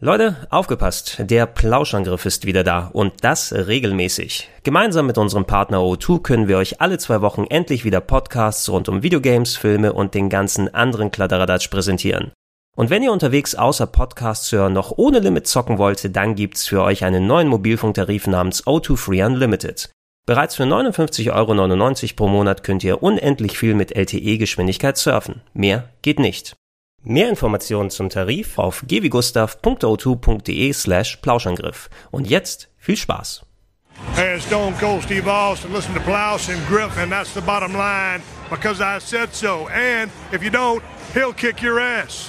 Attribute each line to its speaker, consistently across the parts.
Speaker 1: Leute, aufgepasst, der Plauschangriff ist wieder da und das regelmäßig. Gemeinsam mit unserem Partner O2 können wir euch alle 2 Wochen endlich wieder Podcasts rund um Videogames, Filme und den ganzen anderen Kladderadatsch präsentieren. Und wenn ihr unterwegs außer Podcasts hören noch ohne Limit zocken wollt, dann gibt's für euch einen neuen Mobilfunktarif namens O2 Free Unlimited. Bereits für 59,99 € pro Monat könnt ihr unendlich viel mit LTE-Geschwindigkeit surfen. Mehr geht nicht. Mehr Informationen zum Tarif auf gwgustav.o2.de/Plauschangriff. Und jetzt viel Spaß.
Speaker 2: Hey, it's Stone Cold Steve Austin. Listen to Plausch and Griff, and that's the bottom line, because I said so. And if you don't, he'll kick your ass.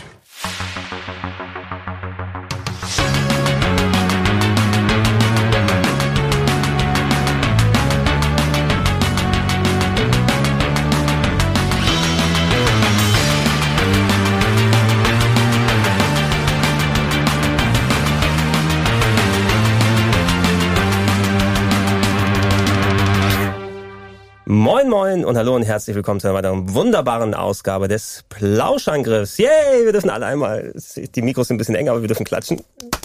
Speaker 1: Moin moin und hallo und herzlich willkommen zu einer weiteren wunderbaren Ausgabe des Plauschangriffs. Yay, wir dürfen alle einmal, die Mikros sind ein bisschen enger, aber wir dürfen klatschen.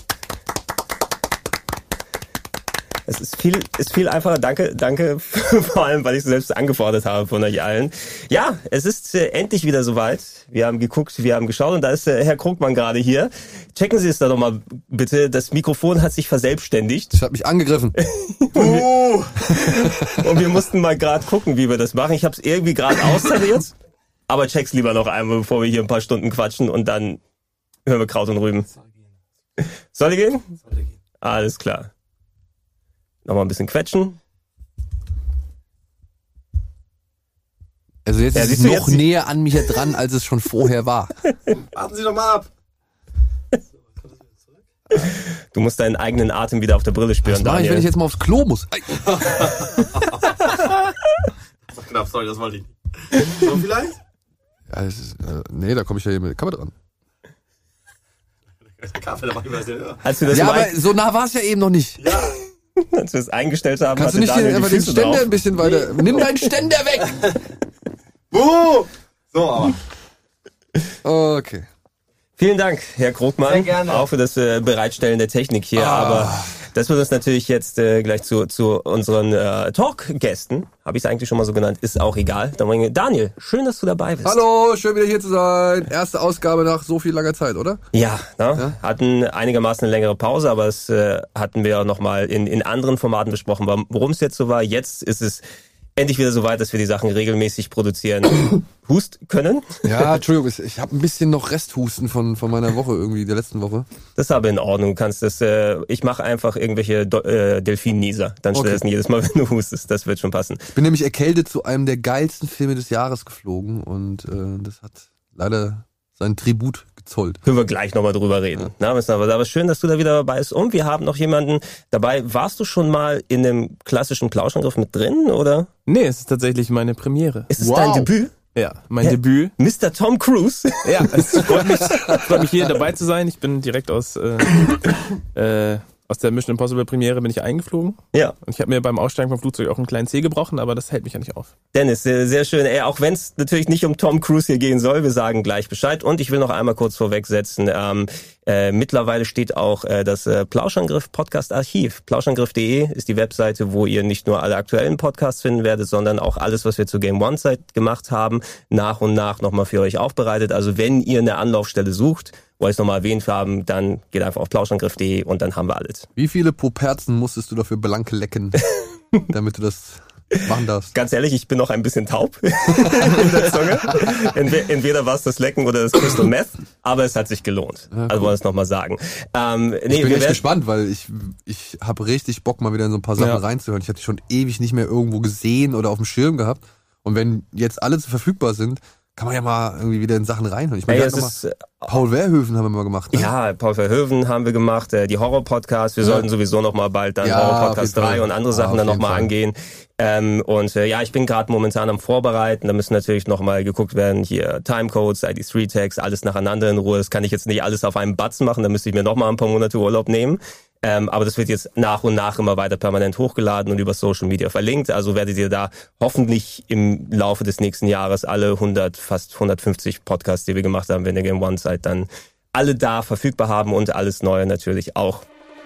Speaker 1: Es ist viel einfacher, danke, vor allem, weil ich es selbst angefordert habe von euch allen. Ja, es ist endlich wieder soweit. Wir haben geguckt, wir haben geschaut und da ist Herr Krugmann gerade hier. Checken Sie es da doch mal bitte, das Mikrofon hat sich verselbstständigt.
Speaker 3: Das hat mich angegriffen.
Speaker 1: Und wir mussten mal gerade gucken, wie wir das machen. Ich habe es irgendwie gerade austariert, aber check's lieber noch einmal, bevor wir hier ein paar Stunden quatschen und dann hören wir Kraut und Rüben. Soll die gehen? Alles klar. Nochmal ein bisschen quetschen.
Speaker 3: Also jetzt ist es noch näher an mich dran, als es schon vorher war.
Speaker 4: Warten Sie doch mal ab.
Speaker 1: Du musst deinen eigenen Atem wieder auf der Brille spüren,
Speaker 3: Was mache ich, wenn ich jetzt mal aufs Klo muss?
Speaker 4: Knapp, sorry, das wollte ich nicht. So vielleicht?
Speaker 3: Ja, das ist, nee, da komme ich ja hier mit der Kamera dran.
Speaker 4: Kaffee, da mach ich mal den
Speaker 3: Ja, aber so nah war es ja eben noch nicht.
Speaker 4: Ja.
Speaker 1: Als wir es eingestellt haben,
Speaker 3: kannst du nicht einfach den Ständer ein bisschen weiter... Nimm deinen Ständer weg!
Speaker 4: So, aber...
Speaker 3: Okay.
Speaker 1: Vielen Dank, Herr Krugmann,
Speaker 4: sehr gerne.
Speaker 1: Auch für das Bereitstellen der Technik hier. Aber das wird uns natürlich jetzt gleich zu unseren Talk-Gästen, habe ich es eigentlich schon mal so genannt, ist auch egal. Daniel, schön, dass du dabei bist.
Speaker 3: Hallo, schön wieder hier zu sein. Erste Ausgabe nach so viel langer Zeit, oder?
Speaker 1: Ja, hatten einigermaßen eine längere Pause, aber das hatten wir noch mal in anderen Formaten besprochen. Worum es jetzt so war, jetzt ist es endlich wieder so weit, dass wir die Sachen regelmäßig produzieren. Hust können.
Speaker 3: Ja, Entschuldigung, ich habe ein bisschen noch Resthusten von meiner Woche irgendwie, der letzten Woche.
Speaker 1: Das ist aber in Ordnung. Du kannst das, ich mache einfach irgendwelche Delfin-Nieser. Dann stattdessen jedes Mal, wenn du hustest. Das wird schon passen.
Speaker 3: Ich bin nämlich erkältet zu einem der geilsten Filme des Jahres geflogen und das hat leider seinen Tribut gezollt.
Speaker 1: Können wir gleich nochmal drüber reden. Ja. Aber schön, dass du da wieder dabei bist. Und wir haben noch jemanden dabei. Warst du schon mal in dem klassischen Plauschangriff mit drin, oder?
Speaker 5: Nee, es ist tatsächlich meine Premiere.
Speaker 1: Ist es dein Debüt?
Speaker 5: Ja, mein Debüt.
Speaker 1: Mr. Tom Cruise.
Speaker 5: Ja, es freut mich hier dabei zu sein. Ich bin direkt aus der Mission Impossible Premiere bin ich eingeflogen.
Speaker 1: Ja.
Speaker 5: Und ich habe mir beim Aussteigen vom Flugzeug auch einen kleinen Zeh gebrochen, aber das hält mich ja nicht auf.
Speaker 1: Dennis, sehr schön. Auch wenn es natürlich nicht um Tom Cruise hier gehen soll, wir sagen gleich Bescheid. Und ich will noch einmal kurz vorwegsetzen, mittlerweile steht auch das Plauschangriff Podcast Archiv. Plauschangriff.de ist die Webseite, wo ihr nicht nur alle aktuellen Podcasts finden werdet, sondern auch alles, was wir zur Game One Zeit gemacht haben, nach und nach nochmal für euch aufbereitet. Also wenn ihr eine Anlaufstelle sucht, wo wir es nochmal erwähnt haben, dann geht einfach auf plauschangriff.de und dann haben wir alles.
Speaker 3: Wie viele Poperzen musstest du dafür blank lecken, damit du das machen darfst?
Speaker 1: Ganz ehrlich, ich bin noch ein bisschen taub in der Zunge. Entweder war es das Lecken oder das Crystal Meth, aber es hat sich gelohnt. Ja, cool. Also wollen wir es nochmal sagen.
Speaker 3: Ich bin echt gespannt, weil ich habe richtig Bock, mal wieder in so ein paar Sachen reinzuhören. Ich hatte schon ewig nicht mehr irgendwo gesehen oder auf dem Schirm gehabt. Und wenn jetzt alle verfügbar sind, kann man ja mal irgendwie wieder in Sachen reinhören. Ich meine, Paul Verhoeven haben wir mal gemacht. Ne?
Speaker 1: Ja, Paul Verhoeven haben wir gemacht, die Horror-Podcasts. Wir sollten sowieso noch mal bald dann Horror-Podcast 3 und andere Sachen dann noch mal angehen. Ich bin gerade momentan am Vorbereiten. Da müssen natürlich noch mal geguckt werden, hier Timecodes, ID3-Tags, alles nacheinander in Ruhe. Das kann ich jetzt nicht alles auf einem Batzen machen. Da müsste ich mir noch mal ein paar Monate Urlaub nehmen. Aber das wird jetzt nach und nach immer weiter permanent hochgeladen und über Social Media verlinkt. Also werdet ihr da hoffentlich im Laufe des nächsten Jahres alle fast 150 Podcasts, die wir gemacht haben, wenn ihr Game One seid, dann alle da verfügbar haben und alles Neue natürlich auch.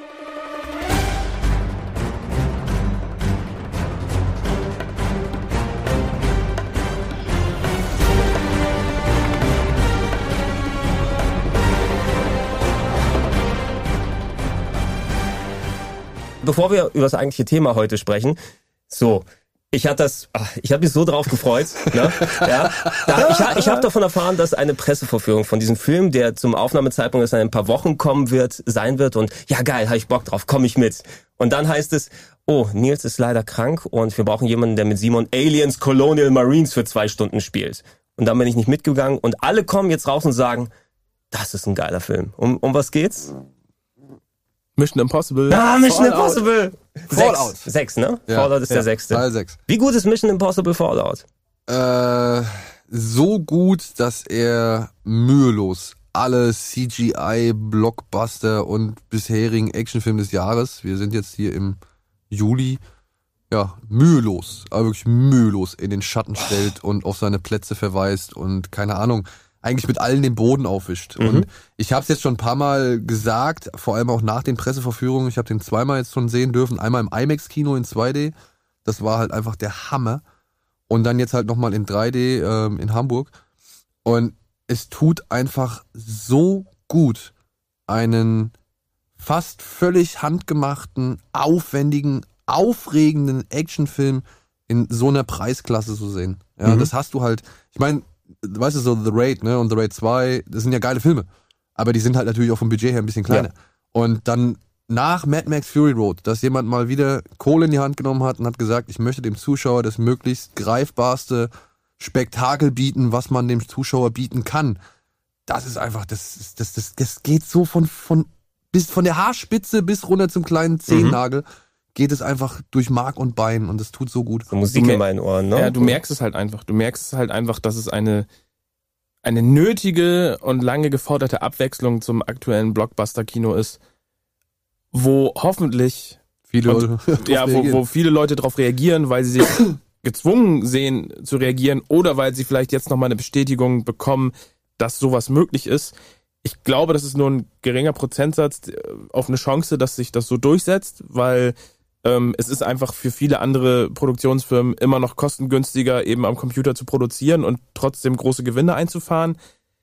Speaker 1: Bevor wir über das eigentliche Thema heute sprechen, ich habe mich so drauf gefreut. Ne? Ja, ich habe davon erfahren, dass eine Pressevorführung von diesem Film, der zum Aufnahmezeitpunkt erst in ein paar Wochen sein wird und ja geil, habe ich Bock drauf, komme ich mit. Und dann heißt es, oh, Nils ist leider krank und wir brauchen jemanden, der mit Simon Aliens Colonial Marines für 2 Stunden spielt. Und dann bin ich nicht mitgegangen und alle kommen jetzt raus und sagen, das ist ein geiler Film. Um was geht's?
Speaker 5: Mission Impossible.
Speaker 1: Mission Impossible.
Speaker 3: Fallout.
Speaker 1: 6, ne?
Speaker 3: Ja.
Speaker 1: Fallout ist der 6.
Speaker 3: Teil 6.
Speaker 1: Wie gut ist Mission Impossible Fallout?
Speaker 3: So gut, dass er mühelos alle CGI-Blockbuster und bisherigen Actionfilme des Jahres, wir sind jetzt hier im Juli, ja, mühelos, aber wirklich mühelos in den Schatten stellt und auf seine Plätze verweist und keine Ahnung, eigentlich mit allen den Boden aufwischt. Und ich habe es jetzt schon ein paar Mal gesagt, vor allem auch nach den Presseverführungen. Ich habe den 2-mal jetzt schon sehen dürfen. Einmal im IMAX-Kino in 2D. Das war halt einfach der Hammer. Und dann jetzt halt nochmal in 3D in Hamburg. Und es tut einfach so gut, einen fast völlig handgemachten, aufwendigen, aufregenden Actionfilm in so einer Preisklasse zu sehen. Ja, das hast du halt, ich meine, weißt du, so The Raid, ne, und The Raid 2, das sind ja geile Filme. Aber die sind halt natürlich auch vom Budget her ein bisschen kleiner. Ja. Und dann nach Mad Max Fury Road, dass jemand mal wieder Kohle in die Hand genommen hat und hat gesagt, ich möchte dem Zuschauer das möglichst greifbarste Spektakel bieten, was man dem Zuschauer bieten kann. Das ist einfach, das geht so von der Haarspitze bis runter zum kleinen Zehennagel. Geht es einfach durch Mark und Bein und es tut so gut.
Speaker 1: So Musik in meinen Ohren, ne?
Speaker 5: Ja, du merkst es halt einfach. Du merkst es halt einfach, dass es eine nötige und lange geforderte Abwechslung zum aktuellen Blockbuster-Kino ist, wo hoffentlich wo viele Leute drauf reagieren, weil sie sich gezwungen sehen zu reagieren oder weil sie vielleicht jetzt nochmal eine Bestätigung bekommen, dass sowas möglich ist. Ich glaube, das ist nur ein geringer Prozentsatz auf eine Chance, dass sich das so durchsetzt, weil es ist einfach für viele andere Produktionsfirmen immer noch kostengünstiger, eben am Computer zu produzieren und trotzdem große Gewinne einzufahren.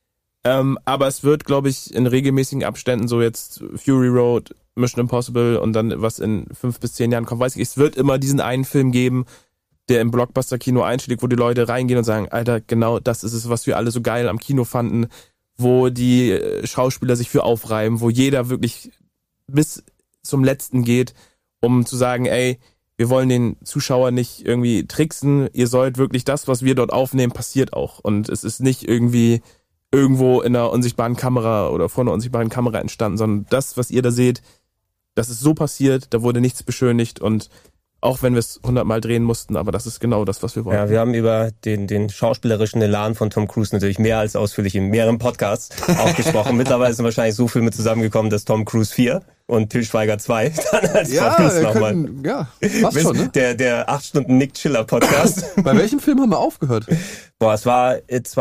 Speaker 5: Aber es wird, glaube ich, in regelmäßigen Abständen, so jetzt Fury Road, Mission Impossible und dann was in 5 bis 10 Jahren kommt, weiß ich, es wird immer diesen einen Film geben, der im Blockbuster-Kino einschlägt, wo die Leute reingehen und sagen, Alter, genau das ist es, was wir alle so geil am Kino fanden, wo die Schauspieler sich für aufreiben, wo jeder wirklich bis zum Letzten geht, um zu sagen, ey, wir wollen den Zuschauer nicht irgendwie tricksen, ihr sollt wirklich das, was wir dort aufnehmen, passiert auch. Und es ist nicht irgendwie irgendwo in einer unsichtbaren Kamera oder vor einer unsichtbaren Kamera entstanden, sondern das, was ihr da seht, das ist so passiert, da wurde nichts beschönigt und auch wenn wir es 100-mal drehen mussten, aber das ist genau das, was wir wollen.
Speaker 1: Ja, wir haben über den schauspielerischen Elan von Tom Cruise natürlich mehr als ausführlich in mehreren Podcasts auch gesprochen. Mittlerweile sind wahrscheinlich so Filme zusammengekommen, dass Tom Cruise 4 und Til Schweiger 2 dann als Podcast nochmal.
Speaker 3: Ja, passt schon, ne?
Speaker 1: Der 8 Stunden Nick Chiller Podcast.
Speaker 3: Bei welchem Film haben wir aufgehört?
Speaker 1: Boah, es war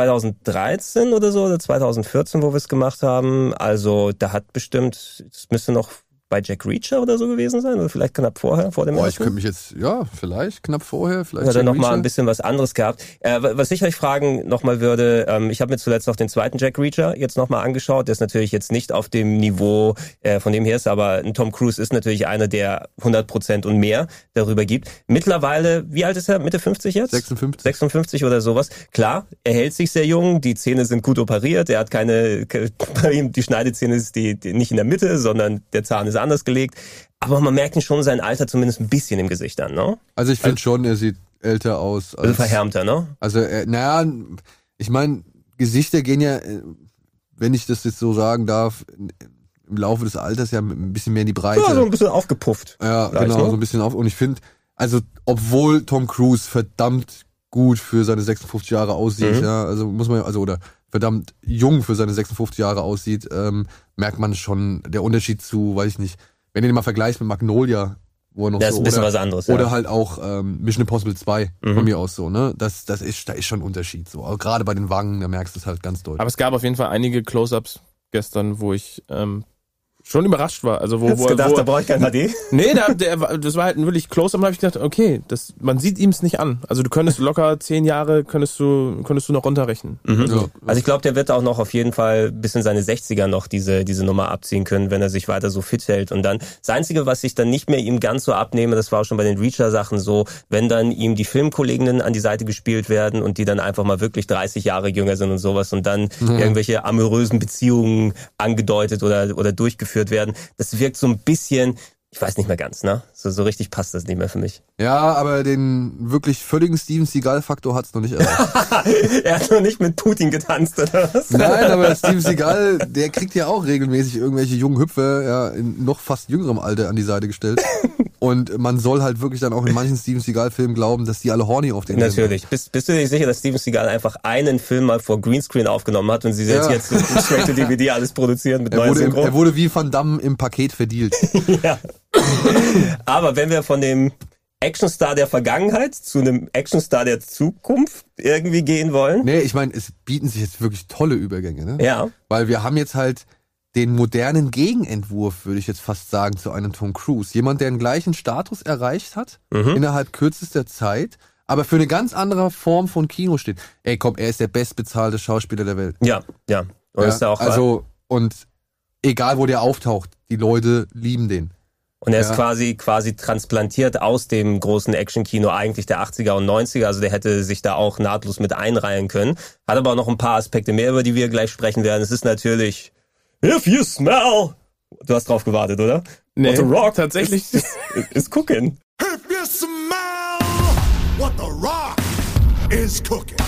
Speaker 1: 2013 oder so, oder 2014, wo wir es gemacht haben. Also da hat bestimmt, es müsste noch bei Jack Reacher oder so gewesen sein, oder vielleicht knapp vorher, vor dem ersten?
Speaker 3: Ich könnte mich jetzt, vielleicht knapp vorher, vielleicht.
Speaker 1: Hat er nochmal ein bisschen was anderes gehabt. Was ich euch fragen nochmal würde, ich habe mir zuletzt noch den zweiten Jack Reacher jetzt nochmal angeschaut, der ist natürlich jetzt nicht auf dem Niveau, von dem her ist, aber ein Tom Cruise ist natürlich einer, der 100% und mehr darüber gibt. Mittlerweile, wie alt ist er? Mitte 50 jetzt? 56 oder sowas. Klar, er hält sich sehr jung, die Zähne sind gut operiert, er hat die Schneidezähne ist die nicht in der Mitte, sondern der Zahn ist anders gelegt, aber man merkt ihn schon sein Alter zumindest ein bisschen im Gesicht an, ne?
Speaker 3: Also ich finde schon, er sieht älter aus.
Speaker 1: Also verhärmter, ne?
Speaker 3: Also, ich meine, Gesichter gehen ja, wenn ich das jetzt so sagen darf, im Laufe des Alters ja ein bisschen mehr in die Breite.
Speaker 1: Ja, so ein bisschen aufgepufft.
Speaker 3: Ja, genau, so ein bisschen auf. Und ich finde, also obwohl Tom Cruise verdammt gut für seine 56 Jahre aussieht, oder verdammt jung für seine 56 Jahre aussieht, merkt man schon der Unterschied zu, weiß ich nicht, wenn ihr den mal vergleicht mit Magnolia, wo er noch
Speaker 1: das ist ein bisschen was anderes.
Speaker 3: Oder halt auch Mission Impossible 2 von mir aus so, ne? Da ist schon ein Unterschied so. Aber gerade bei den Wangen, da merkst du es halt ganz deutlich.
Speaker 5: Aber es gab auf jeden Fall einige Close-Ups, gestern, wo ich schon überrascht war. Also
Speaker 1: Hast du gedacht, da brauche ich kein HD?
Speaker 5: Nee, das war halt ein wirklich Close-Up, und da habe ich gedacht, okay, man sieht ihm es nicht an. Also du könntest locker 10 Jahre könntest du noch runterrechnen.
Speaker 1: Ja. Also ich glaube, der wird auch noch auf jeden Fall bis in seine 60er noch diese Nummer abziehen können, wenn er sich weiter so fit hält. Und dann, das Einzige, was ich dann nicht mehr ihm ganz so abnehme, das war auch schon bei den Reacher-Sachen so, wenn dann ihm die Filmkolleginnen an die Seite gespielt werden und die dann einfach mal wirklich 30 Jahre jünger sind und sowas und dann irgendwelche amorösen Beziehungen angedeutet oder durchgeführt werden. Das wirkt so ein bisschen, ich weiß nicht mehr ganz, ne? So richtig passt das nicht mehr für mich.
Speaker 3: Ja, aber den wirklich völligen Steven Seagal-Faktor hat's noch nicht erreicht.
Speaker 1: Er hat noch nicht mit Putin getanzt, oder was?
Speaker 3: Nein, aber Steven Seagal, der kriegt ja auch regelmäßig irgendwelche jungen Hüpfer, ja, in noch fast jüngerem Alter an die Seite gestellt. Und man soll halt wirklich dann auch in manchen Steven Seagal-Filmen glauben, dass die alle horny auf den
Speaker 1: Natürlich. Bist du dir sicher, dass Steven Seagal einfach einen Film mal vor Greenscreen aufgenommen hat und sie jetzt straight to DVD alles produzieren mit neuen Synchron?
Speaker 3: Er wurde wie Van Damme im Paket verdealt.
Speaker 1: Ja. Aber wenn wir von dem Actionstar der Vergangenheit zu einem Actionstar der Zukunft irgendwie gehen wollen.
Speaker 3: Nee, ich meine, es bieten sich jetzt wirklich tolle Übergänge, ne?
Speaker 1: Ja.
Speaker 3: Weil wir haben jetzt halt den modernen Gegenentwurf, würde ich jetzt fast sagen, zu einem Tom Cruise. Jemand, der den gleichen Status erreicht hat, innerhalb kürzester Zeit, aber für eine ganz andere Form von Kino steht. Ey, komm, er ist der bestbezahlte Schauspieler der Welt.
Speaker 1: Ja. Und ist ja auch
Speaker 3: also, und egal wo der auftaucht, die Leute lieben den.
Speaker 1: Und er ist quasi transplantiert aus dem großen Action-Kino eigentlich der 80er und 90er. Also der hätte sich da auch nahtlos mit einreihen können. Hat aber auch noch ein paar Aspekte mehr, über die wir gleich sprechen werden. Es ist natürlich If you smell... Du hast drauf gewartet, oder?
Speaker 5: Nee,
Speaker 1: What the Rock
Speaker 5: tatsächlich
Speaker 1: ist cooking.
Speaker 2: If you smell what the Rock is cooking.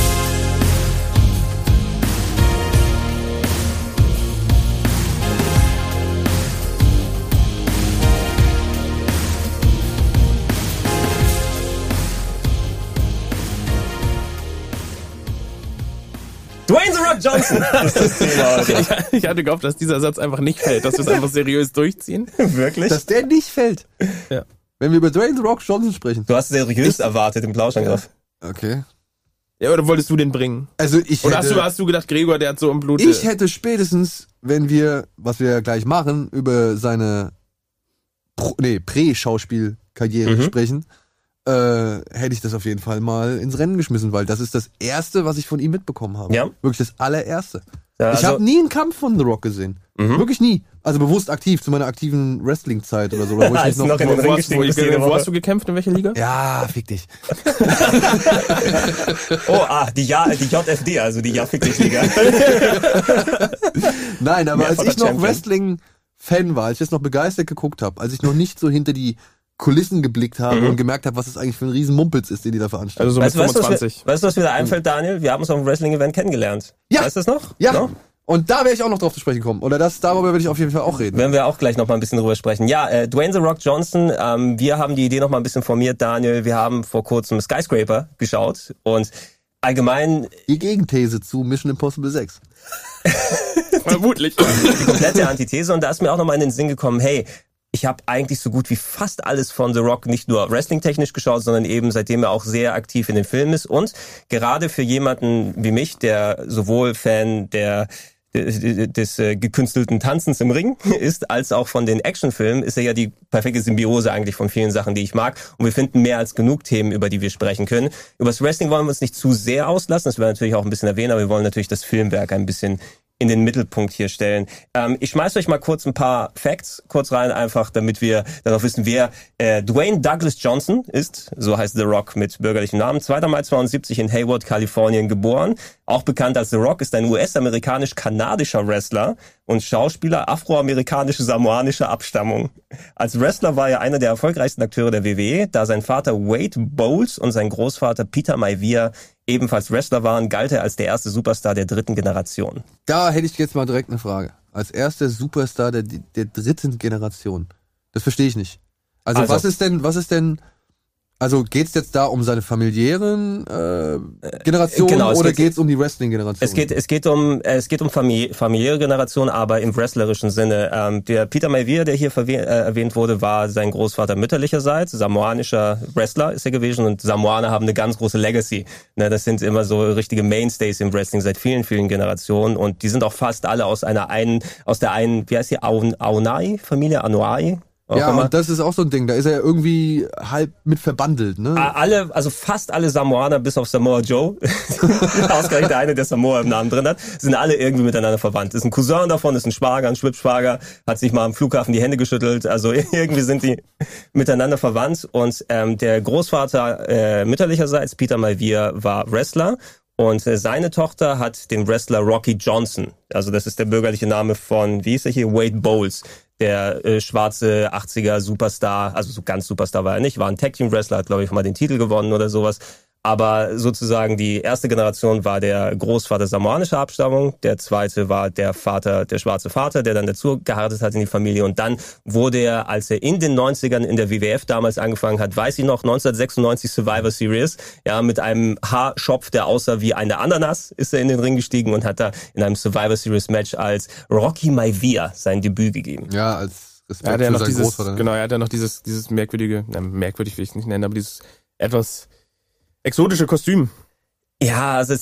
Speaker 1: Dwayne The Rock Johnson ist das Thema heute.
Speaker 5: Ich hatte gehofft, dass dieser Satz einfach nicht fällt, dass wir es einfach seriös durchziehen.
Speaker 1: Wirklich?
Speaker 3: Dass der nicht fällt.
Speaker 5: Ja.
Speaker 3: Wenn wir über Dwayne The Rock Johnson sprechen.
Speaker 1: Du hast seriös erwartet im Plauschangriff.
Speaker 3: Okay.
Speaker 5: Ja, oder wolltest du den bringen?
Speaker 3: Also
Speaker 5: oder hast du gedacht, Gregor, der hat so im Blut...
Speaker 3: Ich hätte spätestens, wenn wir, was wir ja gleich machen, über seine Prä-Schauspielkarriere sprechen, hätte ich das auf jeden Fall mal ins Rennen geschmissen, weil das ist das Erste, was ich von ihm mitbekommen habe. Ja. Wirklich das allererste. Ja, ich habe nie einen Kampf von The Rock gesehen. Wirklich nie. Also bewusst aktiv, zu meiner aktiven Wrestling-Zeit oder so. Wo ich
Speaker 1: noch in den Ring gestiegen bist.
Speaker 5: Wo hast du gekämpft? In welcher Liga?
Speaker 3: Ja, fick dich.
Speaker 1: Die JFD, also die Fick dich Liga.
Speaker 3: Nein, aber als ich noch Wrestling-Fan war, als ich das noch begeistert geguckt habe, als ich noch nicht so hinter die Kulissen geblickt habe und gemerkt habe, was das eigentlich für ein riesen Mumpitz ist, den die da veranstalten.
Speaker 5: Also so mit 25.
Speaker 1: Weißt du, was mir da einfällt, Daniel? Wir haben uns auf einem Wrestling-Event kennengelernt.
Speaker 3: Ja.
Speaker 1: Weißt du das noch?
Speaker 3: Ja. No? Und da werde ich auch noch drauf zu sprechen kommen. Oder darüber werde ich auf jeden Fall auch reden.
Speaker 1: Werden wir auch gleich noch mal ein bisschen drüber sprechen. Ja, Dwayne The Rock Johnson, wir haben die Idee noch mal ein bisschen formiert, Daniel. Wir haben vor kurzem Skyscraper geschaut und allgemein...
Speaker 3: Die Gegenthese zu Mission Impossible 6.
Speaker 5: Vermutlich.
Speaker 1: Die komplette Antithese. Und da ist mir auch noch mal in den Sinn gekommen, hey, ich habe eigentlich so gut wie fast alles von The Rock nicht nur wrestling-technisch geschaut, sondern eben seitdem er auch sehr aktiv in den Filmen ist. Und gerade für jemanden wie mich, der sowohl Fan des gekünstelten Tanzens im Ring ist, als auch von den Actionfilmen, ist er ja die perfekte Symbiose eigentlich von vielen Sachen, die ich mag. Und wir finden mehr als genug Themen, über die wir sprechen können. Über das Wrestling wollen wir uns nicht zu sehr auslassen, das werden wir natürlich auch ein bisschen erwähnen, aber wir wollen natürlich das Filmwerk ein bisschen in den Mittelpunkt hier stellen. Ich schmeiß euch mal kurz ein paar Facts kurz rein, einfach damit wir darauf wissen, wer Dwayne Douglas Johnson ist. So heißt The Rock mit bürgerlichem Namen. 2. Mai 72 in Hayward, Kalifornien geboren. Auch bekannt als The Rock, ist ein US-amerikanisch-kanadischer Wrestler und Schauspieler afroamerikanische-samoanischer Abstammung. Als Wrestler war er einer der erfolgreichsten Akteure der WWE, da sein Vater Wade Bowles und sein Großvater Peter Maivia ebenfalls Wrestler waren, galt er als der erste Superstar der 3. Generation.
Speaker 3: Da hätte ich jetzt mal direkt eine Frage. Als erster Superstar der 3. Generation. Das verstehe ich nicht. Also was ist denn Also geht's jetzt da um seine familiären Generationen oder geht's um die Wrestling-Generation?
Speaker 1: Es geht um familiäre Generation, aber im wrestlerischen Sinne. Der Peter Maivia, der hier erwähnt wurde, war sein Großvater mütterlicherseits, samoanischer Wrestler ist er gewesen und Samoaner haben eine ganz große Legacy. Ne, das sind immer so richtige Mainstays im Wrestling seit vielen, vielen Generationen und die sind auch fast alle aus der einen, wie heißt die, Aonai-Familie, Anoa'i?
Speaker 3: Ja, und das ist auch so ein Ding, da ist er ja irgendwie halb mit verbandelt, ne?
Speaker 1: Also fast alle Samoaner, bis auf Samoa Joe, ausgerechnet der eine, der Samoa im Namen drin hat, sind alle irgendwie miteinander verwandt. Ist ein Cousin davon, ist ein Schwager, ein Schwibschwager, hat sich mal am Flughafen die Hände geschüttelt, also irgendwie sind die miteinander verwandt und der Großvater mütterlicherseits, Peter Maivia, war Wrestler. Und seine Tochter hat den Wrestler Rocky Johnson, also das ist der bürgerliche Name von, wie hieß er hier, Wade Bowles, der schwarze 80er Superstar, also so ganz Superstar war er nicht, war ein Tag-Team-Wrestler, hat glaube ich mal den Titel gewonnen oder sowas. Aber sozusagen die erste Generation war der Großvater samoanischer Abstammung, der zweite war der Vater, der schwarze Vater, der dann dazu geheiratet hat in die Familie und dann wurde er, als er in den 90ern in der WWF damals angefangen hat, weiß ich noch, 1996 Survivor Series, ja, mit einem Haarschopf, der aussah wie eine Ananas, ist er in den Ring gestiegen und hat da in einem Survivor Series Match als Rocky Maivia sein Debüt gegeben.
Speaker 3: Ja, als Respekt für seinen Großvater.
Speaker 5: Genau, er hat ja noch dieses merkwürdige, merkwürdig will ich es nicht nennen, aber dieses etwas exotische Kostüm.
Speaker 1: Ja, also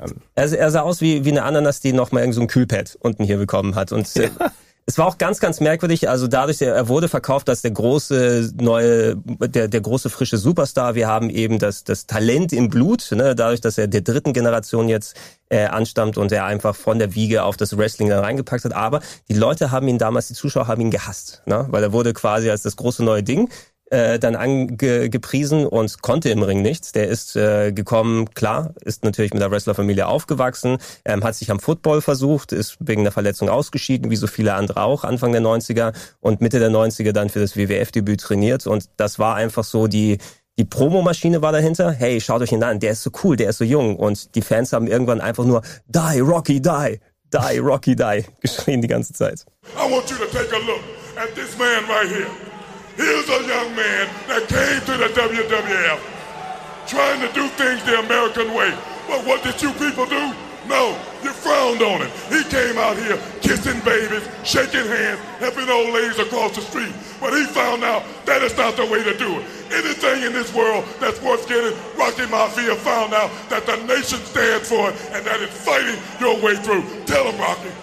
Speaker 1: er sah aus wie eine Ananas, die noch mal irgend so ein Kühlpad unten hier bekommen hat. Und es war auch ganz, ganz merkwürdig. Also dadurch, er wurde verkauft als der große neue, der große frische Superstar. Wir haben eben das Talent im Blut, ne? Dadurch, dass er der dritten Generation jetzt anstammt und er einfach von der Wiege auf das Wrestling da reingepackt hat. Aber die Leute haben ihn damals, die Zuschauer haben ihn gehasst, ne? Weil er wurde quasi als das große neue Ding dann angepriesen und konnte im Ring nichts. Der ist gekommen, klar, ist natürlich mit der Wrestlerfamilie aufgewachsen, hat sich am Football versucht, ist wegen der Verletzung ausgeschieden, wie so viele andere auch, Anfang der 90er und Mitte der 90er dann für das WWF-Debüt trainiert und das war einfach so die Promomaschine war dahinter. Hey, schaut euch ihn an, der ist so cool, der ist so jung und die Fans haben irgendwann einfach nur Die, Rocky, die! Die, Rocky, die! geschrien die ganze Zeit.
Speaker 2: I want you to take a look at this man right here. Here's a young man that came to the WWF trying to do things the American way. But what did you people do? No, you frowned on him. He came out here kissing babies, shaking hands, helping old ladies across the street. But he found out that is not the way to do it. Anything in this world that's worth getting, Rocky Maivia found out that the nation stands for it and that it's fighting your way through. Tell him, Rocky.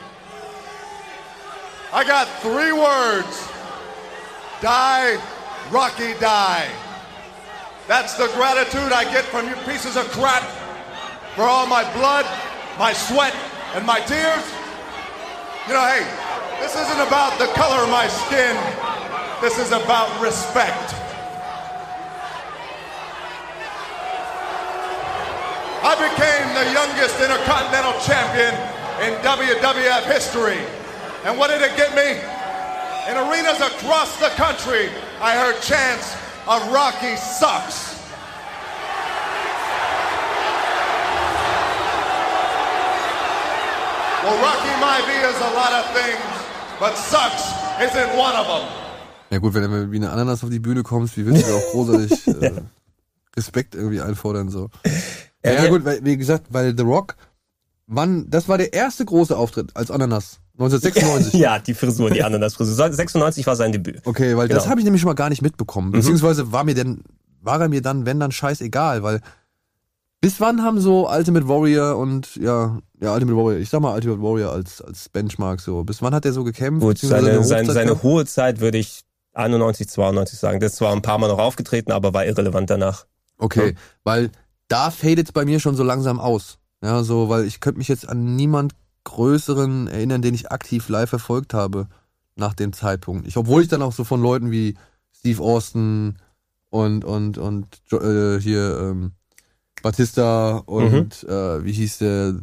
Speaker 6: I got 3 words. Die, Rocky, die. That's the gratitude I get from you pieces of crap for all my blood, my sweat, and my tears. You know, hey, this isn't about the color of my skin. This is about respect. I became the youngest Intercontinental Champion in WWF history. And what did it get me? In arenas across the country, I heard chants of Rocky sucks. Well, Rocky Maivia is a lot of things, but sucks isn't one of them.
Speaker 3: Ja gut, wenn du wie eine Ananas auf die Bühne kommst, wie willst du auch großartig Respekt irgendwie einfordern so. Ja gut, weil, wie gesagt, weil The Rock, das war der erste große Auftritt als Ananas. 1996.
Speaker 1: Ja, die Frisur, die Ananas-Frisur. 96 war sein Debüt.
Speaker 3: Okay, weil das habe ich nämlich schon mal gar nicht mitbekommen. Beziehungsweise war er mir dann, wenn dann scheißegal, weil bis wann haben so Ultimate Warrior und Ultimate Warrior, ich sag mal Ultimate Warrior als Benchmark so, bis wann hat er so gekämpft?
Speaker 1: Gut, seine hohe Zeit würde ich 91, 92 sagen. Der ist zwar ein paar Mal noch aufgetreten, aber war irrelevant danach.
Speaker 3: Okay, weil da fadet es bei mir schon so langsam aus. Ja, so, weil ich könnte mich jetzt an niemand Größeren erinnern, den ich aktiv live verfolgt habe nach dem Zeitpunkt. Obwohl ich dann auch so von Leuten wie Steve Austin und Batista und wie hieß der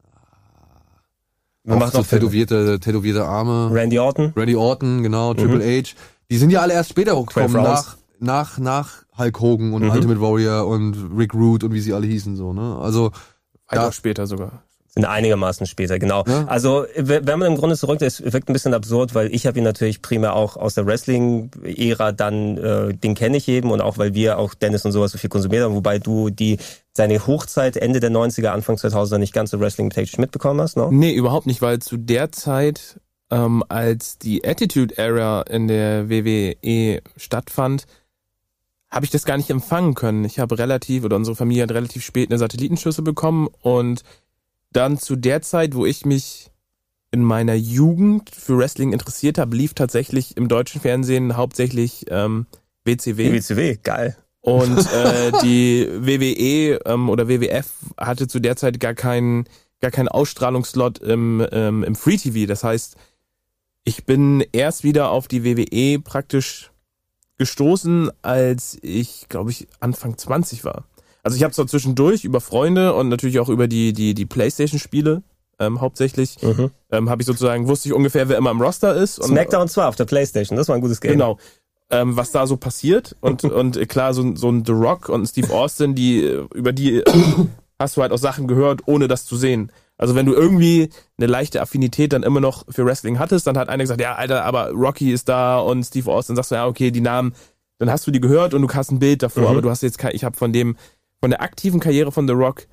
Speaker 3: auch so tätowierte Arme.
Speaker 1: Randy Orton,
Speaker 3: genau, Triple H. Die sind ja alle erst später hochgekommen, nach Hulk Hogan und Ultimate Warrior und Rick Rude und wie sie alle hießen so, ne? Also
Speaker 5: weiter später sogar.
Speaker 1: Sind einigermaßen später, genau. Ja. Also wenn man im Grunde zurück, es wirkt ein bisschen absurd, weil ich habe ihn natürlich primär auch aus der Wrestling-Ära dann, den kenne ich eben und auch weil wir auch Dennis und sowas so viel konsumiert haben, wobei du seine Hochzeit Ende der 90er, Anfang 2000er nicht ganz so wrestling-technisch mitbekommen hast, no?
Speaker 5: Nee, überhaupt nicht, weil zu der Zeit, als die Attitude-Era in der WWE stattfand, habe ich das gar nicht empfangen können. Ich habe unsere Familie hat relativ spät eine Satellitenschüssel bekommen und dann zu der Zeit, wo ich mich in meiner Jugend für Wrestling interessiert habe, lief tatsächlich im deutschen Fernsehen hauptsächlich WCW.
Speaker 1: WCW, geil.
Speaker 5: Und die WWE oder WWF hatte zu der Zeit gar keinen Ausstrahlungsslot im Free TV. Das heißt, ich bin erst wieder auf die WWE praktisch gestoßen, als ich, glaube ich, Anfang 20 war. Also ich habe zwar zwischendurch über Freunde und natürlich auch über die PlayStation-Spiele hauptsächlich, wusste ich ungefähr, wer immer im Roster ist. Und
Speaker 1: SmackDown 2 auf der PlayStation, das war ein gutes Game.
Speaker 5: Genau. Was da so passiert und klar, so ein The Rock und Steve Austin, über die hast du halt auch Sachen gehört, ohne das zu sehen. Also wenn du irgendwie eine leichte Affinität dann immer noch für Wrestling hattest, dann hat einer gesagt, ja, Alter, aber Rocky ist da und Steve Austin, sagst du, ja, okay, die Namen, dann hast du die gehört und du hast ein Bild davor, aber du hast jetzt ich habe von der aktiven Karriere von The Rock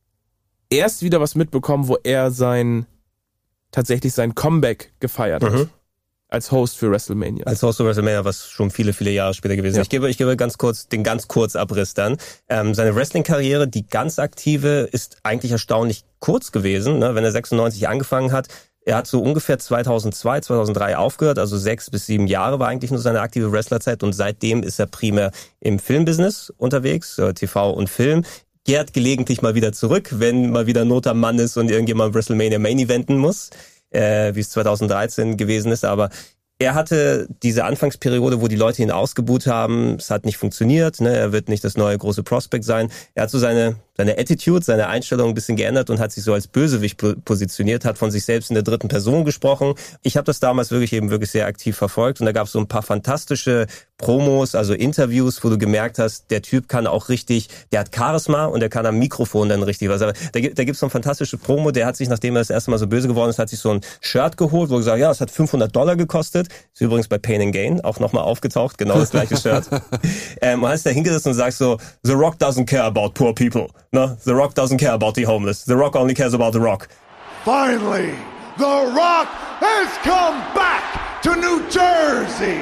Speaker 5: erst wieder was mitbekommen, wo er tatsächlich sein Comeback gefeiert hat. Als Host für WrestleMania.
Speaker 1: Was schon viele, viele Jahre später gewesen ist. Ja. Ich gebe ganz kurz Abriss dann. Seine Wrestling-Karriere, die ganz aktive, ist eigentlich erstaunlich kurz gewesen, ne? Wenn er 96 angefangen hat. Er hat so ungefähr 2002, 2003 aufgehört, also 6 bis 7 Jahre war eigentlich nur seine aktive Wrestlerzeit und seitdem ist er primär im Filmbusiness unterwegs, TV und Film. Kehrt gelegentlich mal wieder zurück, wenn mal wieder Not am Mann ist und irgendjemand WrestleMania Main Eventen muss, wie es 2013 gewesen ist, aber er hatte diese Anfangsperiode, wo die Leute ihn ausgebuht haben, es hat nicht funktioniert, ne? Er wird nicht das neue große Prospect sein. Er hat so seine Attitude, seine Einstellung ein bisschen geändert und hat sich so als Bösewicht positioniert, hat von sich selbst in der dritten Person gesprochen. Ich habe das damals wirklich sehr aktiv verfolgt und da gab es so ein paar fantastische Promos, also Interviews, wo du gemerkt hast, der Typ kann auch richtig, der hat Charisma und der kann am Mikrofon dann richtig was. Aber da gibt's so ein fantastisches Promo, der hat sich, nachdem er das erste Mal so böse geworden ist, hat sich so ein Shirt geholt, wo er gesagt, ja, es hat $500 gekostet. Ist übrigens bei Pain and Gain auch nochmal aufgetaucht, genau das gleiche Shirt. Und hast da hingesessen und sagst so, The Rock doesn't care about poor people. No, The Rock doesn't care about the homeless. The Rock only cares about The Rock.
Speaker 6: Finally, The Rock has come back to New Jersey.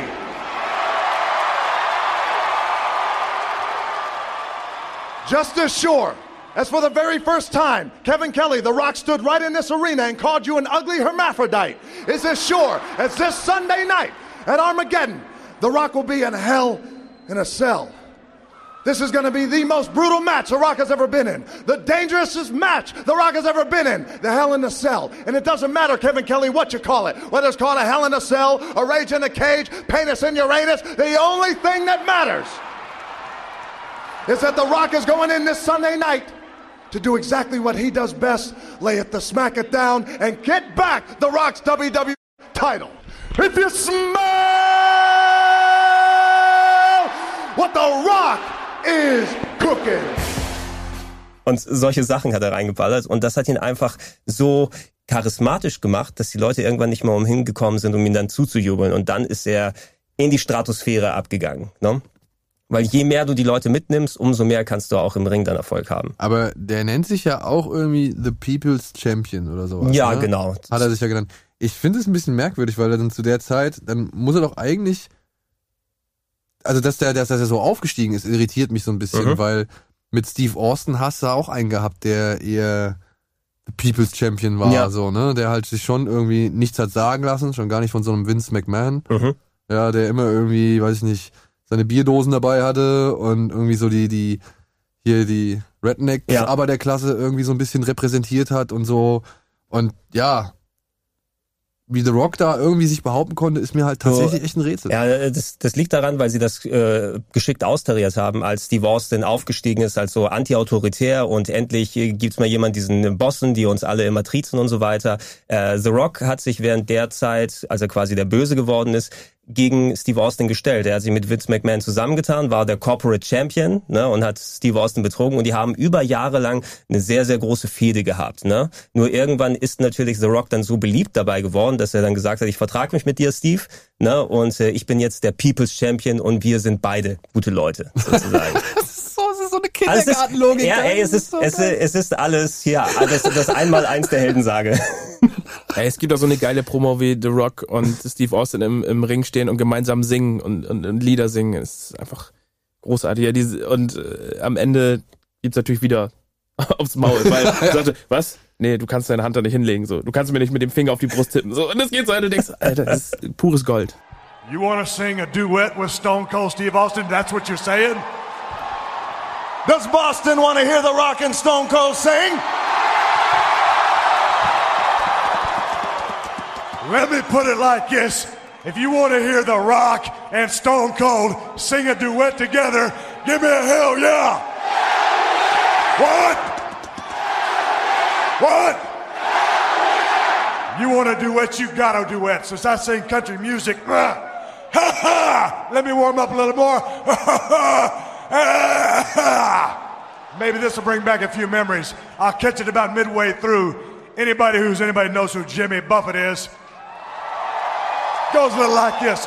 Speaker 6: Just as sure as for the very first time, Kevin Kelly, The Rock, stood right in this arena and called you an ugly hermaphrodite, is as sure as this Sunday night at Armageddon, The Rock will be in hell in a cell. This is going to be the most brutal match The Rock has ever been in. The dangerousest match The Rock has ever been in. The Hell in a Cell. And it doesn't matter, Kevin Kelly, what you call it. Whether it's called a Hell in a Cell, a Rage in a Cage, Penis in Uranus, the only thing that matters is that The Rock is going in this Sunday night to do exactly what he does best, lay it to smack it down, and get back The Rock's WWE title. If you smell what The Rock is cooking.
Speaker 1: Und solche Sachen hat er reingeballert und das hat ihn einfach so charismatisch gemacht, dass die Leute irgendwann nicht mehr umhin gekommen sind, um ihn dann zuzujubeln und dann ist er in die Stratosphäre abgegangen, ne? Weil je mehr du die Leute mitnimmst, umso mehr kannst du auch im Ring dann Erfolg haben.
Speaker 3: Aber der nennt sich ja auch irgendwie The People's Champion oder sowas.
Speaker 1: Ja,
Speaker 3: ne?
Speaker 1: Genau.
Speaker 3: Hat er sich ja genannt. Ich finde es ein bisschen merkwürdig, weil er dann zu der Zeit, dann muss er doch eigentlich, also dass er so aufgestiegen ist, irritiert mich so ein bisschen, weil mit Steve Austin hast du auch einen gehabt, der eher The People's Champion war, so, ne? Der halt sich schon irgendwie nichts hat sagen lassen, schon gar nicht von so einem Vince McMahon. Ja, der immer irgendwie, weiß ich nicht, seine Bierdosen dabei hatte und irgendwie so die Rednecks aber der Klasse irgendwie so ein bisschen repräsentiert hat und so. Und ja, wie The Rock da irgendwie sich behaupten konnte, ist mir halt tatsächlich echt ein Rätsel.
Speaker 1: Ja, das liegt daran, weil sie das geschickt austariert haben, als Steve Austin aufgestiegen ist als so anti-autoritär und endlich gibt's mal jemand, diesen Bossen, die uns alle immer triezen und so weiter. The Rock hat sich während der Zeit, als er quasi der Böse geworden ist, gegen Steve Austin gestellt. Er hat sich mit Vince McMahon zusammengetan, war der Corporate Champion, ne, und hat Steve Austin betrogen, und die haben über Jahre lang eine sehr, sehr große Fehde gehabt, ne. Nur irgendwann ist natürlich The Rock dann so beliebt dabei geworden, dass er dann gesagt hat, ich vertrage mich mit dir, Steve, ne, und ich bin jetzt der People's Champion und wir sind beide gute Leute, sozusagen.
Speaker 3: Es ist so eine Kindergartenlogik.
Speaker 1: Ja, ey, es ist alles hier, das Einmaleins der Heldensage.
Speaker 5: Ey, es gibt auch so eine geile Promo, wie The Rock und Steve Austin im Ring stehen und gemeinsam singen und Lieder singen. Es ist einfach großartig. Ja, und am Ende gibt's natürlich wieder aufs Maul, weil er sagte, was? Nee, du kannst deine Hand da nicht hinlegen. So, du kannst mir nicht mit dem Finger auf die Brust tippen. So, und das geht so, und du denkst, Alter, das ist pures Gold.
Speaker 6: You want to sing a duet with Stone Cold Steve Austin? That's what you're saying? Does Boston want to hear The Rock and Stone Cold sing? Let me put it like this. If you want to hear The Rock and Stone Cold sing a duet together, give me a hell yeah. What? What? You want a duet, you got a duet. Since I sing country music, let me warm up a little more. Maybe this will bring back a few memories. I'll catch it about midway through. Anybody knows who Jimmy Buffett is? Goes a little like this.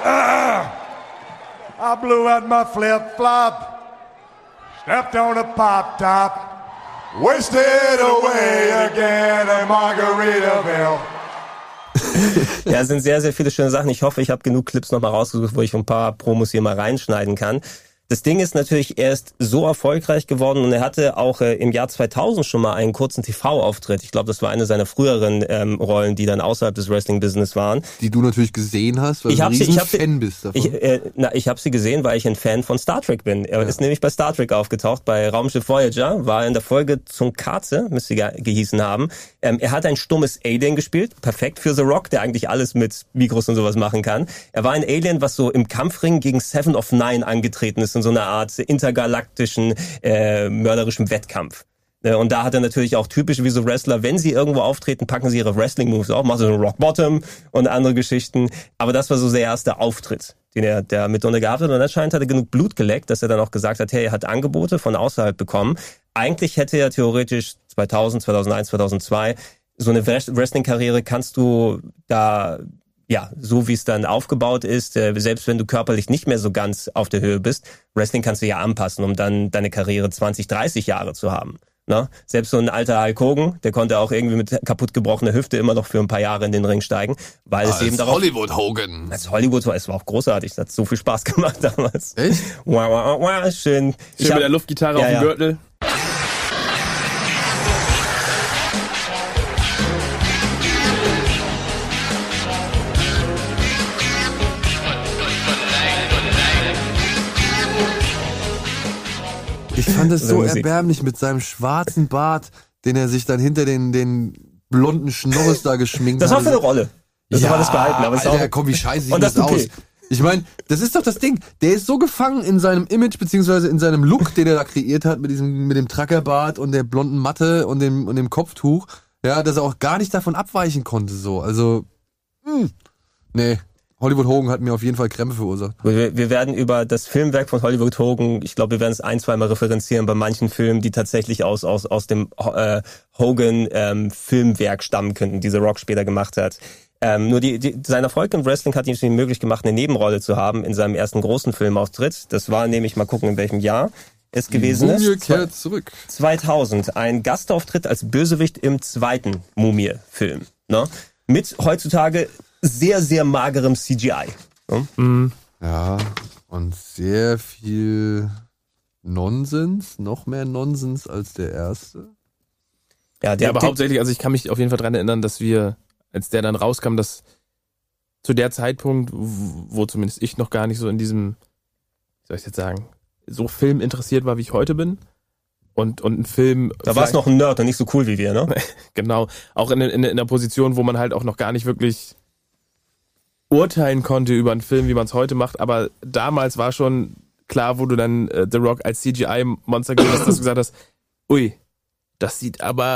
Speaker 6: I blew out my flip-flop, stepped on a pop-top, wasted away again in Margaritaville.
Speaker 1: Ja, es sind sehr, sehr viele schöne Sachen. Ich hoffe, ich habe genug Clips nochmal rausgesucht, wo ich ein paar Promos hier mal reinschneiden kann. Das Ding ist natürlich, er ist so erfolgreich geworden, und er hatte auch im Jahr 2000 schon mal einen kurzen TV-Auftritt. Ich glaube, das war eine seiner früheren Rollen, die dann außerhalb des Wrestling-Business waren.
Speaker 3: Die du natürlich gesehen hast, weil du ein riesen Fan bist davon.
Speaker 1: Ich habe sie gesehen, weil ich ein Fan von Star Trek bin. Er ist nämlich bei Star Trek aufgetaucht, bei Raumschiff Voyager, war in der Folge Tsunkatze, müsste gehießen haben. Er hat ein stummes Alien gespielt, perfekt für The Rock, der eigentlich alles mit Mikros und sowas machen kann. Er war ein Alien, was so im Kampfring gegen Seven of Nine angetreten ist, in so einer Art intergalaktischen, mörderischen Wettkampf. Und da hat er natürlich auch typisch wie so Wrestler, wenn sie irgendwo auftreten, packen sie ihre Wrestling-Moves auf, machen so Rock Bottom und andere Geschichten. Aber das war so der erste Auftritt, den der mitunter gehabt hat. Und anscheinend hat er genug Blut geleckt, dass er dann auch gesagt hat, hey, er hat Angebote von außerhalb bekommen. Eigentlich hätte er theoretisch 2000, 2001, 2002 so eine Wrestling-Karriere kannst du da, ja, so wie es dann aufgebaut ist, selbst wenn du körperlich nicht mehr so ganz auf der Höhe bist, Wrestling kannst du ja anpassen, um dann deine Karriere 20, 30 Jahre zu haben. Ne? Selbst so ein alter Hulk Hogan, der konnte auch irgendwie mit kaputt gebrochener Hüfte immer noch für ein paar Jahre in den Ring steigen, weil es eben darauf...
Speaker 3: Hollywood Hogan.
Speaker 1: Als Hollywood war, es war auch großartig, es hat so viel Spaß gemacht damals.
Speaker 3: Echt?
Speaker 1: Wow, wow, wow, schön.
Speaker 5: Schön mit der Luftgitarre auf dem Gürtel.
Speaker 3: Ich fand es so erbärmlich mit seinem schwarzen Bart, den er sich dann hinter den blonden Schnorres da geschminkt hat.
Speaker 1: Das war für eine Rolle. Das war das behalten. Aber
Speaker 3: Alter, komm, wie scheiße sieht das aus? Ich meine, das ist doch das Ding. Der ist so gefangen in seinem Image, beziehungsweise in seinem Look, den er da kreiert hat, mit dem Truckerbart und der blonden Matte und dem Kopftuch, ja, dass er auch gar nicht davon abweichen konnte, so. Also, nee. Hollywood Hogan hat mir auf jeden Fall Krämpfe verursacht.
Speaker 1: Wir werden über das Filmwerk von Hollywood Hogan, ich glaube, wir werden es ein-, zweimal referenzieren bei manchen Filmen, die tatsächlich aus dem Hogan Filmwerk stammen könnten, die The Rock später gemacht hat. Nur sein Erfolg im Wrestling hat ihm möglich gemacht, eine Nebenrolle zu haben in seinem ersten großen Filmauftritt. Das war nämlich, mal gucken, in welchem Jahr es gewesen ist.
Speaker 3: Mumie kehrt zurück.
Speaker 1: 2000. Ein Gastauftritt als Bösewicht im zweiten Mumie-Film. Ne? Mit heutzutage sehr, sehr magerem CGI.
Speaker 3: Ne? Ja, und sehr viel Nonsens, noch mehr Nonsens als der erste.
Speaker 5: Ja, aber hauptsächlich, also ich kann mich auf jeden Fall dran erinnern, dass wir, als der dann rauskam, dass zu der Zeitpunkt, wo zumindest ich noch gar nicht so in diesem, wie soll ich jetzt sagen, so Film interessiert war, wie ich heute bin. Und ein Film...
Speaker 1: Da war es noch ein Nerd und nicht so cool wie wir, ne?
Speaker 5: Genau. Auch in einer Position, wo man halt auch noch gar nicht wirklich urteilen konnte über einen Film, wie man es heute macht. Aber damals war schon klar, wo du dann The Rock als CGI-Monster gesehen hast, dass du gesagt hast, ui, das sieht aber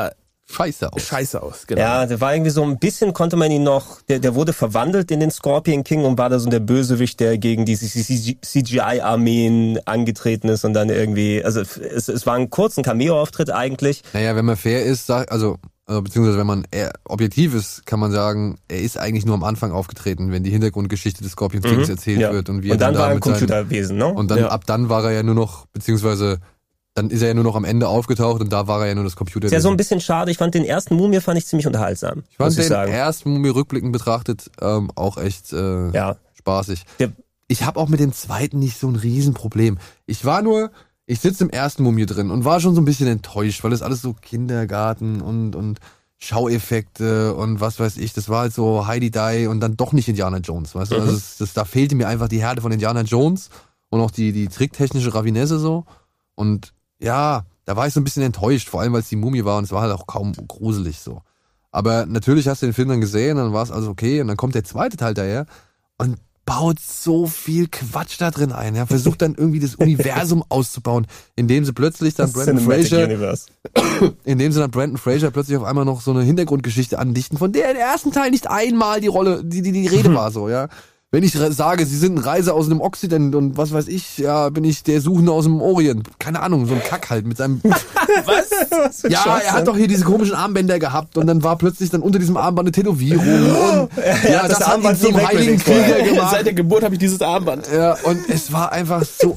Speaker 3: scheiße aus, genau.
Speaker 1: Ja, der war irgendwie so ein bisschen, konnte man ihn noch, der wurde verwandelt in den Scorpion King und war da so der Bösewicht, der gegen diese CGI-Armeen angetreten ist und dann irgendwie, also es war ein kurzer Cameo-Auftritt eigentlich.
Speaker 3: Naja, wenn man fair ist, beziehungsweise wenn man eher objektiv ist, kann man sagen, er ist eigentlich nur am Anfang aufgetreten, wenn die Hintergrundgeschichte des Scorpion Kings erzählt wird. Und
Speaker 1: dann war er ein Computerwesen, ne?
Speaker 3: Und dann ab dann war er ja nur noch, beziehungsweise dann ist er ja nur noch am Ende aufgetaucht und da war er ja nur das Computer.
Speaker 1: Ist ja so ein bisschen schade. Ich fand den ersten Mumie ziemlich unterhaltsam.
Speaker 3: Ich fand den ersten Mumie rückblickend betrachtet auch echt spaßig. Ich habe auch mit dem zweiten nicht so ein Riesenproblem. Ich sitze im ersten Mumie drin und war schon so ein bisschen enttäuscht, weil es alles so Kindergarten und Schaueffekte und was weiß ich. Das war halt so Heidi Die und dann doch nicht Indiana Jones, weißt du? Also da fehlte mir einfach die Härte von Indiana Jones und auch die tricktechnische Raffinesse so. Und ja, da war ich so ein bisschen enttäuscht, vor allem weil es die Mumie war und es war halt auch kaum gruselig so. Aber natürlich hast du den Film dann gesehen, dann war es also okay und dann kommt der zweite Teil daher und baut so viel Quatsch da drin ein. Ja, versucht dann irgendwie das Universum auszubauen, indem sie plötzlich dann Brendan Fraser plötzlich auf einmal noch so eine Hintergrundgeschichte andichten, von der im ersten Teil nicht einmal die Rede war so, ja. Wenn ich sage, sie sind ein Reise aus dem Okzident und was weiß ich, ja, bin ich der Suchende aus dem Orient. Keine Ahnung, so ein Kack halt mit seinem... Was? Ja, er hat doch hier diese komischen Armbänder gehabt und dann war plötzlich dann unter diesem Armband eine Tätowierung und ja, das hat ihn zum heiligen Krieger gemacht.
Speaker 5: Seit der Geburt habe ich dieses Armband.
Speaker 3: Ja, und es war einfach so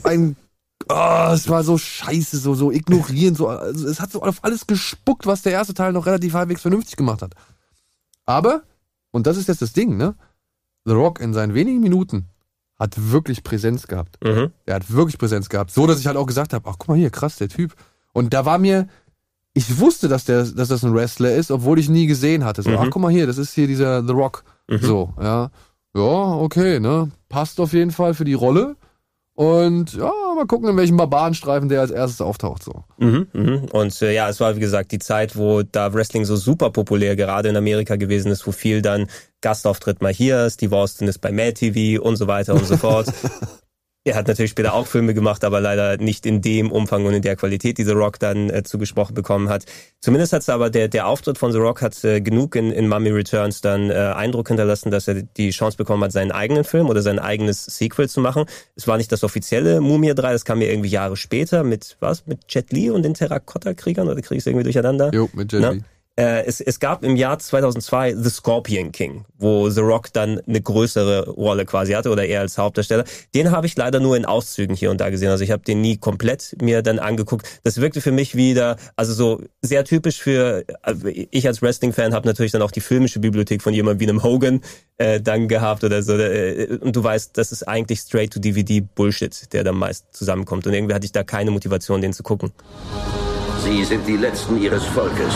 Speaker 3: es war so scheiße, so ignorierend, also es hat so auf alles gespuckt, was der erste Teil noch relativ halbwegs vernünftig gemacht hat. Aber, und das ist jetzt das Ding, ne? The Rock in seinen wenigen Minuten hat wirklich Präsenz gehabt. Er hat wirklich Präsenz gehabt. So, dass ich halt auch gesagt habe, ach guck mal hier, krass, der Typ. Und da war mir, ich wusste, dass das ein Wrestler ist, obwohl ich ihn nie gesehen hatte. So, ach guck mal hier, das ist hier dieser The Rock. So, ja. Ja, okay, ne? Passt auf jeden Fall für die Rolle. Und ja, mal gucken, in welchem Barbarenstreifen der als erstes auftaucht. So.
Speaker 1: Und ja, es war wie gesagt die Zeit, wo da Wrestling so super populär gerade in Amerika gewesen ist, wo viel dann Gastauftritt mal hier, Steve Austin ist bei Mad TV und so weiter und so fort. Er hat natürlich später auch Filme gemacht, aber leider nicht in dem Umfang und in der Qualität, die The Rock dann zugesprochen bekommen hat. Zumindest hat es aber der Auftritt von The Rock hat genug in Mummy Returns dann Eindruck hinterlassen, dass er die Chance bekommen hat, seinen eigenen Film oder sein eigenes Sequel zu machen. Es war nicht das offizielle Mumie 3, das kam ja irgendwie Jahre später mit Jet Li und den Terrakotta-Kriegern, oder krieg ich es irgendwie durcheinander?
Speaker 3: Jo, mit Jet Li.
Speaker 1: Es gab im Jahr 2002 The Scorpion King, wo The Rock dann eine größere Rolle quasi hatte oder er als Hauptdarsteller. Den habe ich leider nur in Auszügen hier und da gesehen. Also ich habe den nie komplett mir dann angeguckt. Das wirkte für mich wieder, also so sehr typisch ich als Wrestling-Fan habe natürlich dann auch die filmische Bibliothek von jemandem wie einem Hogan dann gehabt oder so. Und du weißt, das ist eigentlich Straight-to-DVD-Bullshit, der dann meist zusammenkommt. Und irgendwie hatte ich da keine Motivation, den zu gucken.
Speaker 7: Sie sind die Letzten ihres Volkes.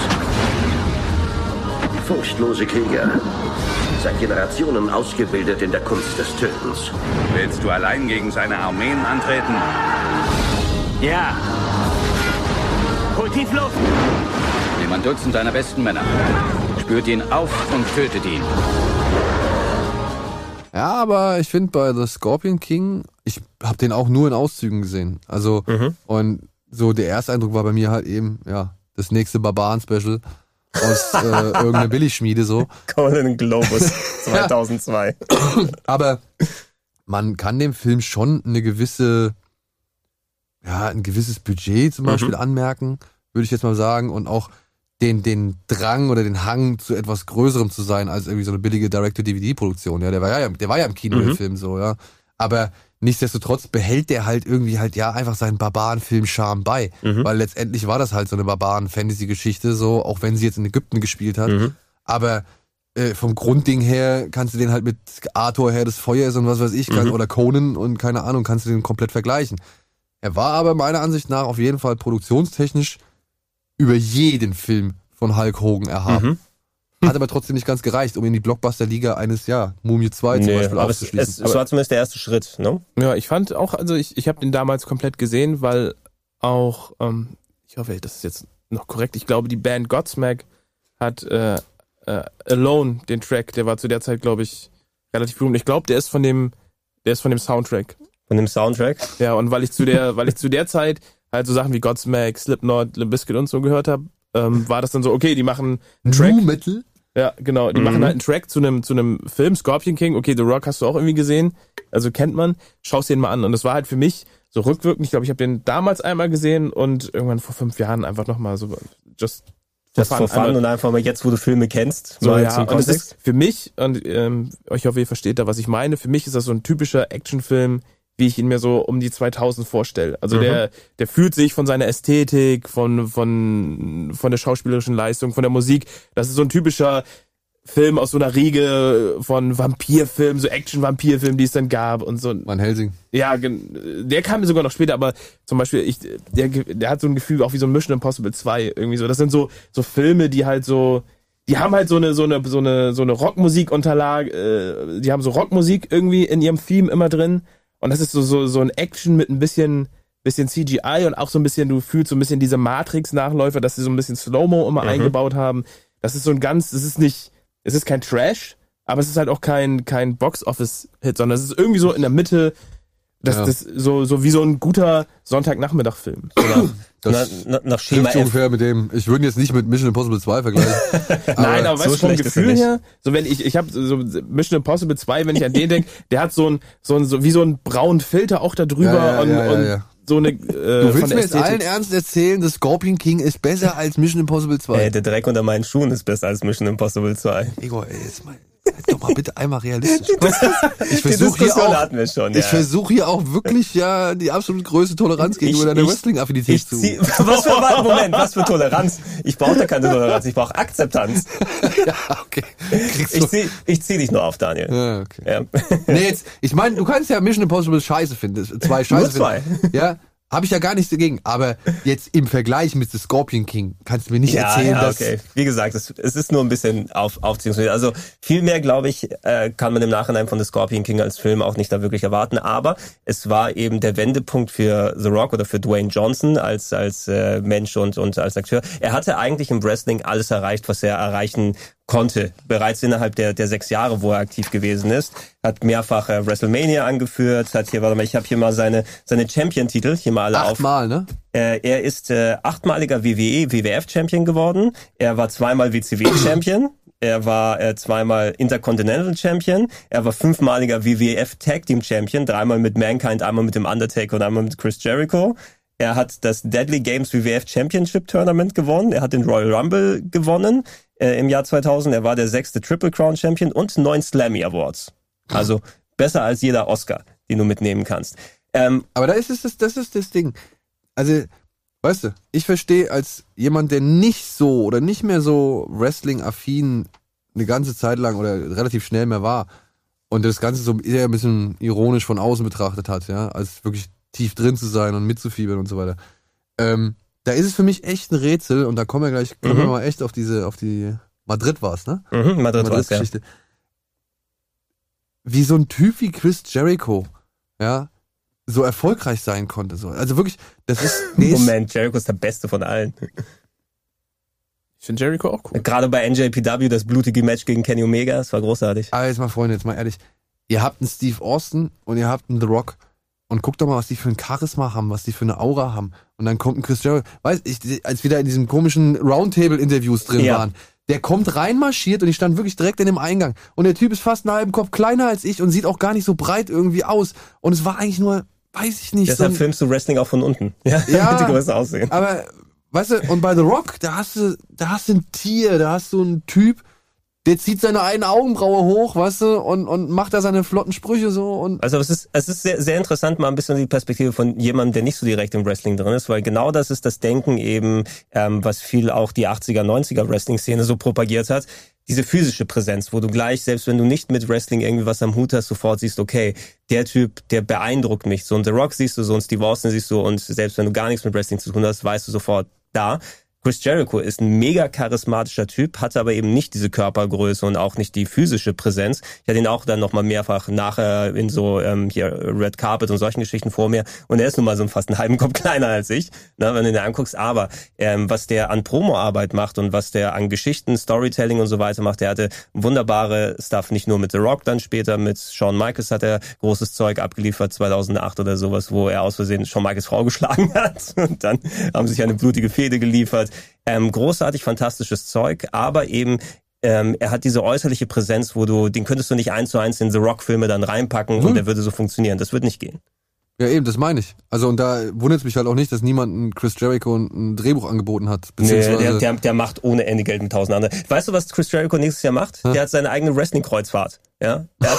Speaker 7: Furchtlose Krieger. Seit Generationen ausgebildet in der Kunst des Tötens.
Speaker 8: Willst du allein gegen seine Armeen antreten?
Speaker 9: Ja. Hol tief Luft.
Speaker 8: Nimm ein Dutzend deiner besten Männer. Spürt ihn auf und tötet ihn.
Speaker 3: Ja, aber ich finde bei The Scorpion King, ich habe den auch nur in Auszügen gesehen. Also, und so der erste Eindruck war bei mir halt eben, ja, das nächste Barbaren-Special aus irgendeiner Billigschmiede so.
Speaker 1: Golden Globus 2002.
Speaker 3: Aber man kann dem Film schon ein gewisses Budget zum Beispiel anmerken, würde ich jetzt mal sagen, und auch den Drang oder den Hang zu etwas Größerem zu sein als irgendwie so eine billige Direct-to-DVD-Produktion. Ja, der war ja im Kino der Film so, ja. Aber nichtsdestotrotz behält der halt irgendwie halt ja einfach seinen Barbaren-Film-Charme bei. Weil letztendlich war das halt so eine Barbaren-Fantasy-Geschichte, so, auch wenn sie jetzt in Ägypten gespielt hat. Aber vom Grundding her kannst du den halt mit Arthur, Herr des Feuers und was weiß ich, oder Conan und keine Ahnung, kannst du den komplett vergleichen. Er war aber meiner Ansicht nach auf jeden Fall produktionstechnisch über jeden Film von Hulk Hogan erhaben. Hat aber trotzdem nicht ganz gereicht, um in die Blockbuster-Liga eines Mumie 2 zum Beispiel aufzuschließen.
Speaker 1: Es war zumindest der erste Schritt, ne?
Speaker 5: Ja, ich fand auch, also ich habe den damals komplett gesehen, weil auch, ich hoffe, das ist jetzt noch korrekt, ich glaube, die Band Godsmack hat Alone, den Track, der war zu der Zeit, glaube ich, relativ berühmt. Ich glaube, der ist von dem Soundtrack.
Speaker 1: Von dem Soundtrack?
Speaker 5: Ja, und weil ich zu der Zeit halt so Sachen wie Godsmack, Slipknot, Limp Bizkit und so gehört habe, war das dann so, okay, die machen einen Track.
Speaker 3: Nu Metal?
Speaker 5: Ja, genau. Die machen halt einen Track zu einem Film, Scorpion King. Okay, The Rock hast du auch irgendwie gesehen. Also kennt man. Schaust dir den mal an. Und das war halt für mich so rückwirkend. Ich glaube, ich habe den damals einmal gesehen und irgendwann vor 5 Jahren einfach nochmal so just
Speaker 1: for fun und einfach mal jetzt, wo du Filme kennst.
Speaker 5: So, ja, und das ist für mich, und ich hoffe, ihr versteht da, was ich meine. Für mich ist das so ein typischer Actionfilm, wie ich ihn mir so um die 2000 vorstelle. Also der fühlt sich von seiner Ästhetik, von der schauspielerischen Leistung, von der Musik. Das ist so ein typischer Film aus so einer Riege von Vampirfilmen, so Action-Vampirfilmen, die es dann gab und so.
Speaker 3: Van Helsing.
Speaker 5: Ja, der kam mir sogar noch später, aber zum Beispiel, der hat so ein Gefühl auch wie so ein Mission Impossible 2 irgendwie so. Das sind so Filme, die halt so, die haben halt so eine Rockmusik-Unterlage, die haben so Rockmusik irgendwie in ihrem Theme immer drin. Und das ist so ein Action mit ein bisschen CGI und auch so ein bisschen, du fühlst so ein bisschen diese Matrix-Nachläufer, dass sie so ein bisschen Slow-Mo immer eingebaut haben. Das ist so es ist kein Trash, aber es ist halt auch kein Box-Office-Hit, sondern es ist irgendwie so in der Mitte, das so wie so ein guter Sonntagnachmittag-Film.
Speaker 1: Nach Schema F.
Speaker 3: Ungefähr mit dem, ich würde jetzt nicht mit Mission Impossible 2 vergleichen.
Speaker 5: Nein, aber weißt du, vom Gefühl her, so wenn ich habe so Mission Impossible 2, wenn ich an den denke, der hat so wie so einen braunen Filter auch da drüber und so eine
Speaker 3: du willst mir jetzt allen Ernst erzählen, das Scorpion King ist besser als Mission Impossible 2?
Speaker 1: Der Dreck unter meinen Schuhen ist besser als Mission Impossible 2.
Speaker 3: Igor, jetzt mal doch mal bitte einmal realistisch. Ich versuche hier auch wirklich die absolut größte Toleranz gegenüber deiner Wrestling-Affinität zu.
Speaker 1: Was für Toleranz? Ich brauche da keine Toleranz, ich brauche Akzeptanz.
Speaker 3: Ja, okay.
Speaker 1: Ich zieh dich nur auf, Daniel.
Speaker 3: Ja, okay. Ja. Nee, jetzt, ich meine, du kannst ja Mission Impossible scheiße finden. Nur 2. Ja. Habe ich ja gar nichts dagegen. Aber jetzt im Vergleich mit The Scorpion King kannst du mir nicht erzählen, dass...
Speaker 1: Okay. Wie gesagt, es ist nur ein bisschen Aufziehungsmittel. Also viel mehr, glaube ich, kann man im Nachhinein von The Scorpion King als Film auch nicht da wirklich erwarten. Aber es war eben der Wendepunkt für The Rock oder für Dwayne Johnson als Mensch und als Akteur. Er hatte eigentlich im Wrestling alles erreicht, was er erreichen konnte, bereits innerhalb der 6 Jahre, wo er aktiv gewesen ist, hat mehrfach WrestleMania angeführt, ich habe hier mal seine Champion-Titel, hier mal alle
Speaker 3: 8-mal, ne?
Speaker 1: Er ist 8-maliger WWF-Champion geworden, er war 2-mal WCW-Champion, er war 2-mal Intercontinental Champion, er war 5-maliger WWF Tag Team Champion, 3-mal mit Mankind, einmal mit dem Undertaker und einmal mit Chris Jericho. Er hat das Deadly Games WWF Championship Tournament gewonnen. Er hat den Royal Rumble gewonnen im Jahr 2000. Er war der 6. Triple Crown Champion und 9 Slammy Awards. Also besser als jeder Oscar, den du mitnehmen kannst.
Speaker 3: Aber das ist das Ding. Also, weißt du, ich verstehe als jemand, der nicht so oder nicht mehr so Wrestling-affin eine ganze Zeit lang oder relativ schnell mehr war und das Ganze so eher ein bisschen ironisch von außen betrachtet hat, ja, als wirklich tief drin zu sein und mitzufiebern und so weiter. Da ist es für mich echt ein Rätsel und da kommen wir mal echt auf die Madrid war's, ne?
Speaker 1: Madrid war's,
Speaker 3: Geschichte. Ja. Wie so ein Typ wie Chris Jericho, ja, so erfolgreich sein konnte. So. Also wirklich, das ist...
Speaker 1: Moment, Jericho ist der Beste von allen.
Speaker 5: Ich finde Jericho auch cool.
Speaker 1: Gerade bei NJPW, das blutige Match gegen Kenny Omega, das war großartig.
Speaker 3: Aber jetzt mal, Freunde, jetzt mal ehrlich. Ihr habt einen Steve Austin und ihr habt einen The Rock. Und guckt doch mal, was die für ein Charisma haben, was die für eine Aura haben. Und dann kommt ein Chris Jericho, als wir da in diesen komischen Roundtable-Interviews drin waren, der kommt reinmarschiert und ich stand wirklich direkt in dem Eingang. Und der Typ ist fast einen halben Kopf kleiner als ich und sieht auch gar nicht so breit irgendwie aus. Und es war eigentlich nur, weiß ich nicht.
Speaker 1: Deshalb filmst du Wrestling auch von unten. Ja, damit die größer aussehen.
Speaker 3: Aber, weißt du, und bei The Rock, da hast du ein Tier, da hast du einen Typ, der zieht seine eine Augenbraue hoch, weißt du, und macht da seine flotten Sprüche so. Und
Speaker 1: also es ist sehr, sehr interessant, mal ein bisschen die Perspektive von jemandem, der nicht so direkt im Wrestling drin ist, weil genau das ist das Denken eben, was viel auch die 80er, 90er Wrestling-Szene so propagiert hat. Diese physische Präsenz, wo du gleich, selbst wenn du nicht mit Wrestling irgendwie was am Hut hast, sofort siehst, okay, der Typ, der beeindruckt mich. So ein The Rock siehst du, so ein Steve Austin siehst du und selbst wenn du gar nichts mit Wrestling zu tun hast, weißt du sofort, da. Chris Jericho ist ein mega charismatischer Typ, hatte aber eben nicht diese Körpergröße und auch nicht die physische Präsenz. Ich hatte ihn auch dann nochmal mehrfach nachher in so hier Red Carpet und solchen Geschichten vor mir und er ist nun mal so fast einen halben Kopf kleiner als ich, ne, wenn du den anguckst. Aber was der an Promo-Arbeit macht und was der an Geschichten, Storytelling und so weiter macht, der hatte wunderbare Stuff, nicht nur mit The Rock, dann später mit Shawn Michaels hat er großes Zeug abgeliefert, 2008 oder sowas, wo er aus Versehen Shawn Michaels Frau geschlagen hat und dann haben sich eine blutige Fehde geliefert. funktioniert. Großartig, fantastisches Zeug, aber eben er hat diese äußerliche Präsenz, den könntest du nicht 1:1 in The Rock-Filme dann reinpacken und der würde so funktionieren. Das wird nicht gehen.
Speaker 3: Ja eben, das meine ich. Also und da wundert es mich halt auch nicht, dass niemand Chris Jericho ein Drehbuch angeboten hat.
Speaker 1: Nee, der macht ohne Ende Geld mit 1000 anderen. Weißt du, was Chris Jericho nächstes Jahr macht? Der hat seine eigene Wrestling-Kreuzfahrt. Ja? Er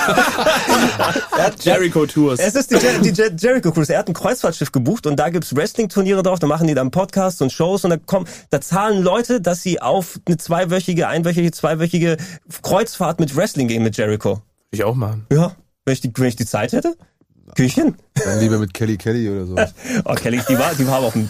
Speaker 1: hat
Speaker 5: Jericho-Tours.
Speaker 1: Es ist die Jericho-Cruise. Er hat ein Kreuzfahrtschiff gebucht und da gibt's Wrestling-Turniere drauf, da machen die dann Podcasts und Shows und da zahlen Leute, dass sie auf eine zweiwöchige Kreuzfahrt mit Wrestling gehen mit Jericho.
Speaker 5: Ich auch machen.
Speaker 1: Ja, wenn ich die Zeit hätte. Küchen?
Speaker 3: Dann lieber mit Kelly oder so.
Speaker 1: Oh, Kelly, die war aber auch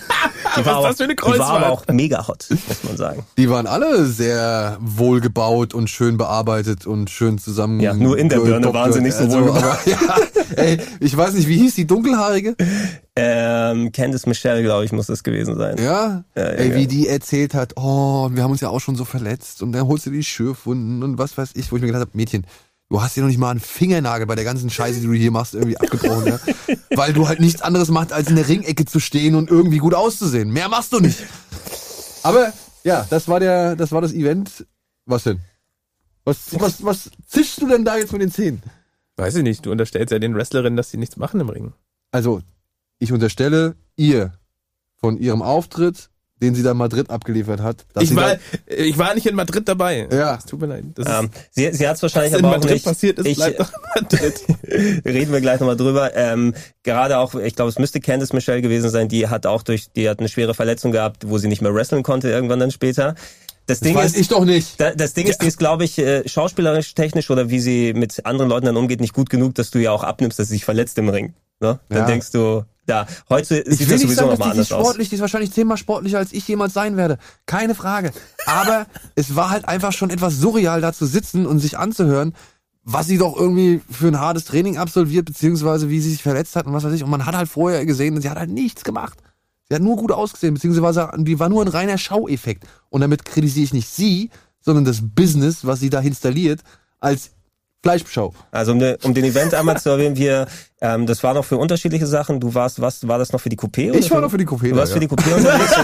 Speaker 1: mega hot, muss man sagen.
Speaker 3: Die waren alle sehr wohlgebaut und schön bearbeitet und schön zusammen.
Speaker 1: Ja, nur in der Birne waren sie nicht so wohlgebaut.
Speaker 3: Ich weiß nicht, wie hieß die Dunkelhaarige?
Speaker 1: Candice Michelle, glaube ich, muss das gewesen sein.
Speaker 3: Ja? Wie die erzählt hat, wir haben uns ja auch schon so verletzt und dann holst du die Schürfwunden und was weiß ich, wo ich mir gedacht habe, Mädchen, du hast dir noch nicht mal einen Fingernagel bei der ganzen Scheiße, die du hier machst, irgendwie abgebrochen, ja? Weil du halt nichts anderes machst, als in der Ringecke zu stehen und irgendwie gut auszusehen. Mehr machst du nicht. Aber, ja, das war das Event. Was denn? Was zischst du denn da jetzt mit den Zähnen?
Speaker 5: Weiß ich nicht, du unterstellst ja den Wrestlerinnen, dass sie nichts machen im Ring.
Speaker 3: Also, ich unterstelle ihr von ihrem Auftritt, den sie da in Madrid abgeliefert hat.
Speaker 5: Ich war nicht in Madrid dabei.
Speaker 3: Ja.
Speaker 5: Es tut mir leid.
Speaker 1: Sie hat es wahrscheinlich aber auch nicht. Was in Madrid passiert ist, bleibt doch in Madrid. Reden wir gleich nochmal drüber. Gerade auch, ich glaube, es müsste Candice Michelle gewesen sein, die hat eine schwere Verletzung gehabt, wo sie nicht mehr wrestlen konnte, irgendwann dann später. Das Ding
Speaker 3: weiß ich doch nicht.
Speaker 1: Das Ding ist, die ist, glaube ich, schauspielerisch, technisch oder wie sie mit anderen Leuten dann umgeht, nicht gut genug, dass du ja auch abnimmst, dass sie sich verletzt im Ring. Ne? Dann denkst du, heute sieht das sowieso nochmal anders aus.
Speaker 3: Die ist wahrscheinlich 10-mal sportlicher, als ich jemals sein werde. Keine Frage. Aber es war halt einfach schon etwas surreal, da zu sitzen und sich anzuhören, was sie doch irgendwie für ein hartes Training absolviert, beziehungsweise wie sie sich verletzt hat und was weiß ich. Und man hat halt vorher gesehen, sie hat halt nichts gemacht. Sie hat nur gut ausgesehen, beziehungsweise die war nur ein reiner Schaueffekt. Und damit kritisiere ich nicht sie, sondern das Business, was sie da installiert, als Fleischschau.
Speaker 1: Also um den Event einmal zu erwähnen, das war noch für unterschiedliche Sachen. Du warst, war das noch für die Coupé?
Speaker 3: Ich war noch für die Coupé.
Speaker 1: Du warst für die Coupé unterwegs.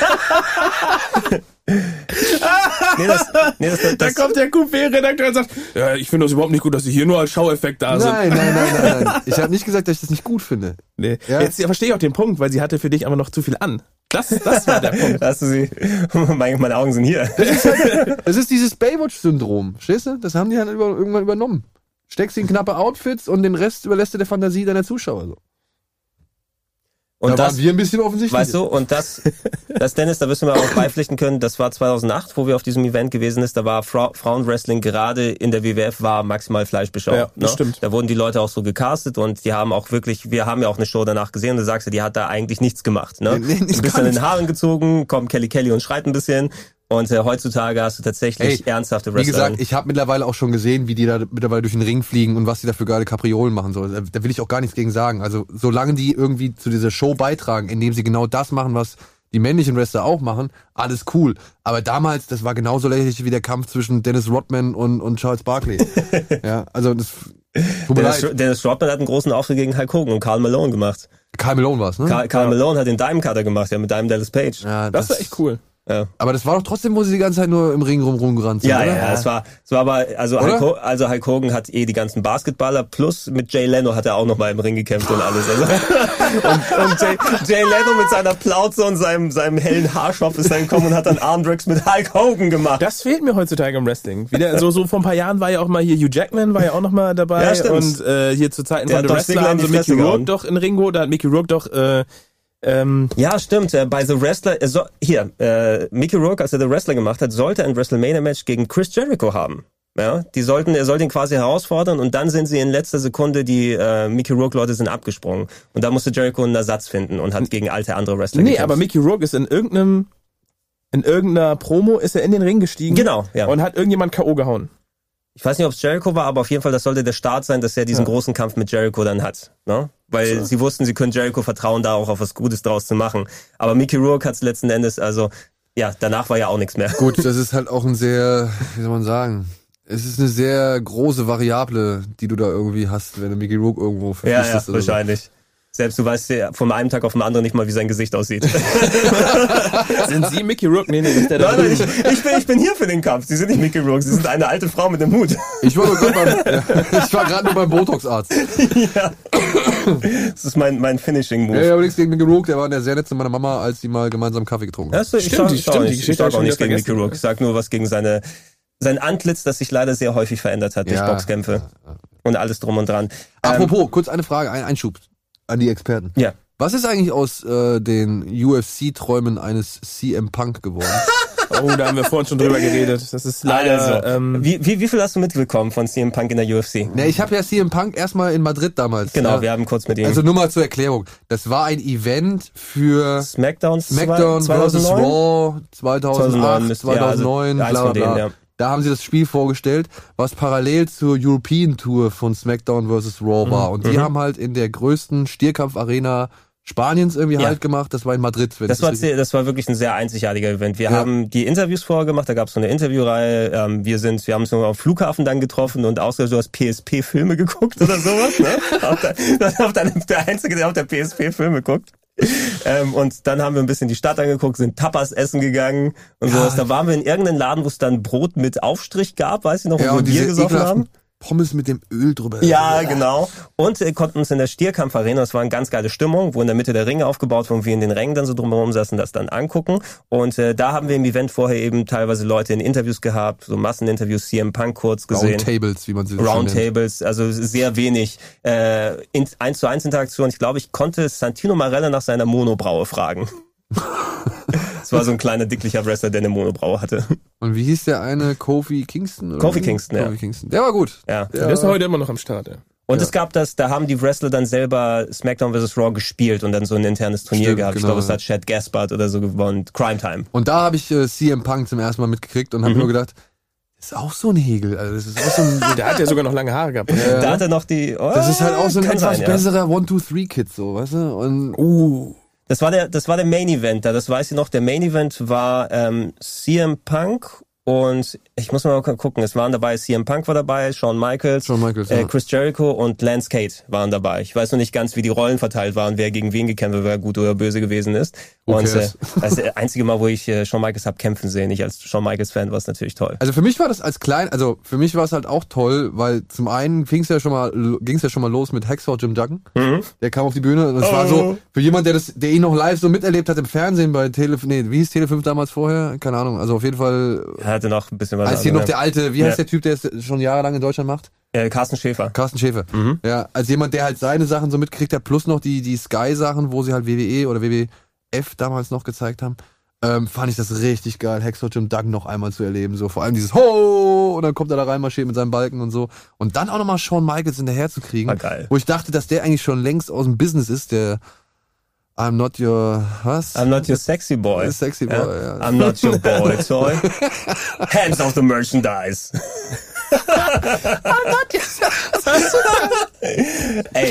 Speaker 5: Da kommt der Coupé-Redakteur und sagt, ja, ich finde das überhaupt nicht gut, dass sie hier nur als Schaueffekt da sind.
Speaker 3: Nein. Ich habe nicht gesagt, dass ich das nicht gut finde.
Speaker 5: Nee. Ja. Jetzt verstehe ich auch den Punkt, weil sie hatte für dich aber noch zu viel an. Das war der Punkt.
Speaker 1: Hast du sie? Meine Augen sind hier.
Speaker 3: Das ist dieses Baywatch-Syndrom. Verstehst du? Das haben die halt irgendwann übernommen. Steckst sie in knappe Outfits und den Rest überlässt du der Fantasie deiner Zuschauer. So.
Speaker 1: Und
Speaker 3: da waren wir ein bisschen offensichtlich.
Speaker 1: Weißt du, und das Dennis, da wirst du mir auch beipflichten können, das war 2008, wo wir auf diesem Event gewesen ist, da war Frauenwrestling gerade in der WWF war maximal Fleischbeschau.
Speaker 5: Ja, das stimmt.
Speaker 1: Da wurden die Leute auch so gecastet und die haben auch wirklich, wir haben ja auch eine Show danach gesehen und du sagst ja, die hat da eigentlich nichts gemacht. Ne?
Speaker 3: Nee,
Speaker 1: du bist dann in den Haaren gezogen, kommt Kelly und schreit ein bisschen. Und heutzutage hast du tatsächlich ernsthafte Wrestler.
Speaker 3: Wie gesagt, ich habe mittlerweile auch schon gesehen, wie die da mittlerweile durch den Ring fliegen und was die da für geile Kapriolen machen. So, da will ich auch gar nichts gegen sagen. Also solange die irgendwie zu dieser Show beitragen, indem sie genau das machen, was die männlichen Wrestler auch machen, alles cool. Aber damals, das war genauso lächerlich wie der Kampf zwischen Dennis Rodman und Charles Barkley. Ja, also das tut mir leid.
Speaker 1: Dennis Rodman hat einen großen Auftritt gegen Hulk Hogan und Karl Malone gemacht.
Speaker 3: Karl Malone war's, ne?
Speaker 1: Karl Malone hat den Diamond Cutter gemacht, ja, mit Diamond Dallas Page.
Speaker 3: Ja,
Speaker 5: das war echt cool.
Speaker 1: Ja.
Speaker 3: Aber das war doch trotzdem, wo sie die ganze Zeit nur im Ring rumgerannt sind,
Speaker 1: ja,
Speaker 3: oder?
Speaker 1: Ja, es war aber, Hulk Hogan hat die ganzen Basketballer plus mit Jay Leno hat er auch noch mal im Ring gekämpft und alles. Also, und Jay Leno mit seiner Plauze und seinem hellen Haarschopf ist dann gekommen und hat dann Armdrags mit Hulk Hogan gemacht.
Speaker 5: Das fehlt mir heutzutage im Wrestling. Wieder so vor ein paar Jahren war ja auch mal hier Hugh Jackman war ja auch noch mal dabei.
Speaker 1: Ja, stimmt.
Speaker 5: Und hier zu Zeiten von The Wrestler haben so Mickey Rourke doch in Ringo, da hat Mickey Rourke doch
Speaker 1: ja, stimmt. Bei The Wrestler, Mickey Rourke, als er The Wrestler gemacht hat, sollte ein WrestleMania-Match gegen Chris Jericho haben. Ja, er sollte ihn quasi herausfordern und dann sind sie in letzter Sekunde, die Mickey Rourke-Leute sind abgesprungen. Und da musste Jericho einen Ersatz finden und hat gegen alte andere Wrestler gekämpft.
Speaker 5: Aber Mickey Rourke ist in irgendeiner Promo ist er in den Ring gestiegen.
Speaker 1: Genau, ja.
Speaker 5: Und hat irgendjemand K.O. gehauen.
Speaker 1: Ich weiß nicht, ob es Jericho war, aber auf jeden Fall, das sollte der Start sein, dass er diesen großen Kampf mit Jericho dann hat. Ne? Weil sie wussten, sie können Jericho vertrauen, da auch auf was Gutes draus zu machen. Aber Mickey Rourke hat es letzten Endes, also ja, danach war ja auch nichts mehr.
Speaker 3: Gut, das ist halt auch ein sehr, wie soll man sagen, es ist eine sehr große Variable, die du da irgendwie hast, wenn du Mickey Rourke irgendwo verpflichtest.
Speaker 1: Ja, wahrscheinlich. So. Selbst du weißt von einem Tag auf den anderen nicht mal, wie sein Gesicht aussieht.
Speaker 5: Sind Sie Mickey Rourke? Nee, das ist der
Speaker 1: Nein, ich bin hier für den Kampf. Sie sind nicht Mickey Rourke, Sie sind eine alte Frau mit dem Hut.
Speaker 3: Ich war gerade nur beim Botox-Arzt.
Speaker 1: Ja. Das ist mein Finishing-Move.
Speaker 3: Ja, aber nichts gegen Mickey Rourke, der war sehr nett zu meiner Mama, als sie mal gemeinsam Kaffee getrunken haben.
Speaker 1: Stimmt, die sag auch nichts gegen Mickey Rourke. Ich sag nur was gegen sein Antlitz, das sich leider sehr häufig verändert hat durch Boxkämpfe. Und alles drum und dran.
Speaker 3: Apropos, kurz eine Frage, ein Einschub an die Experten.
Speaker 1: Ja.
Speaker 3: Was ist eigentlich aus den UFC-Träumen eines CM Punk geworden?
Speaker 5: Oh, da haben wir vorhin schon drüber geredet. Das ist leider...
Speaker 1: Also, wie viel hast du mitbekommen von CM Punk in der UFC?
Speaker 3: Ne, ich habe ja CM Punk erstmal in Madrid damals.
Speaker 1: Genau, wir haben kurz mit ihm...
Speaker 3: Also nur mal zur Erklärung. Das war ein Event für
Speaker 1: SmackDown
Speaker 3: vs. Raw 2008, 2009,
Speaker 1: bla bla bla.
Speaker 3: Da haben sie das Spiel vorgestellt, was parallel zur European Tour von SmackDown vs. Raw war. Und die haben halt in der größten Stierkampf-Arena Spaniens irgendwie halt gemacht. Das war in Madrid.
Speaker 1: Das war wirklich ein sehr einzigartiger Event. Wir haben die Interviews vorher gemacht, da gab es so eine Interviewreihe. Wir haben uns nur am Flughafen dann getroffen und ausgerechnet, du hast PSP-Filme geguckt oder sowas. Ne? Der Einzige, der auf der PSP-Filme guckt. Und dann haben wir ein bisschen die Stadt angeguckt, sind Tapas essen gegangen und sowas. Da waren wir in irgendeinem Laden, wo es dann Brot mit Aufstrich gab, weiß ich noch, wo wir Bier gesoffen haben.
Speaker 3: Pommes mit dem Öl drüber.
Speaker 1: Ja, genau. Und konnten uns in der Stierkampfarena, das war eine ganz geile Stimmung, wo in der Mitte der Ringe aufgebaut wurden, wir in den Rängen dann so drumherum saßen, das dann angucken. Und da haben wir im Event vorher eben teilweise Leute in Interviews gehabt, so Masseninterviews, CM Punk kurz gesehen.
Speaker 3: Roundtables, wie man sie so
Speaker 1: Roundtables, also sehr wenig 1:1 Interaktion. Ich glaube, ich konnte Santino Marella nach seiner Monobraue fragen. Das war so ein kleiner, dicklicher Wrestler, der eine Monobraue hatte.
Speaker 3: Und wie hieß der eine? Kofi Kingston? Oder
Speaker 1: Kofi Kingston,
Speaker 3: Kofi Kingston. Der war gut.
Speaker 1: Ja.
Speaker 5: Der ist heute immer noch am Start, ja.
Speaker 1: Und es gab da haben die Wrestler dann selber SmackDown vs. Raw gespielt und dann so ein internes Turnier gehabt. Genau, ich glaube, es hat Chad Gaspard oder so gewonnen. Crime Time.
Speaker 3: Und da habe ich CM Punk zum ersten Mal mitgekriegt und habe nur gedacht, das ist auch so ein Hegel. Also das ist auch so ein,
Speaker 5: der hat ja sogar noch lange Haare gehabt.
Speaker 1: Da hat er noch die...
Speaker 3: das ist halt auch so ein etwas besserer 1-2-3-Kid, so, weißt du? Und
Speaker 1: Das war der Main Event da, das weiß ich noch. Der Main Event war CM Punk und ich muss mal gucken, es waren dabei, CM Punk war dabei, Shawn Michaels Chris Jericho und Lance Cade waren dabei. Ich weiß noch nicht ganz, wie die Rollen verteilt waren, wer gegen wen gekämpft, wer gut oder böse gewesen ist. Und das einzige Mal, wo ich Shawn Michaels hab kämpfen sehen, ich als Shawn Michaels Fan, war es natürlich toll.
Speaker 3: Also für mich war das für mich war es halt auch toll, weil zum einen ging's ja schon mal los mit Hacksaw Jim Duggan. Der kam auf die Bühne und das war so, für jemand, der ihn noch live so miterlebt hat im Fernsehen bei wie hieß Tele5 damals vorher? Keine Ahnung, also auf jeden Fall.
Speaker 1: Er hatte noch ein bisschen was.
Speaker 3: Als hier noch der alte, wie heißt der Typ, der es schon jahrelang in Deutschland macht?
Speaker 1: Carsten Schäfer.
Speaker 3: Ja, als jemand, der halt seine Sachen so mitgekriegt hat, plus noch die Sky-Sachen, wo sie halt WWE oder WWF damals noch gezeigt haben, fand ich das richtig geil, Hacksaw Jim Duggan noch einmal zu erleben. So vor allem dieses Ho! Und dann kommt er da rein, marschiert mit seinem Balken und so. Und dann auch nochmal Shawn Michaels hinterher zu kriegen.
Speaker 1: War geil.
Speaker 3: Wo ich dachte, dass der eigentlich schon längst aus dem Business ist, der I'm not your, was?
Speaker 1: I'm not your sexy boy.
Speaker 3: Sexy boy, ja.
Speaker 1: I'm not your boy toy. Hands off the merchandise. I'm not your Ey,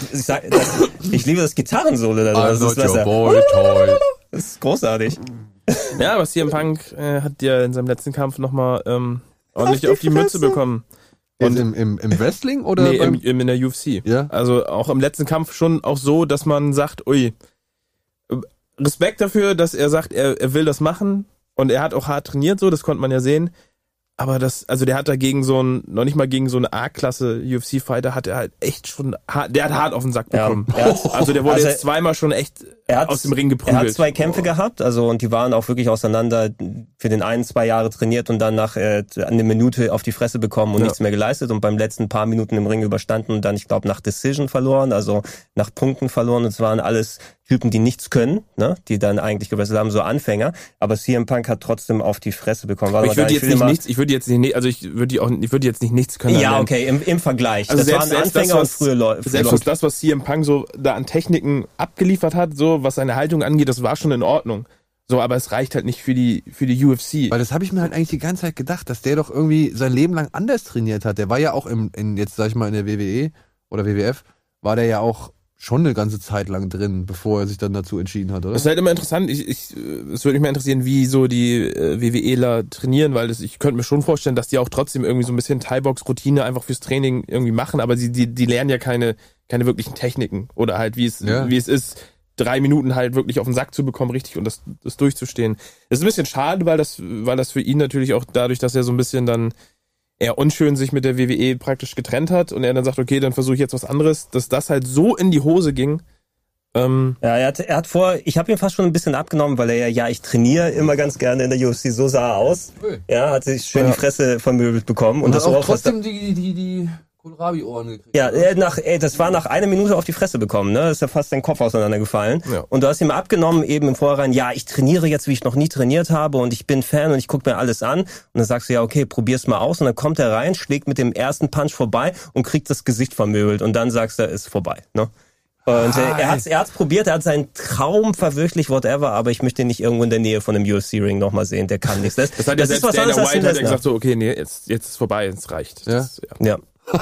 Speaker 1: ich liebe das Gitarrensolo da.
Speaker 3: I'm not your boy toy.
Speaker 1: Das ist großartig.
Speaker 5: Ja, aber CM Punk hat ja in seinem letzten Kampf nochmal ordentlich auf die Mütze bekommen.
Speaker 3: Und im Wrestling oder?
Speaker 5: Nee, in der UFC.
Speaker 3: Ja.
Speaker 5: Also auch im letzten Kampf schon auch so, dass man sagt, ui, Respekt dafür, dass er sagt, er will das machen und er hat auch hart trainiert, so, das konnte man ja sehen. Aber der hat dagegen noch nicht mal gegen so eine A-Klasse UFC-Fighter hat er halt echt schon der hat hart auf den Sack bekommen.
Speaker 1: Ja,
Speaker 5: der wurde jetzt zweimal schon echt aus dem Ring geprügelt.
Speaker 1: Er hat 2 Kämpfe gehabt, also, und die waren auch wirklich auseinander, für den einen 2 Jahre trainiert und dann nach eine Minute auf die Fresse bekommen und nichts mehr geleistet und beim letzten paar Minuten im Ring überstanden und dann, ich glaube, nach Decision verloren, also nach Punkten verloren, und es waren alles Typen, die nichts können, ne, die dann eigentlich gewechselt haben, so Anfänger, aber CM Punk hat trotzdem auf die Fresse bekommen.
Speaker 5: Ich würde jetzt nicht nichts können.
Speaker 1: Ja, okay, im Vergleich.
Speaker 5: Also
Speaker 1: das waren Anfänger und frühe Leute.
Speaker 5: Selbst das, was CM Punk so da an Techniken abgeliefert hat, so was seine Haltung angeht, das war schon in Ordnung. So, aber es reicht halt nicht für die UFC.
Speaker 3: Weil das habe ich mir halt eigentlich die ganze Zeit gedacht, dass der doch irgendwie sein Leben lang anders trainiert hat. Der war ja auch jetzt sag ich mal in der WWE oder WWF, war der ja auch schon eine ganze Zeit lang drin, bevor er sich dann dazu entschieden hat, oder?
Speaker 5: Das ist halt immer interessant. Es würde mich mal interessieren, wie so die WWEler trainieren, weil ich könnte mir schon vorstellen, dass die auch trotzdem irgendwie so ein bisschen Thai-Box-Routine einfach fürs Training irgendwie machen, aber die lernen ja keine keine wirklichen Techniken oder halt wie es ist, 3 Minuten halt wirklich auf den Sack zu bekommen, richtig, und das durchzustehen. Das ist ein bisschen schade, weil das für ihn natürlich auch dadurch, dass er so ein bisschen dann eher unschön sich mit der WWE praktisch getrennt hat und er dann sagt, okay, dann versuche ich jetzt was anderes, dass das halt so in die Hose ging.
Speaker 1: Er hat ich habe ihm fast schon ein bisschen abgenommen, weil er ich trainiere immer ganz gerne in der UFC, so sah er aus. Ja, hat sich schön die Fresse vermöbelt bekommen. Und das
Speaker 3: auch trotzdem die Kohlrabi-Ohren gekriegt.
Speaker 1: Ja, das war nach 1 Minute auf die Fresse bekommen, ne? Das ist ja fast sein Kopf auseinandergefallen. Ja. Und du hast ihm abgenommen eben im Vorhinein, ich trainiere jetzt, wie ich noch nie trainiert habe und ich bin Fan und ich gucke mir alles an. Und dann sagst du, okay, probier's mal aus. Und dann kommt er rein, schlägt mit dem ersten Punch vorbei und kriegt das Gesicht vermöbelt. Und dann sagst du, ist vorbei, ne? Und er hat's probiert, er hat seinen Traum verwirklicht, whatever, aber ich möchte ihn nicht irgendwo in der Nähe von einem UFC-Ring nochmal sehen, der kann nichts.
Speaker 5: Das hat ja selbst Dana White hat gesagt so, okay, nee, jetzt ist vorbei, es reicht.
Speaker 1: Ja.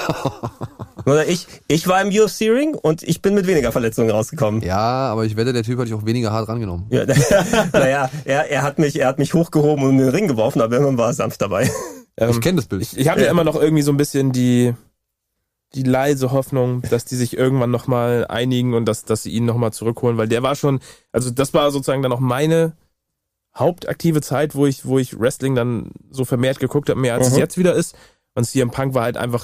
Speaker 1: Oder ich war im UFC-Ring und ich bin mit weniger Verletzungen rausgekommen.
Speaker 3: Ja, aber ich wette, der Typ hat dich auch weniger hart rangenommen.
Speaker 1: Ja, naja, er hat mich hochgehoben und in den Ring geworfen, aber irgendwann war er sanft dabei.
Speaker 3: Ich kenne das Bild.
Speaker 5: Ich habe ja immer noch irgendwie so ein bisschen die leise Hoffnung, dass die sich irgendwann nochmal einigen und dass sie ihn nochmal zurückholen, weil der war schon, also das war sozusagen dann auch meine hauptaktive Zeit, wo ich Wrestling dann so vermehrt geguckt habe, mehr als es jetzt wieder ist. Und CM Punk war halt einfach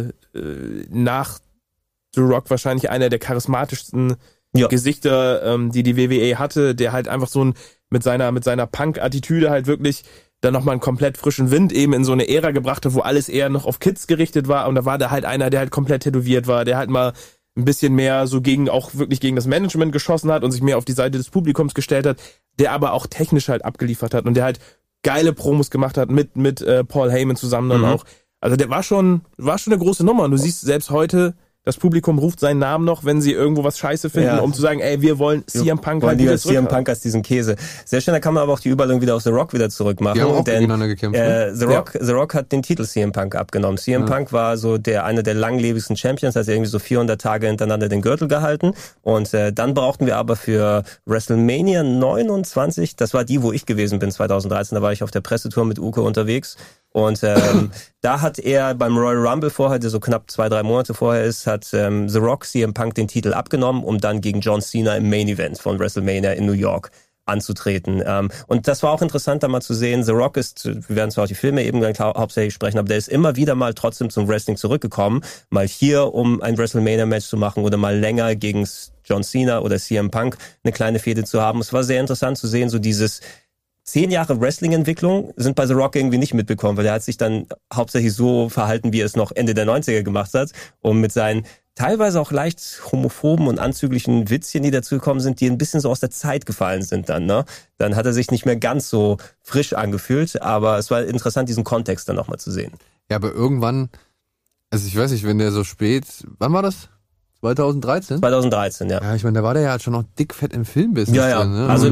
Speaker 5: nach The Rock wahrscheinlich einer der charismatischsten Gesichter, die WWE hatte, der halt einfach so mit seiner Punk-Attitüde halt wirklich dann nochmal einen komplett frischen Wind eben in so eine Ära gebracht hat, wo alles eher noch auf Kids gerichtet war. Und da war da halt einer, der halt komplett tätowiert war, der halt mal ein bisschen mehr so gegen das Management geschossen hat und sich mehr auf die Seite des Publikums gestellt hat, der aber auch technisch halt abgeliefert hat und der halt geile Promos gemacht hat mit Paul Heyman zusammen dann auch. Also der war schon eine große Nummer. Und du siehst selbst heute, das Publikum ruft seinen Namen noch, wenn sie irgendwo was scheiße finden, um zu sagen, wir wollen CM Punk halt wieder zurück.
Speaker 1: CM Punk als diesen Käse. Sehr schön, da kann man aber auch die Überleitung wieder auf The Rock wieder zurück machen.
Speaker 3: Die haben auch gegeneinander gekämpft.
Speaker 1: The Rock hat den Titel CM Punk abgenommen. CM Punk war so einer der langlebigsten Champions, hat irgendwie so 400 Tage hintereinander den Gürtel gehalten. Und dann brauchten wir aber für WrestleMania 29, das war die, wo ich gewesen bin, 2013, da war ich auf der Pressetour mit Uke unterwegs. Und da hat er beim Royal Rumble vorher, der so knapp 2-3 Monate vorher ist, hat The Rock CM Punk den Titel abgenommen, um dann gegen John Cena im Main Event von WrestleMania in New York anzutreten. Und das war auch interessant, da mal zu sehen. The Rock ist, wir werden zwar auch die Filme eben hauptsächlich sprechen, aber der ist immer wieder mal trotzdem zum Wrestling zurückgekommen. Mal hier, um ein WrestleMania-Match zu machen oder mal länger gegen John Cena oder CM Punk eine kleine Fehde zu haben. Es war sehr interessant zu sehen, so dieses 10 Jahre Wrestling-Entwicklung sind bei The Rock irgendwie nicht mitbekommen, weil er hat sich dann hauptsächlich so verhalten, wie er es noch Ende der 90er gemacht hat, und mit seinen teilweise auch leicht homophoben und anzüglichen Witzchen, die dazugekommen sind, die ein bisschen so aus der Zeit gefallen sind dann, ne? Dann hat er sich nicht mehr ganz so frisch angefühlt, aber es war interessant, diesen Kontext dann nochmal zu sehen.
Speaker 3: Ja, aber irgendwann, also ich weiß nicht, wenn der so spät, wann war das? 2013?
Speaker 1: 2013, ja.
Speaker 3: Ja, ich meine, da war der ja schon noch dickfett im Filmbusiness
Speaker 1: drin. Ne? Also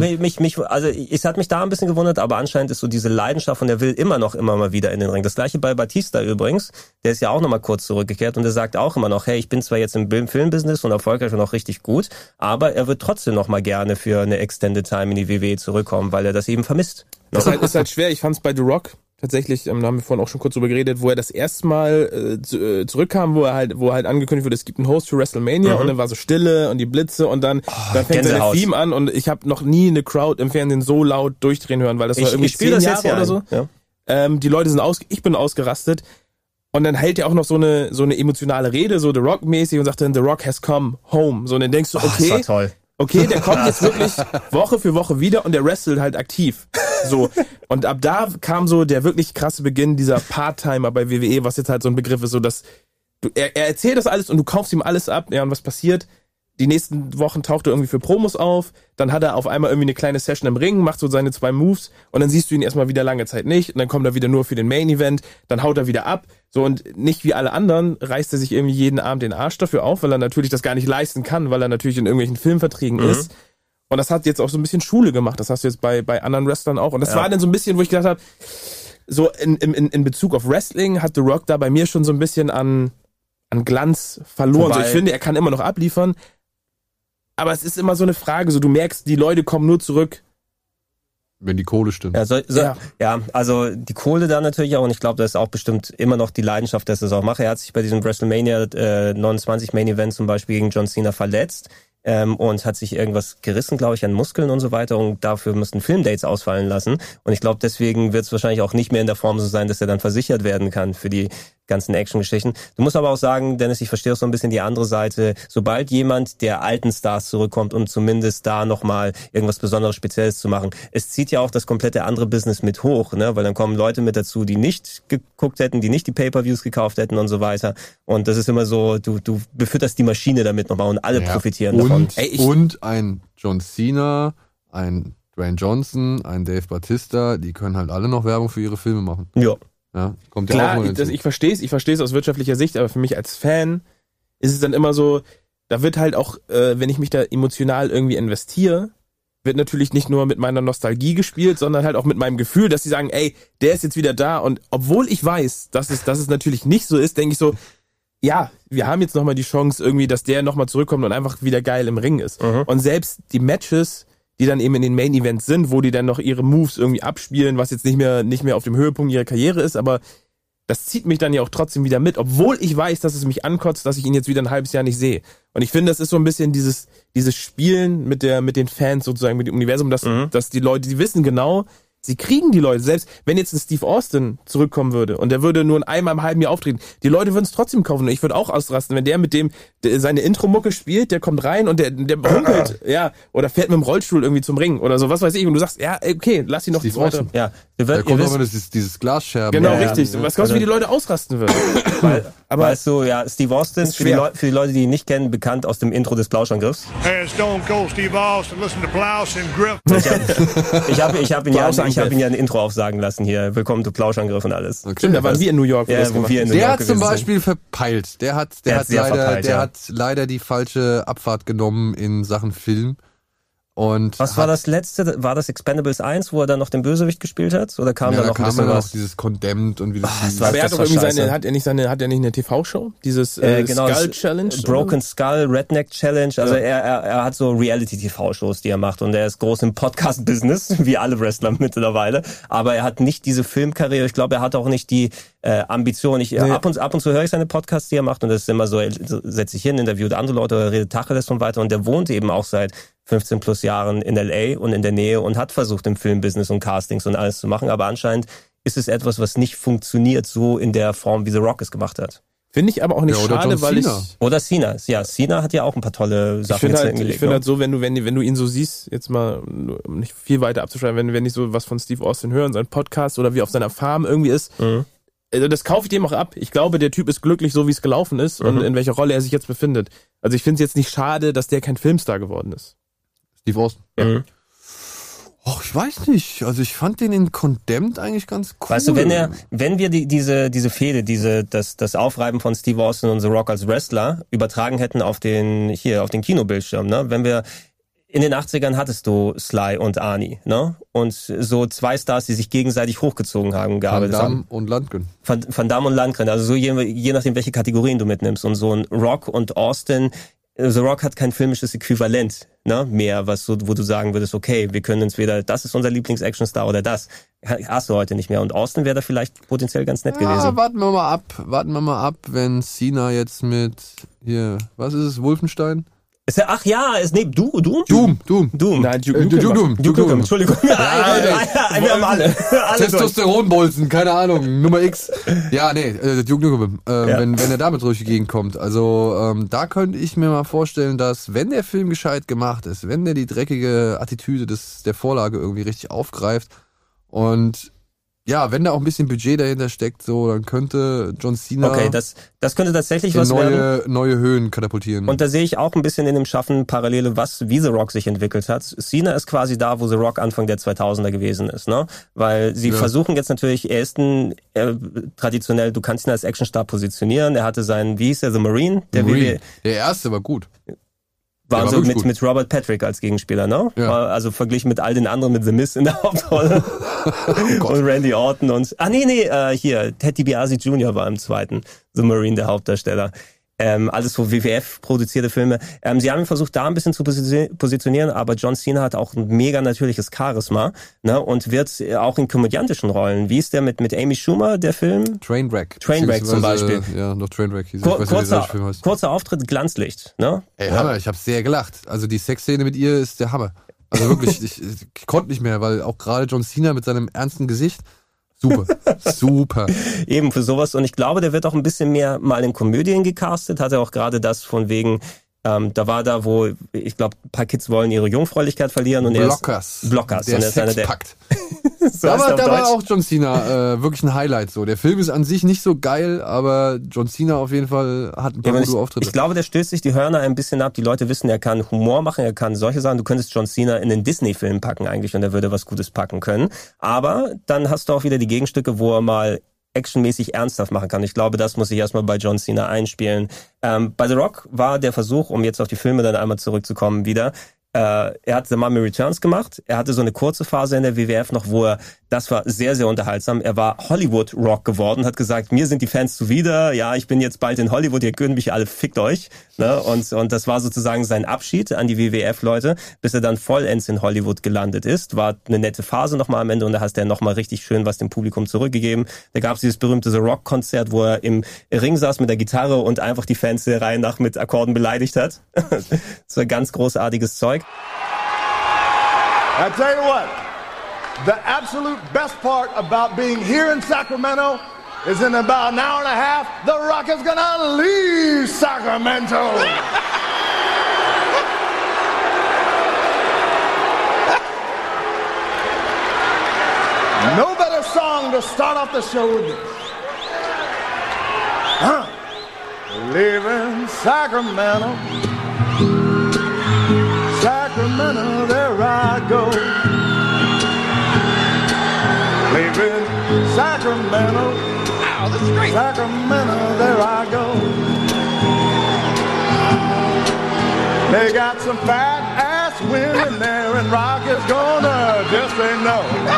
Speaker 1: es hat mich da ein bisschen gewundert, aber anscheinend ist so diese Leidenschaft und der will immer mal wieder in den Ring. Das gleiche bei Batista übrigens, der ist ja auch nochmal kurz zurückgekehrt und der sagt auch immer noch, hey, ich bin zwar jetzt im Filmbusiness und erfolgreich und auch richtig gut, aber er wird trotzdem noch mal gerne für eine Extended Time in die WWE zurückkommen, weil er das eben vermisst.
Speaker 5: Das ist halt schwer. Ich fand's bei The Rock tatsächlich, da haben wir vorhin auch schon kurz drüber geredet, wo er das erste Mal zurückkam, wo er halt angekündigt wurde, es gibt einen Host für WrestleMania und dann war so Stille und die Blitze und dann fängt seine Theme an und ich habe noch nie eine Crowd im Fernsehen so laut durchdrehen hören, weil das war irgendwie 10 Jahre oder so. Ja. Die Leute sind ich bin ausgerastet und dann hält er auch noch so eine emotionale Rede, so The Rock-mäßig und sagt dann, The Rock has come home. So, und dann denkst du, okay,
Speaker 1: das war toll.
Speaker 5: Okay, der kommt jetzt wirklich Woche für Woche wieder und der wrestelt halt aktiv. So. Und ab da kam so der wirklich krasse Beginn dieser Part-Timer bei WWE, was jetzt halt so ein Begriff ist, so dass er erzählt das alles und du kaufst ihm alles ab. Ja, und was passiert? Die nächsten Wochen taucht er irgendwie für Promos auf, dann hat er auf einmal irgendwie eine kleine Session im Ring, macht so seine 2 Moves und dann siehst du ihn erstmal wieder lange Zeit nicht und dann kommt er wieder nur für den Main Event, dann haut er wieder ab, so, und nicht wie alle anderen reißt er sich irgendwie jeden Abend den Arsch dafür auf, weil er natürlich das gar nicht leisten kann, weil er natürlich in irgendwelchen Filmverträgen ist, und das hat jetzt auch so ein bisschen Schule gemacht, das hast du jetzt bei anderen Wrestlern auch, und das war dann so ein bisschen, wo ich gedacht habe, so in Bezug auf Wrestling hat The Rock da bei mir schon so ein bisschen an Glanz verloren, so, ich finde, er kann immer noch abliefern. Aber es ist immer so eine Frage, so du merkst, die Leute kommen nur zurück,
Speaker 3: Wenn die Kohle stimmt.
Speaker 1: Ja, also die Kohle da natürlich auch, und ich glaube, das ist auch bestimmt immer noch die Leidenschaft, dass er es auch macht. Er hat sich bei diesem WrestleMania 29 Main Event zum Beispiel gegen John Cena verletzt. Und hat sich irgendwas gerissen, glaube ich, an Muskeln und so weiter, und dafür mussten Filmdates ausfallen lassen. Und ich glaube, deswegen wird es wahrscheinlich auch nicht mehr in der Form so sein, dass er dann versichert werden kann für die ganzen Action-Geschichten. Du musst aber auch sagen, Dennis, ich verstehe auch so ein bisschen die andere Seite, sobald jemand der alten Stars zurückkommt, um zumindest da nochmal irgendwas Besonderes, Spezielles zu machen, es zieht ja auch das komplette andere Business mit hoch, ne? Weil dann kommen Leute mit dazu, die nicht geguckt hätten, die nicht die Pay-Per-Views gekauft hätten und so weiter. Und das ist immer so, du befütterst die Maschine damit nochmal und alle profitieren davon.
Speaker 3: Und ein John Cena, ein Dwayne Johnson, ein Dave Bautista, die können halt alle noch Werbung für ihre Filme machen. Ja, kommt ja
Speaker 5: klar,
Speaker 3: auch mal
Speaker 5: ich verstehe es aus wirtschaftlicher Sicht, aber für mich als Fan ist es dann immer so, da wird halt auch, wenn ich mich da emotional irgendwie investiere, wird natürlich nicht nur mit meiner Nostalgie gespielt, sondern halt auch mit meinem Gefühl, dass sie sagen, ey, der ist jetzt wieder da, und obwohl ich weiß, dass es natürlich nicht so ist, denke ich so, ja, wir haben jetzt nochmal die Chance irgendwie, dass der nochmal zurückkommt und einfach wieder geil im Ring ist. Und selbst die Matches, die dann eben in den Main Events sind, wo die dann noch ihre Moves irgendwie abspielen, was jetzt nicht mehr auf dem Höhepunkt ihrer Karriere ist, aber das zieht mich dann ja auch trotzdem wieder mit, obwohl ich weiß, dass es mich ankotzt, dass ich ihn jetzt wieder ein halbes Jahr nicht sehe. Und ich finde, das ist so ein bisschen dieses Spielen mit den Fans sozusagen, mit dem Universum, dass die Leute, die wissen genau, sie kriegen die Leute. Selbst wenn jetzt ein Steve Austin zurückkommen würde und der würde nur einmal im halben Jahr auftreten, die Leute würden es trotzdem kaufen. Und ich würde auch ausrasten, wenn der mit dem seine Intro-Mucke spielt, der kommt rein und der humpelt, ja, oder fährt mit dem Rollstuhl irgendwie zum Ring oder so, was weiß ich. Und du sagst, ja, okay, lass ihn noch
Speaker 3: Steve
Speaker 5: weiter.
Speaker 3: Austin.
Speaker 1: Ja,
Speaker 3: da kommt aber dieses Glasscherben.
Speaker 5: Genau, richtig. Was glaubst du, wie die Leute ausrasten würden?
Speaker 1: Aber weißt du, ja, Steve Austin, für die Leute, die ihn nicht kennen, bekannt aus dem Intro des Plauschangriffs.
Speaker 10: Hey, Stone Cold Steve Austin, listen to Plausch and Griff.
Speaker 1: Ich hab ihn ja ein Intro aufsagen lassen hier. Willkommen zu Plauschangriff und alles.
Speaker 5: Okay. Stimmt, da waren wir in New York.
Speaker 3: Der hat zum Beispiel verpeilt. Der hat leider die falsche Abfahrt genommen in Sachen Film. Und
Speaker 1: was war das letzte? War das Expendables 1, wo er dann noch den Bösewicht gespielt hat? Oder kam da noch ein bisschen was?
Speaker 3: Dieses Condemned und wie das hieß.
Speaker 5: Aber er hat doch irgendwie hat er nicht eine TV-Show? Dieses
Speaker 1: genau,
Speaker 5: Skull Challenge?
Speaker 1: Broken Skull, Redneck Challenge. Also er hat so Reality-TV-Shows, die er macht. Und er ist groß im Podcast-Business, wie alle Wrestler mittlerweile. Aber er hat nicht diese Filmkarriere. Ich glaube, er hat auch nicht die Ambition. Ab und zu höre ich seine Podcasts, die er macht. Und das ist immer so, er setzt sich hin, interviewt andere Leute, oder redet Tacheles und weiter. Und der wohnt eben auch seit 15 plus Jahren in LA und in der Nähe und hat versucht, im Filmbusiness und Castings und alles zu machen. Aber anscheinend ist es etwas, was nicht funktioniert so in der Form, wie The Rock es gemacht hat.
Speaker 5: Finde ich aber auch nicht schade, weil ich...
Speaker 1: Oder Cena. Ja, Cena hat ja auch ein paar tolle Sachen
Speaker 5: hingelegt. Ich finde halt so, wenn du ihn so siehst, jetzt mal nicht viel weiter abzuschreiben, wenn ich so was von Steve Austin höre in seinem Podcast oder wie auf seiner Farm irgendwie ist, also das kaufe ich dem auch ab. Ich glaube, der Typ ist glücklich, so wie es gelaufen ist und in welcher Rolle er sich jetzt befindet. Also ich finde es jetzt nicht schade, dass der kein Filmstar geworden ist.
Speaker 3: Steve Austin? Ja. Och, ich weiß nicht. Also ich fand den in Condemned eigentlich ganz cool.
Speaker 1: Weißt du, wenn wir diese Fehde, das Aufreiben von Steve Austin und The Rock als Wrestler übertragen hätten auf den Kinobildschirm, ne? Wenn wir in den 80ern hattest du Sly und Arnie, ne? Und so zwei Stars, die sich gegenseitig hochgezogen haben, gearbeitet haben.
Speaker 3: Van Damme und Landgren.
Speaker 1: Van Damme und Landgren. Also so je nachdem, welche Kategorien du mitnimmst. Und so ein Rock und Austin, The Rock hat kein filmisches Äquivalent, ne, mehr, wo du sagen würdest, okay, wir können entweder, das ist unser Lieblings-Action-Star oder das. Hast du heute nicht mehr. Und Austin wäre da vielleicht potenziell ganz nett gewesen.
Speaker 3: Warten wir mal ab, wenn Cena jetzt mit, hier, was ist es, Wolfenstein?
Speaker 1: Doom.
Speaker 5: Nein, Duke
Speaker 1: Nukem. Entschuldigung. Wir haben alle.
Speaker 3: Testosteronbolzen, keine Ahnung, Nummer X. Ja, Duke Nukem. Wenn er damit durch die Gegend kommt. Also, da könnte ich mir mal vorstellen, dass, wenn der Film gescheit gemacht ist, wenn der die dreckige Attitüde der Vorlage irgendwie richtig aufgreift und ja, wenn da auch ein bisschen Budget dahinter steckt, so, dann könnte John Cena
Speaker 1: das könnte tatsächlich was werden.
Speaker 3: Neue Höhen katapultieren.
Speaker 1: Und da sehe ich auch ein bisschen in dem Schaffen Parallele, wie The Rock sich entwickelt hat. Cena ist quasi da, wo The Rock Anfang der 2000er gewesen ist, ne? Weil sie versuchen jetzt natürlich, traditionell, du kannst ihn als Actionstar positionieren. Er hatte seinen, wie hieß er, The Marine?
Speaker 3: Der erste war gut.
Speaker 1: War so mit Robert Patrick als Gegenspieler, ne? Ja. Also verglichen mit all den anderen, mit The Miz in der Hauptrolle. Und Randy Orton und... hier, Ted DiBiase Jr. war im zweiten The Marine der Hauptdarsteller. alles so WWF-produzierte Filme. Sie haben versucht, da ein bisschen zu positionieren, aber John Cena hat auch ein mega natürliches Charisma, ne, und wird auch in komödiantischen Rollen. Wie ist der mit Amy Schumer, der Film?
Speaker 3: Trainwreck zum Beispiel. Ja, noch Trainwreck hieß es.
Speaker 1: Kurzer Auftritt, Glanzlicht, ne?
Speaker 3: Ey, Hammer, ich habe sehr gelacht. Also die Sexszene mit ihr ist der Hammer. Also wirklich, ich konnte nicht mehr, weil auch gerade John Cena mit seinem ernsten Gesicht, super.
Speaker 1: Eben für sowas. Und ich glaube, der wird auch ein bisschen mehr mal in Komödien gecastet. Hat er auch gerade das von wegen, da war da, wo, ich glaube, ein paar Kids wollen ihre Jungfräulichkeit verlieren. Und
Speaker 3: Blockers.
Speaker 1: Der
Speaker 3: und er ist einer der packt. So da war auch John Cena wirklich ein Highlight. So, der Film ist an sich nicht so geil, aber John Cena auf jeden Fall hat ein paar gute Auftritte.
Speaker 1: Ich glaube, der stößt sich die Hörner ein bisschen ab. Die Leute wissen, er kann Humor machen, er kann solche Sachen. Du könntest John Cena in den Disney-Film packen eigentlich und er würde was Gutes packen können. Aber dann hast du auch wieder die Gegenstücke, wo er mal actionmäßig ernsthaft machen kann. Ich glaube, das muss ich erstmal bei John Cena einspielen. Bei The Rock war der Versuch, um jetzt auf die Filme dann einmal zurückzukommen wieder, er hat The Mummy Returns gemacht. Er hatte so eine kurze Phase in der WWF noch, wo das war sehr, sehr unterhaltsam. Er war Hollywood-Rock geworden, hat gesagt, mir sind die Fans zuwider, ja, ich bin jetzt bald in Hollywood, ihr könnt mich alle, fickt euch. Ne? Und das war sozusagen sein Abschied an die WWF-Leute, bis er dann vollends in Hollywood gelandet ist. War eine nette Phase nochmal am Ende und da hat er nochmal richtig schön was dem Publikum zurückgegeben. Da gab es dieses berühmte The Rock-Konzert, wo er im Ring saß mit der Gitarre und einfach die Fans der Reihe nach mit Akkorden beleidigt hat. Das war ganz großartiges Zeug.
Speaker 6: I tell you what, the absolute best part about being here in Sacramento is in about an hour and a half, The Rock is gonna leave Sacramento. No better song to start off the show with this. Leaving Sacramento. Sacramento, there I go. Leaving Sacramento. Wow, this is great. Sacramento, there I go. They got some fat ass women there, and Rock is gonna just say no.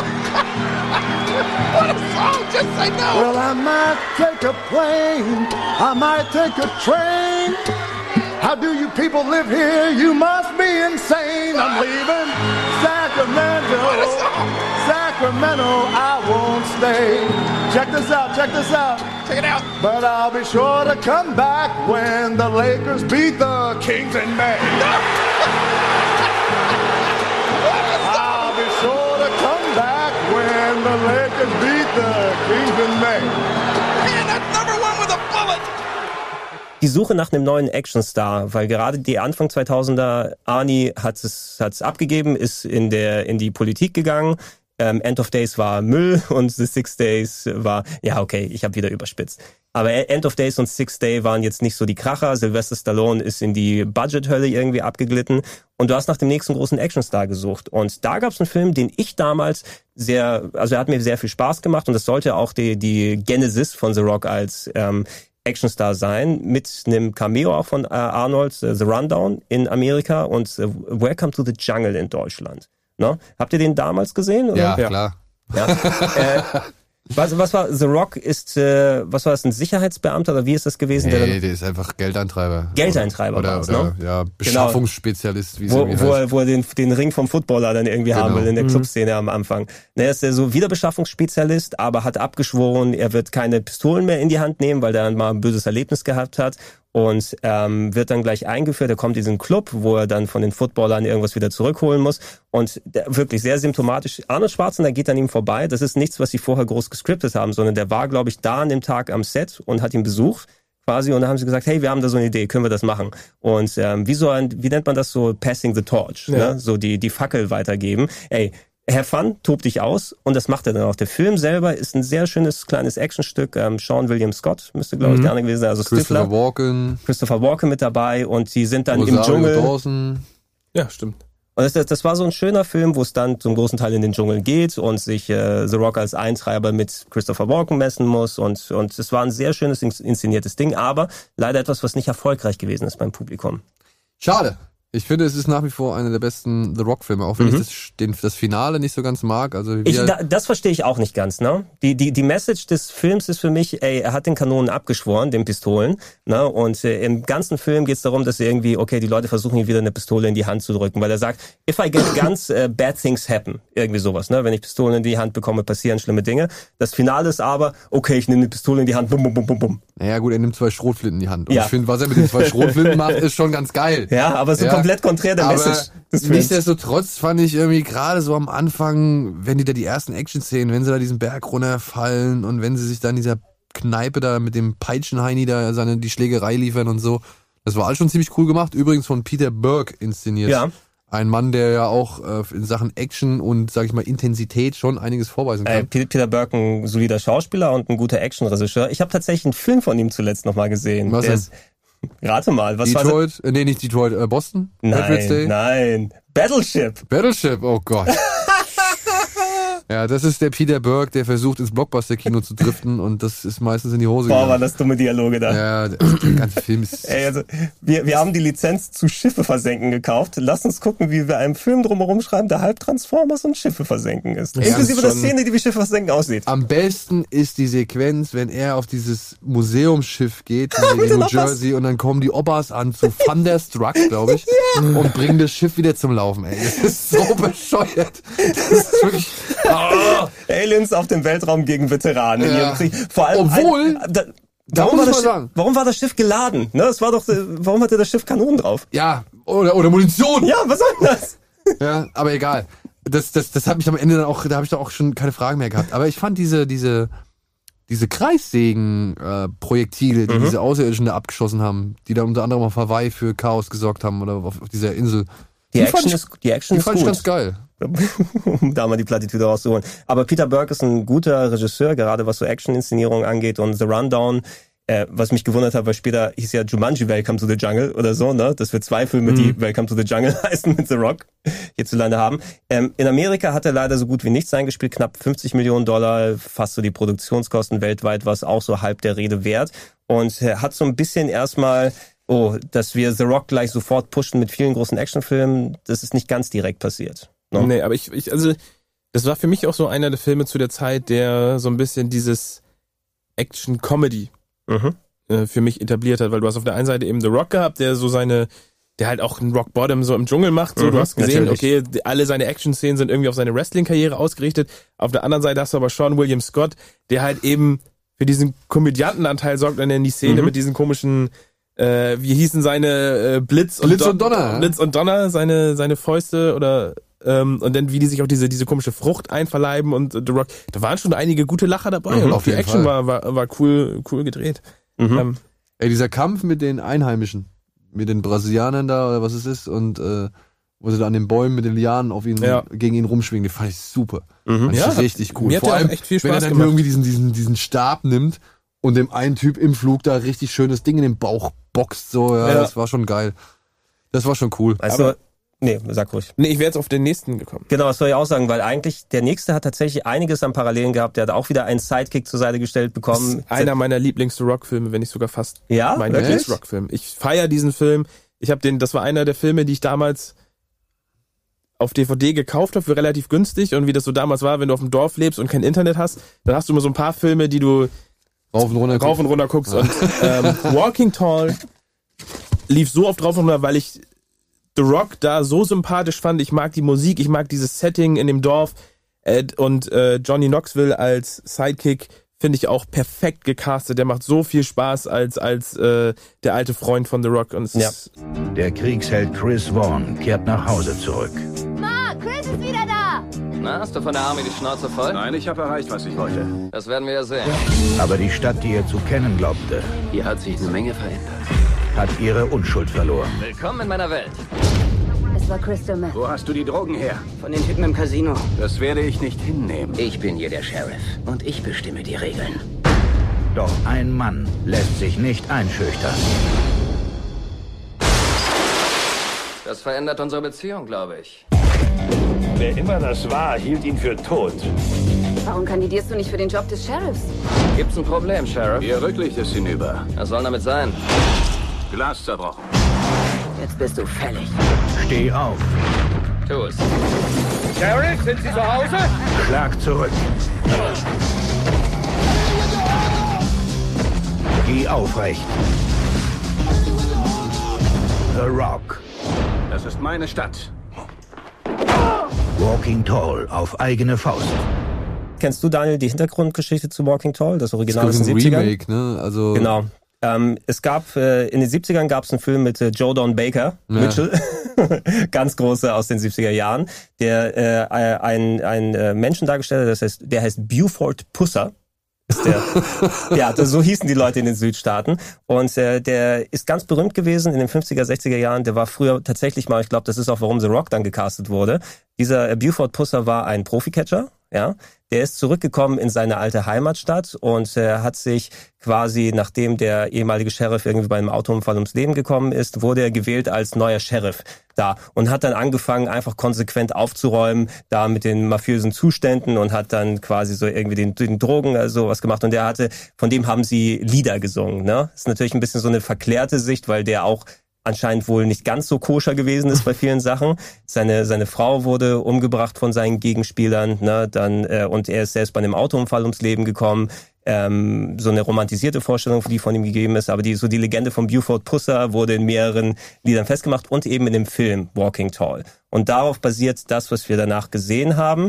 Speaker 6: What a song, just say no. Well, I might take a plane, I might take a train. How do you people live here? You must be insane. I'm leaving Sacramento. Sacramento, I won't stay. Check this out, check this out. Check it out. But I'll be sure to come back when the Lakers beat the Kings in May. I'll be sure to come back when the Lakers beat the Kings in May. Man, that's number one with a bullet.
Speaker 1: Die Suche nach einem neuen Actionstar, weil gerade die Anfang 2000er, Arnie hat's abgegeben, ist in die Politik gegangen. End of Days war Müll und The 6 Days war, ja okay, ich habe wieder überspitzt. Aber End of Days und 6 Day waren jetzt nicht so die Kracher. Sylvester Stallone ist in die Budgethölle irgendwie abgeglitten. Und du hast nach dem nächsten großen Actionstar gesucht. Und da gab es einen Film, den ich damals er hat mir sehr viel Spaß gemacht und das sollte auch die Genesis von The Rock als Actionstar sein, mit einem Cameo auch von Arnold, The Rundown in Amerika und Welcome to the Jungle in Deutschland. No? Habt ihr den damals gesehen? Oder?
Speaker 3: Ja, klar.
Speaker 1: Ja. Was war The Rock ist, was war das, ein Sicherheitsbeamter oder wie ist das gewesen?
Speaker 3: Nee, der ist einfach Geldeintreiber.
Speaker 1: Geldeintreiber
Speaker 3: oder ja, Beschaffungsspezialist, wie es
Speaker 1: irgendwie heißt. Wo er den Ring vom Footballer dann irgendwie haben will in der Clubszene am Anfang. Er ist so Wiederbeschaffungsspezialist, aber hat abgeschworen, er wird keine Pistolen mehr in die Hand nehmen, weil er mal ein böses Erlebnis gehabt hat. Und wird dann gleich eingeführt. Er kommt in diesen Club, wo er dann von den Footballern irgendwas wieder zurückholen muss. Und wirklich sehr symptomatisch. Arnold Schwarzenegger geht an ihm vorbei. Das ist nichts, was sie vorher groß gescriptet haben, sondern der war, glaube ich, da an dem Tag am Set und hat ihn besucht quasi. Und da haben sie gesagt, hey, wir haben da so eine Idee, können wir das machen? Und wie nennt man das so? Passing the torch, ne? So die Fackel weitergeben. Ey, have fun, tob dich aus und das macht er dann auch. Der Film selber ist ein sehr schönes kleines Actionstück. Sean William Scott müsste, glaube ich, der andere gewesen sein. Also
Speaker 3: Christopher
Speaker 1: Walken mit dabei und die sind dann im Dschungel.
Speaker 3: Dawson.
Speaker 5: Ja, stimmt.
Speaker 1: Und das war so ein schöner Film, wo es dann zum großen Teil in den Dschungel geht und sich The Rock als Eintreiber mit Christopher Walken messen muss und es war ein sehr schönes inszeniertes Ding, aber leider etwas, was nicht erfolgreich gewesen ist beim Publikum.
Speaker 3: Schade. Ich finde, es ist nach wie vor einer der besten The Rock-Filme, auch wenn ich das Finale nicht so ganz mag. Also
Speaker 1: das verstehe ich auch nicht ganz, ne? Die Message des Films ist für mich, er hat den Kanonen abgeschworen, den Pistolen, ne? Und im ganzen Film geht es darum, dass irgendwie, die Leute versuchen, ihm wieder eine Pistole in die Hand zu drücken, weil er sagt, if I get guns, bad things happen. Irgendwie sowas, ne? Wenn ich Pistolen in die Hand bekomme, passieren schlimme Dinge. Das Finale ist aber, ich nehme die Pistole in die Hand, bum, bum, bum, bum, bum.
Speaker 3: Naja gut, er nimmt 2 Schrotflinten in die Hand. Und ich finde, was er mit den 2 Schrotflinten macht, ist schon ganz geil.
Speaker 1: Ja, aber so komplett konträr der Message des Films.
Speaker 3: Nichtsdestotrotz fand ich irgendwie gerade so am Anfang, wenn die ersten Action-Szenen, wenn sie da diesen Berg runterfallen und wenn sie sich dann in dieser Kneipe da mit dem Peitschenheini da die Schlägerei liefern und so. Das war alles schon ziemlich cool gemacht. Übrigens von Peter Berg inszeniert. Ja. Ein Mann, der ja auch in Sachen Action und, sag ich mal, Intensität schon einiges vorweisen kann.
Speaker 1: Peter Berg, ein solider Schauspieler und ein guter Actionregisseur. Ich habe tatsächlich einen Film von ihm zuletzt nochmal gesehen.
Speaker 3: Was denn?
Speaker 1: Rate mal, was
Speaker 3: Detroit? War das? Nee, nicht Detroit, Boston?
Speaker 1: Nein. Battleship,
Speaker 3: oh Gott. Ja, das ist der Peter Berg, der versucht, ins Blockbuster-Kino zu driften und das ist meistens in die Hose gegangen.
Speaker 1: Waren das dumme Dialoge da.
Speaker 3: Ja, der ganze Film ist...
Speaker 1: Wir haben die Lizenz zu Schiffe versenken gekauft. Lass uns gucken, wie wir einen Film drumherum schreiben, der halb Transformers und Schiffe versenken ist. Inklusive der Szene, die wie Schiffe versenken aussieht.
Speaker 3: Am besten ist die Sequenz, wenn er auf dieses Museumsschiff geht, in New Jersey, und dann kommen die Obbas an zu Thunderstruck, glaube ich, und bringen das Schiff wieder zum Laufen. Ey, das ist so bescheuert. Das ist wirklich...
Speaker 1: Aliens auf dem Weltraum gegen Veteranen in ihrem Krieg. Vor allem warum war das Schiff geladen? Ne, es war doch, warum hatte das Schiff Kanonen drauf?
Speaker 3: Ja, oder Munition.
Speaker 1: Ja, was soll das?
Speaker 3: Ja, aber egal. Das hat mich am Ende dann auch, da habe ich doch auch schon keine Fragen mehr gehabt. Aber ich fand diese Kreissägen-Projektile, die diese Außerirdischen da abgeschossen haben, die da unter anderem auf Hawaii für Chaos gesorgt haben oder auf dieser Insel.
Speaker 1: Die Action ist
Speaker 3: fand ich ganz geil.
Speaker 1: Um da mal die Plattitüde rauszuholen. Aber Peter Berg ist ein guter Regisseur, gerade was so Action-Inszenierungen angeht, und The Rundown, was mich gewundert hat, weil später hieß ja Jumanji Welcome to the Jungle oder so, ne? Dass wir 2 Filme, die Welcome to the Jungle heißen, mit The Rock hierzulande haben. In Amerika hat er leider so gut wie nichts eingespielt, knapp $50 Millionen, fast so die Produktionskosten weltweit, was auch so halb der Rede wert. Und er hat so ein bisschen erstmal... dass wir The Rock gleich sofort pushen mit vielen großen Actionfilmen, das ist nicht ganz direkt passiert. No?
Speaker 5: Nee, aber also, das war für mich auch so einer der Filme zu der Zeit, der so ein bisschen dieses Action-Comedy für mich etabliert hat, weil du hast auf der einen Seite eben The Rock gehabt, der halt auch einen Rock Bottom so im Dschungel macht, so, du hast gesehen, okay, alle seine Action-Szenen sind irgendwie auf seine Wrestling-Karriere ausgerichtet. Auf der anderen Seite hast du aber Sean William Scott, der halt eben für diesen Komödiantenanteil sorgt, und dann die Szene mit diesen komischen wie hießen seine Blitz und Donner. Blitz und Donner, seine Fäuste oder und dann wie die sich auch diese komische Frucht einverleiben und The Rock. Da waren schon einige gute Lacher dabei und auch die Action war cool gedreht.
Speaker 3: Ey, dieser Kampf mit den Einheimischen, mit den Brasilianern da oder was es ist und wo sie da an den Bäumen mit den Lianen gegen ihn rumschwingen, den fand ich super. Fand ich richtig cool.
Speaker 5: Vor allem, echt viel Spaß
Speaker 3: wenn er dann irgendwie diesen Stab nimmt und dem einen Typ im Flug da richtig schönes Ding in den Bauch boxt, so, das war schon geil. Das war schon cool.
Speaker 1: Sag ruhig.
Speaker 5: Nee, ich wäre jetzt auf den nächsten gekommen.
Speaker 1: Genau, das soll ich auch sagen, weil eigentlich der nächste hat tatsächlich einiges an Parallelen gehabt. Der hat auch wieder einen Sidekick zur Seite gestellt bekommen.
Speaker 5: Das ist einer meiner Lieblings-Rock-Filme, wenn nicht sogar fast mein Lieblings-Rock-Film. Ich feiere diesen Film. Das war einer der Filme, die ich damals auf DVD gekauft habe für relativ günstig, und wie das so damals war, wenn du auf dem Dorf lebst und kein Internet hast, dann hast du immer so ein paar Filme, die du rauf und runter guckst. Und Walking Tall lief so oft drauf und runter, weil ich The Rock da so sympathisch fand. Ich mag die Musik, ich mag dieses Setting in dem Dorf, und Johnny Knoxville als Sidekick finde ich auch perfekt gecastet. Der macht so viel Spaß als der alte Freund von The Rock. Und
Speaker 11: Der Kriegsheld Chris Vaughn kehrt nach Hause zurück.
Speaker 12: Ma, Chris ist wieder da!
Speaker 13: Na, hast du von der Army die Schnauze voll?
Speaker 14: Nein, ich habe erreicht, was ich wollte.
Speaker 13: Das werden wir ja sehen.
Speaker 11: Aber die Stadt, die er zu kennen glaubte,
Speaker 13: hier hat sich eine Menge verändert.
Speaker 11: Hat ihre Unschuld verloren.
Speaker 13: Willkommen in meiner Welt.
Speaker 12: Es war Crystal Meth.
Speaker 14: Wo hast du die Drogen her?
Speaker 12: Von den Typen im Casino.
Speaker 14: Das werde ich nicht hinnehmen.
Speaker 7: Ich bin hier der Sheriff und ich bestimme die Regeln.
Speaker 11: Doch ein Mann lässt sich nicht einschüchtern.
Speaker 13: Das verändert unsere Beziehung, glaube ich.
Speaker 14: Wer immer das war, hielt ihn für tot.
Speaker 12: Warum kandidierst du nicht für den Job des Sheriffs?
Speaker 13: Gibt's ein Problem, Sheriff?
Speaker 14: Ihr Rücklicht ist hinüber.
Speaker 13: Was soll damit sein?
Speaker 14: Glas zerbrochen.
Speaker 12: Jetzt bist du fällig.
Speaker 11: Steh auf.
Speaker 9: Tu es.
Speaker 14: Sheriff, sind Sie zu Hause?
Speaker 11: Schlag zurück. Geh aufrecht. The Rock.
Speaker 9: Das ist meine Stadt.
Speaker 11: Walking Tall auf eigene Faust.
Speaker 1: Kennst du, Daniel, die Hintergrundgeschichte zu Walking Tall? Das Original aus den 70ern?
Speaker 3: Remake, ne? Also
Speaker 1: genau. Es gab, in den 70ern gab es einen Film mit Joe Don Baker, Mitchell, ganz großer aus den 70er Jahren, der ein Menschen dargestellt hat, der heißt Buford Pusser. Ist der, ja, so hießen die Leute in den Südstaaten. Und der ist ganz berühmt gewesen in den 50er, 60er Jahren. Der war früher tatsächlich mal, ich glaube, das ist auch, warum The Rock dann gecastet wurde. Dieser Buford Pusser war ein Profi-Catcher, ja. Der ist zurückgekommen in seine alte Heimatstadt und hat sich quasi, nachdem der ehemalige Sheriff irgendwie bei einem Autounfall ums Leben gekommen ist, wurde er gewählt als neuer Sheriff da und hat dann angefangen, einfach konsequent aufzuräumen, da mit den mafiösen Zuständen und hat dann quasi so irgendwie den Drogen sowas gemacht und von dem haben sie Lieder gesungen, ne? Ist natürlich ein bisschen so eine verklärte Sicht, weil der auch anscheinend wohl nicht ganz so koscher gewesen ist bei vielen Sachen. Seine Frau wurde umgebracht von seinen Gegenspielern, ne, und er ist selbst bei einem Autounfall ums Leben gekommen. So eine romantisierte Vorstellung, die von ihm gegeben ist, aber die Legende von Buford Pusser wurde in mehreren Liedern festgemacht und eben in dem Film Walking Tall. Und darauf basiert das, was wir danach gesehen haben.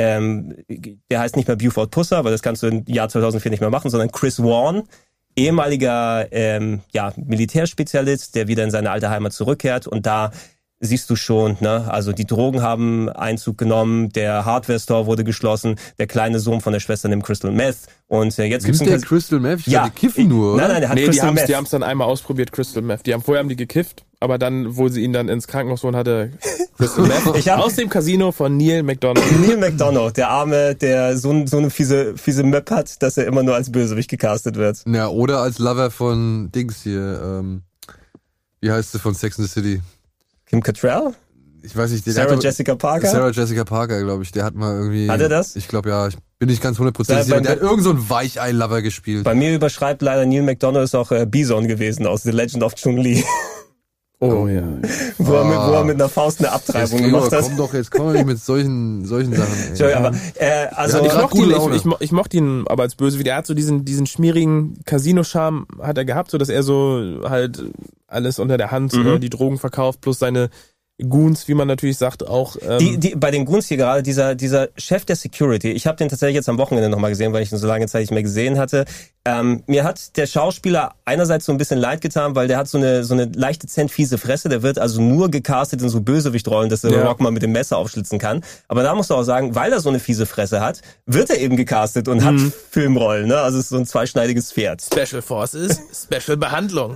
Speaker 1: Der heißt nicht mehr Buford Pusser, weil das kannst du im Jahr 2004 nicht mehr machen, sondern Chris Vaughn, ehemaliger Militärspezialist, der wieder in seine alte Heimat zurückkehrt und da siehst du schon, ne, also die Drogen haben Einzug genommen, der Hardware-Store wurde geschlossen, der kleine Sohn von der Schwester nimmt Crystal Meth und jetzt gibt's
Speaker 3: der Crystal Meth?
Speaker 1: Ja,
Speaker 3: die kiffen nur, oder?
Speaker 1: Nein, der hat Crystal Meth.
Speaker 5: Die haben es dann einmal ausprobiert, Crystal Meth. Vorher haben die gekifft, aber dann, wo sie ihn dann ins Krankenhaus holen, hatte Crystal Meth aus dem Casino von Neil McDonough.
Speaker 1: Neil McDonough, der Arme, der so eine fiese Möp hat, dass er immer nur als Bösewicht gecastet wird.
Speaker 3: Ja, oder als Lover von Dings hier, wie heißt sie von Sex and the City?
Speaker 1: Kim Cattrall?
Speaker 3: Ich weiß nicht.
Speaker 1: Sarah Jessica Parker,
Speaker 3: glaube ich. Der hat mal irgendwie...
Speaker 1: Hat er das?
Speaker 3: Ich glaube, ja. Ich bin nicht ganz 100% sicher. Der hat irgend so einen Weichei-Lover gespielt.
Speaker 1: Bei mir überschreibt leider Neil McDonough ist auch Bison gewesen aus The Legend of Chun-Li.
Speaker 5: Oh ja.
Speaker 1: Wo er mit einer Faust eine Abtreibung gemacht hat.
Speaker 3: Jetzt komm doch nicht mit solchen Sachen.
Speaker 1: Ey. Aber, also
Speaker 5: ich mochte ihn aber als Bösewicht. Er hat so diesen schmierigen Casino-Charme hat er gehabt, so dass er so halt alles unter der Hand die Drogen verkauft, plus seine Goons, wie man natürlich sagt, auch.
Speaker 1: Bei den Goons hier gerade, dieser Chef der Security, ich habe den tatsächlich jetzt am Wochenende nochmal gesehen, weil ich ihn so lange Zeit nicht mehr gesehen hatte. Mir hat der Schauspieler einerseits so ein bisschen leid getan, weil der hat so eine leicht dezent fiese Fresse, der wird also nur gecastet in so Bösewichtrollen, dass der Rock mal mit dem Messer aufschlitzen kann. Aber da musst du auch sagen, weil er so eine fiese Fresse hat, wird er eben gecastet und hat Filmrollen, ne? Also es ist so ein zweischneidiges Pferd.
Speaker 5: Special Forces, Special Behandlung.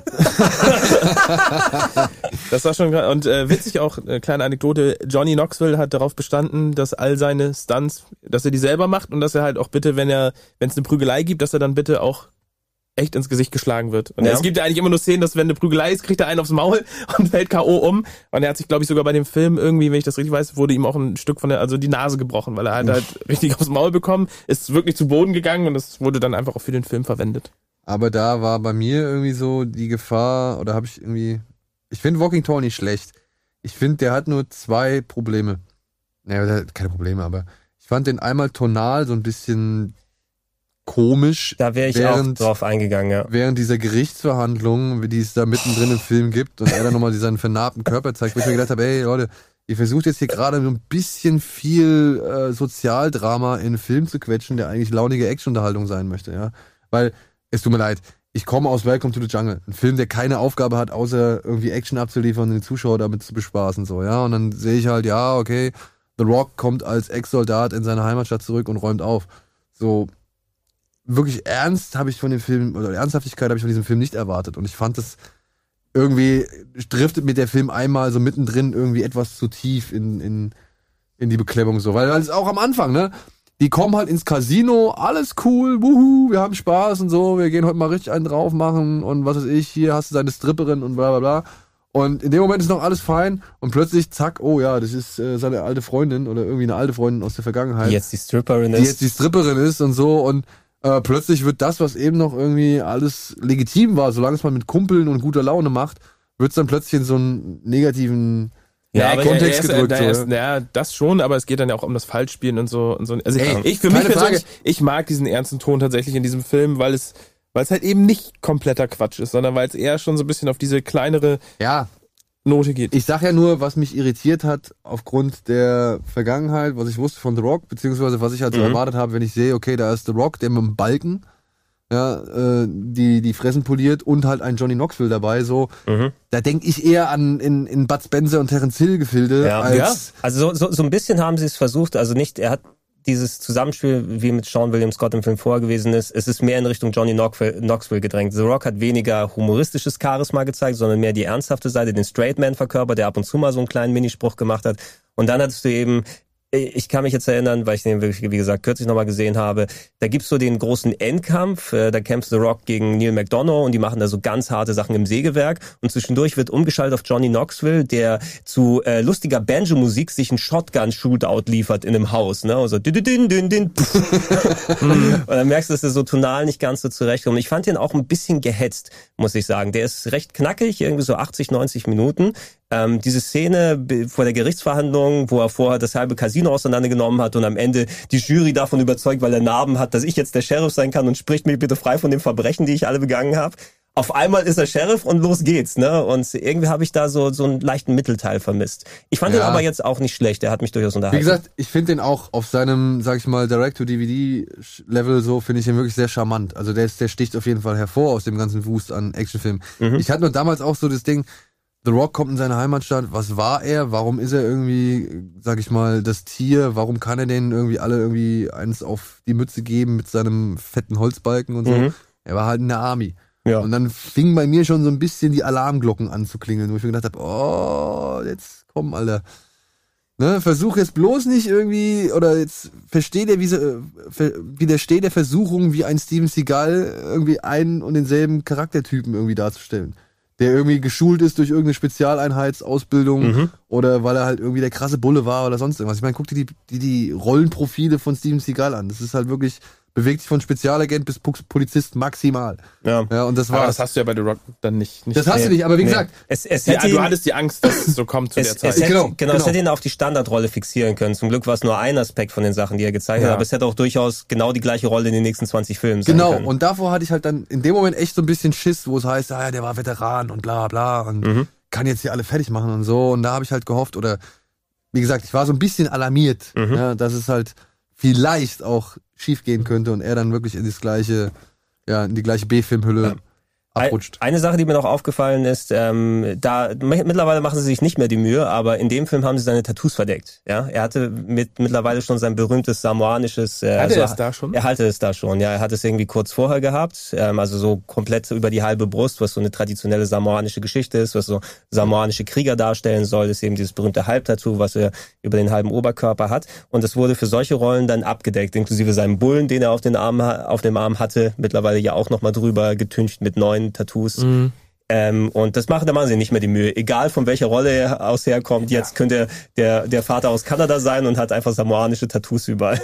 Speaker 5: Das war schon, und witzig auch, kleine Anekdote, Johnny Knoxville hat darauf bestanden, dass all seine Stunts, dass er die selber macht und dass er halt auch bitte, wenn es eine Prügelei gibt, dass er dann bitte auch echt ins Gesicht geschlagen wird. Und es gibt ja eigentlich immer nur Szenen, dass wenn eine Prügelei ist, kriegt er einen aufs Maul und fällt K.O. um. Und er hat sich, glaube ich, sogar bei dem Film irgendwie, wenn ich das richtig weiß, wurde ihm auch ein Stück also die Nase gebrochen, weil er halt richtig aufs Maul bekommen, ist wirklich zu Boden gegangen und das wurde dann einfach auch für den Film verwendet.
Speaker 3: Aber da war bei mir irgendwie so die Gefahr, oder habe ich irgendwie, ich finde Walking Tall nicht schlecht. Ich finde, der hat nur 2 Probleme. Naja, keine Probleme, aber ich fand den einmal tonal so ein bisschen komisch.
Speaker 1: Da wäre ich auch drauf eingegangen, ja.
Speaker 3: Während dieser Gerichtsverhandlung, die es da mittendrin im Film gibt und er dann nochmal diesen vernarbten Körper zeigt, wo ich mir gedacht habe, ey Leute, ihr versucht jetzt hier gerade so ein bisschen viel Sozialdrama in einen Film zu quetschen, der eigentlich launige Action-Unterhaltung sein möchte, ja. Weil, es tut mir leid, ich komme aus Welcome to the Jungle. Ein Film, der keine Aufgabe hat, außer irgendwie Action abzuliefern und den Zuschauer damit zu bespaßen, so, ja. Und dann sehe ich halt, ja, okay, The Rock kommt als Ex-Soldat in seine Heimatstadt zurück und räumt auf. So, wirklich Ernsthaftigkeit habe ich von diesem Film nicht erwartet. Und ich fand das irgendwie, driftet mit der Film einmal so mittendrin irgendwie etwas zu tief in die Beklemmung so. Weil es auch am Anfang, ne? Die kommen halt ins Casino, alles cool, wuhu, wir haben Spaß und so, wir gehen heute mal richtig einen drauf machen und was weiß ich, hier hast du deine Stripperin und bla bla bla. Und in dem Moment ist noch alles fein und plötzlich, zack, oh ja, das ist seine alte Freundin oder irgendwie eine alte Freundin aus der Vergangenheit.
Speaker 1: Die jetzt die Stripperin
Speaker 3: ist und so und plötzlich wird das, was eben noch irgendwie alles legitim war, solange es man mit Kumpeln und guter Laune macht, wird es dann plötzlich in so einen negativen
Speaker 5: Kontext gedrückt. Ja, das schon, aber es geht dann ja auch um das Falschspielen und so. Also ich für mich persönlich, ich mag diesen ernsten Ton tatsächlich in diesem Film, weil es halt eben nicht kompletter Quatsch ist, sondern weil es eher schon so ein bisschen auf diese kleinere Note geht.
Speaker 3: Ich sag ja nur, was mich irritiert hat aufgrund der Vergangenheit, was ich wusste von The Rock, beziehungsweise was ich halt so erwartet habe, wenn ich sehe, okay, da ist The Rock, der mit dem Balken die Fressen poliert und halt ein Johnny Knoxville dabei, so. Da denke ich eher an in Bud Spencer und Terence Hill Gefilde als...
Speaker 1: Also so ein bisschen haben sie es versucht, also nicht, er hat dieses Zusammenspiel, wie mit Sean William Scott im Film vorher gewesen ist, es ist mehr in Richtung Johnny Knoxville gedrängt. The Rock hat weniger humoristisches Charisma gezeigt, sondern mehr die ernsthafte Seite, den Straight Man verkörpert, der ab und zu mal so einen kleinen Minispruch gemacht hat. Und dann hattest du eben, ich kann mich jetzt erinnern, weil ich den wirklich, wie gesagt, kürzlich nochmal gesehen habe, da gibt's so den großen Endkampf, da kämpft The Rock gegen Neil McDonough und die machen da so ganz harte Sachen im Sägewerk und zwischendurch wird umgeschaltet auf Johnny Knoxville, der zu lustiger Banjo-Musik sich einen Shotgun-Shootout liefert in einem Haus, ne, und so und dann merkst du, dass er so tonal nicht ganz so zurechtkommt. Ich fand den auch ein bisschen gehetzt, muss ich sagen. Der ist recht knackig, irgendwie so 80, 90 Minuten. Diese Szene vor der Gerichtsverhandlung, wo er vorher das halbe Casino auseinandergenommen hat und am Ende die Jury davon überzeugt, weil er Narben hat, dass ich jetzt der Sheriff sein kann und spricht mich bitte frei von den Verbrechen, die ich alle begangen habe. Auf einmal ist er Sheriff und los geht's, ne? Und irgendwie habe ich da so einen leichten Mittelteil vermisst. Ich fand ihn aber jetzt auch nicht schlecht, der hat mich durchaus unterhalten.
Speaker 3: Wie gesagt, ich finde den auch auf seinem, sag ich mal, Direct-to-DVD-Level so, finde ich ihn wirklich sehr charmant. Also der sticht auf jeden Fall hervor aus dem ganzen Wust an Actionfilmen. Ich hatte nur damals auch so das Ding, The Rock kommt in seine Heimatstadt, was war er? Warum ist er irgendwie, sag ich mal, das Tier? Warum kann er denen irgendwie alle irgendwie eins auf die Mütze geben mit seinem fetten Holzbalken und so? Er war halt in der Army. Ja. Und dann fingen bei mir schon so ein bisschen die Alarmglocken an zu klingeln, wo ich mir gedacht habe, oh, jetzt komm, Alter. Ne, versuch jetzt bloß nicht irgendwie, oder jetzt widersteht der Versuchung, wie ein Steven Seagal irgendwie einen und denselben Charaktertypen irgendwie darzustellen. Der irgendwie geschult ist durch irgendeine Spezialeinheitsausbildung oder weil er halt irgendwie der krasse Bulle war oder sonst irgendwas. Ich meine, guck dir die Rollenprofile von Steven Seagal an. Das ist halt wirklich, bewegt sich von Spezialagent bis Polizist maximal. Ja, und das war.
Speaker 5: Aber das hast du ja bei The Rock dann nicht.
Speaker 3: Das hast du nicht, aber wie gesagt.
Speaker 5: Du hattest die Angst, dass es so kommt zu der Zeit.
Speaker 1: Es hätte ihn auf die Standardrolle fixieren können. Zum Glück war es nur ein Aspekt von den Sachen, die er gezeigt hat, aber es hätte auch durchaus genau die gleiche Rolle in den nächsten 20 Filmen sein können.
Speaker 3: Genau, und davor hatte ich halt dann in dem Moment echt so ein bisschen Schiss, wo es heißt, der war Veteran und bla bla und kann jetzt hier alle fertig machen und so. Und da habe ich halt gehofft, oder wie gesagt, ich war so ein bisschen alarmiert, dass es halt vielleicht auch schief gehen könnte und er dann wirklich in die gleiche B-Filmhülle abrutscht.
Speaker 1: Eine Sache, die mir noch aufgefallen ist, mittlerweile machen sie sich nicht mehr die Mühe, aber in dem Film haben sie seine Tattoos verdeckt. Ja, er hatte mittlerweile schon sein berühmtes samoanisches.
Speaker 5: Hatte er es da schon?
Speaker 1: Er hatte es da schon. Ja, er hat es irgendwie kurz vorher gehabt, also so komplett über die halbe Brust, was so eine traditionelle samoanische Geschichte ist, was so samoanische Krieger darstellen soll, ist eben dieses berühmte Halbtattoo, was er über den halben Oberkörper hat. Und das wurde für solche Rollen dann abgedeckt, inklusive seinem Bullen, den er auf dem Arm hatte, mittlerweile ja auch nochmal drüber getüncht mit neuen Tattoos. Und da machen sie nicht mehr die Mühe. Egal von welcher Rolle er aus herkommt, jetzt könnte der Vater aus Kanada sein und hat einfach samoanische Tattoos überall.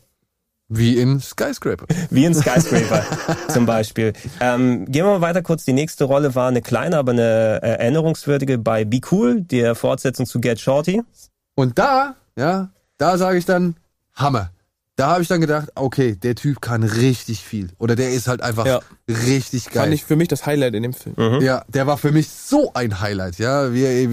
Speaker 3: Wie in Skyscraper.
Speaker 1: Wie in Skyscraper zum Beispiel. Gehen wir mal weiter kurz. Die nächste Rolle war eine kleine, aber eine erinnerungswürdige bei Be Cool, der Fortsetzung zu Get Shorty.
Speaker 3: Und da sage ich dann, Hammer. Da habe ich dann gedacht, okay, der Typ kann richtig viel. Oder der ist halt einfach richtig geil.
Speaker 5: Fand ich für mich das Highlight in dem Film.
Speaker 3: Ja, der war für mich so ein Highlight. Ja,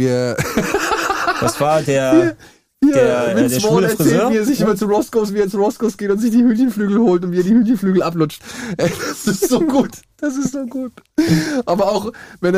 Speaker 1: das war der schwule Friseur.
Speaker 3: Wie er sich immer zu Roscoe's geht und sich die Hühnchenflügel holt und wie er die Hühnchenflügel ablutscht. Das ist so gut. Das ist so gut. Aber auch, wenn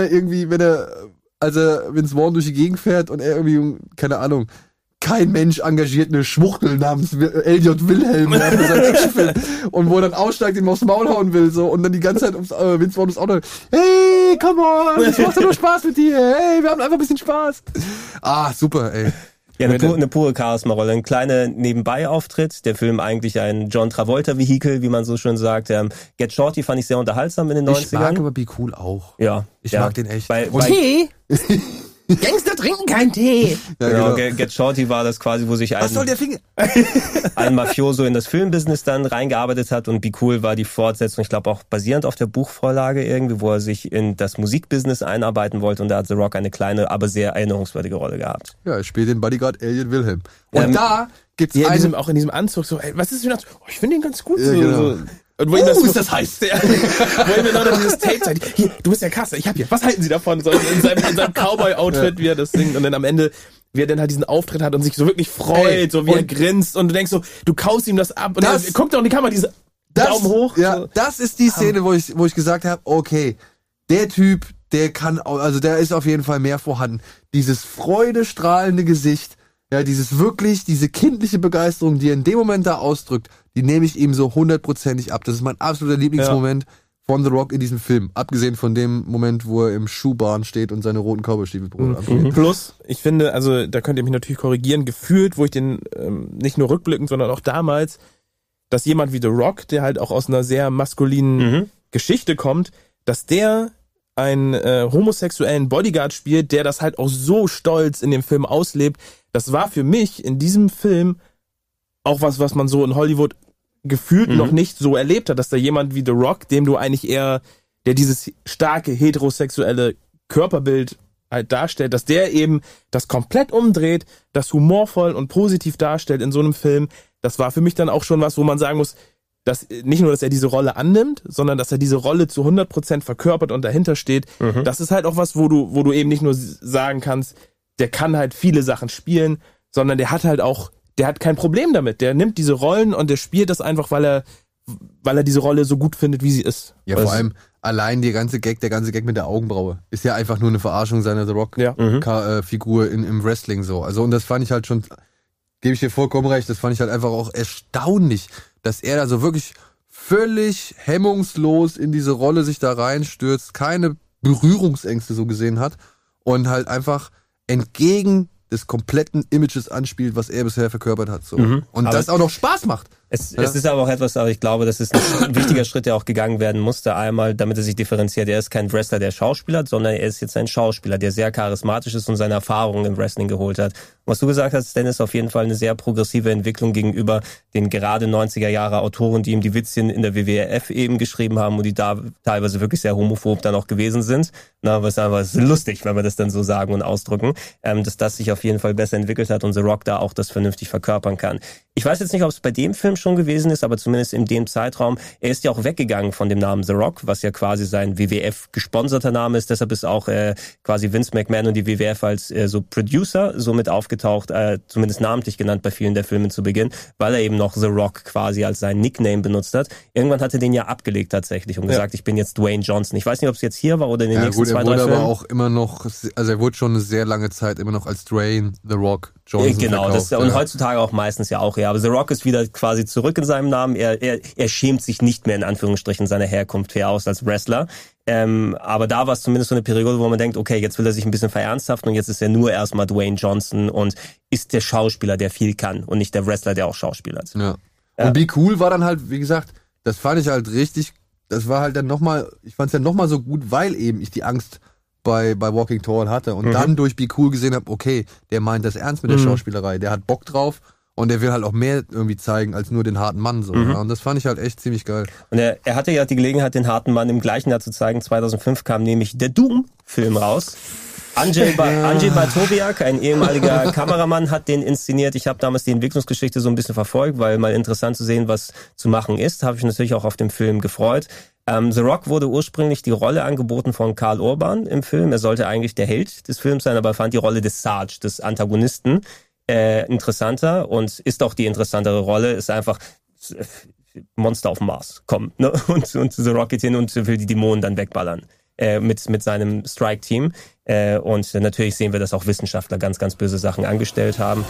Speaker 3: Vince Vaughn durch die Gegend fährt und er irgendwie, keine Ahnung, kein Mensch engagiert eine Schwuchtel namens L.J. Wilhelm für seinen Actionfilm und wo er dann aussteigt, ihm aufs Maul hauen will so und dann die ganze Zeit Vince Vaughn ums Auto, hey, come on, das macht doch nur Spaß mit dir, hey, wir haben einfach ein bisschen Spaß. Super, ey.
Speaker 1: Ja, eine pure Charisma-Rolle, ein kleiner Nebenbei-Auftritt. Der Film eigentlich ein John Travolta-Vehikel, wie man so schön sagt. Get Shorty fand ich sehr unterhaltsam in den 90ern.
Speaker 3: Ich mag aber Be Cool auch.
Speaker 1: Ja.
Speaker 3: Ich mag den echt.
Speaker 5: Gangster trinken keinen Tee.
Speaker 1: Ja, genau. Get Shorty war das quasi, wo sich
Speaker 3: Was soll der Finger?
Speaker 1: ein Mafioso in das Filmbusiness dann reingearbeitet hat und Be Cool war die Fortsetzung, ich glaube auch basierend auf der Buchvorlage irgendwie, wo er sich in das Musikbusiness einarbeiten wollte und da hat The Rock eine kleine, aber sehr erinnerungswürdige Rolle gehabt.
Speaker 3: Ja, er spielt den Bodyguard Elliot Wilhelm. Und da gibt's
Speaker 5: auch in diesem Anzug so, ey, was ist für ein Anzug? Oh, ich finde den ganz gut.
Speaker 3: Ja, genau.
Speaker 5: so. Und wo ist das heiß? Wo ihm dann noch dieses Tape zeigt. Hier, du bist der Kasse, ich hab hier. Was halten Sie davon? So in seinem Cowboy-Outfit, wie er das singt. Und dann am Ende, wie er dann halt diesen Auftritt hat und sich so wirklich freut, so wie er grinst. Und du denkst so, du kaust ihm das ab. Und er guckt doch in die Kamera, diese Daumen hoch.
Speaker 3: Ja,
Speaker 5: so.
Speaker 3: das ist die Szene, wo ich gesagt habe, okay, der Typ, der kann, also der ist auf jeden Fall mehr vorhanden. Dieses freudestrahlende Gesicht, ja, diese kindliche Begeisterung, die er in dem Moment da ausdrückt, die nehme ich ihm so 100%ig ab. Das ist mein absoluter Lieblingsmoment von The Rock in diesem Film. Abgesehen von dem Moment, wo er im Schuhbahn steht und seine roten Cowboystiefel anzieht.
Speaker 5: Plus, ich finde, also da könnt ihr mich natürlich korrigieren, gefühlt, wo ich den nicht nur rückblickend, sondern auch damals, dass jemand wie The Rock, der halt auch aus einer sehr maskulinen Geschichte kommt, dass der einen homosexuellen Bodyguard spielt, der das halt auch so stolz in dem Film auslebt. Das war für mich in diesem Film auch was man so in Hollywood gefühlt noch nicht so erlebt hat, dass da jemand wie The Rock, dem du eigentlich eher, der dieses starke heterosexuelle Körperbild halt darstellt, dass der eben das komplett umdreht, das humorvoll und positiv darstellt in so einem Film. Das war für mich dann auch schon was, wo man sagen muss, dass nicht nur, dass er diese Rolle annimmt, sondern dass er diese Rolle zu 100% verkörpert und dahinter steht. Das ist halt auch was, wo du eben nicht nur sagen kannst, der kann halt viele Sachen spielen, sondern der hat kein Problem damit. Der nimmt diese Rollen und der spielt das einfach, weil er diese Rolle so gut findet, wie sie ist.
Speaker 3: Ja, vor allem allein der ganze Gag mit der Augenbraue ist ja einfach nur eine Verarschung seiner The Rock-Figur im Wrestling so. Also und das fand ich halt schon, gebe ich dir vollkommen recht, das fand ich halt einfach auch erstaunlich, dass er da so wirklich völlig hemmungslos in diese Rolle sich da reinstürzt, keine Berührungsängste so gesehen hat und halt einfach entgegen des kompletten Images anspielt, was er bisher verkörpert hat. So. Und aber das auch noch Spaß macht.
Speaker 1: Es ist aber auch etwas, aber ich glaube, das ist ein wichtiger Schritt, der auch gegangen werden musste. Einmal, damit er sich differenziert. Er ist kein Wrestler, der Schauspieler hat, sondern er ist jetzt ein Schauspieler, der sehr charismatisch ist und seine Erfahrungen im Wrestling geholt hat. Und was du gesagt hast, Dennis, auf jeden Fall eine sehr progressive Entwicklung gegenüber den gerade 90er Jahre Autoren, die ihm die Witzchen in der WWF eben geschrieben haben und die da teilweise wirklich sehr homophob dann auch gewesen sind. Na, aber es ist einfach lustig, wenn wir das dann so sagen und ausdrücken, dass das sich auf jeden Fall besser entwickelt hat und The Rock da auch das vernünftig verkörpern kann. Ich weiß jetzt nicht, ob es bei dem Film schon gewesen ist, aber zumindest in dem Zeitraum. Er ist ja auch weggegangen von dem Namen The Rock, was ja quasi sein WWF-gesponserter Name ist. Deshalb ist auch quasi Vince McMahon und die WWF als so Producer somit aufgetaucht, zumindest namentlich genannt bei vielen der Filme zu Beginn, weil er eben noch The Rock quasi als sein Nickname benutzt hat. Irgendwann hat er den ja abgelegt tatsächlich und gesagt, ich bin jetzt Dwayne Johnson. Ich weiß nicht, ob es jetzt hier war oder in den nächsten 2-3 Filmen.
Speaker 3: Er wurde aber auch immer noch, also er wurde schon eine sehr lange Zeit immer noch als Dwayne The Rock Johnson
Speaker 1: genau,
Speaker 3: verkauft.
Speaker 1: Und heutzutage auch meistens ja auch, aber The Rock ist wieder quasi zurück in seinem Namen. Er schämt sich nicht mehr in Anführungsstrichen seiner Herkunft her aus als Wrestler. Aber da war es zumindest so eine Periode, wo man denkt, okay, jetzt will er sich ein bisschen verernsthaften und jetzt ist er nur erstmal Dwayne Johnson und ist der Schauspieler, der viel kann und nicht der Wrestler, der auch Schauspielert.
Speaker 3: Ja. Und Be Cool war dann halt, wie gesagt, das fand ich halt richtig, das war halt dann nochmal, ich fand es ja nochmal so gut, weil eben ich die Angst bei Walking Tall hatte und dann durch Be Cool gesehen habe, okay, der meint das ernst mit der Schauspielerei, der hat Bock drauf. Und er will halt auch mehr irgendwie zeigen als nur den harten Mann so. Ja? Und das fand ich halt echt ziemlich geil.
Speaker 1: Und er hatte ja die Gelegenheit, den harten Mann im gleichen Jahr zu zeigen. 2005 kam nämlich der Doom-Film raus. Andrzej Bartowiak, ein ehemaliger Kameramann, hat den inszeniert. Ich habe damals die Entwicklungsgeschichte so ein bisschen verfolgt, weil mal interessant zu sehen, was zu machen ist. Habe ich natürlich auch auf dem Film gefreut. The Rock wurde ursprünglich die Rolle angeboten von Karl Urban im Film. Er sollte eigentlich der Held des Films sein, aber er fand die Rolle des Sarge, des Antagonisten, interessanter und ist auch die interessantere Rolle, ist einfach Monster auf dem Mars kommen, ne? und The Rock geht hin und will die Dämonen dann wegballern mit seinem Strike-Team und natürlich sehen wir, dass auch Wissenschaftler ganz, ganz böse Sachen angestellt haben.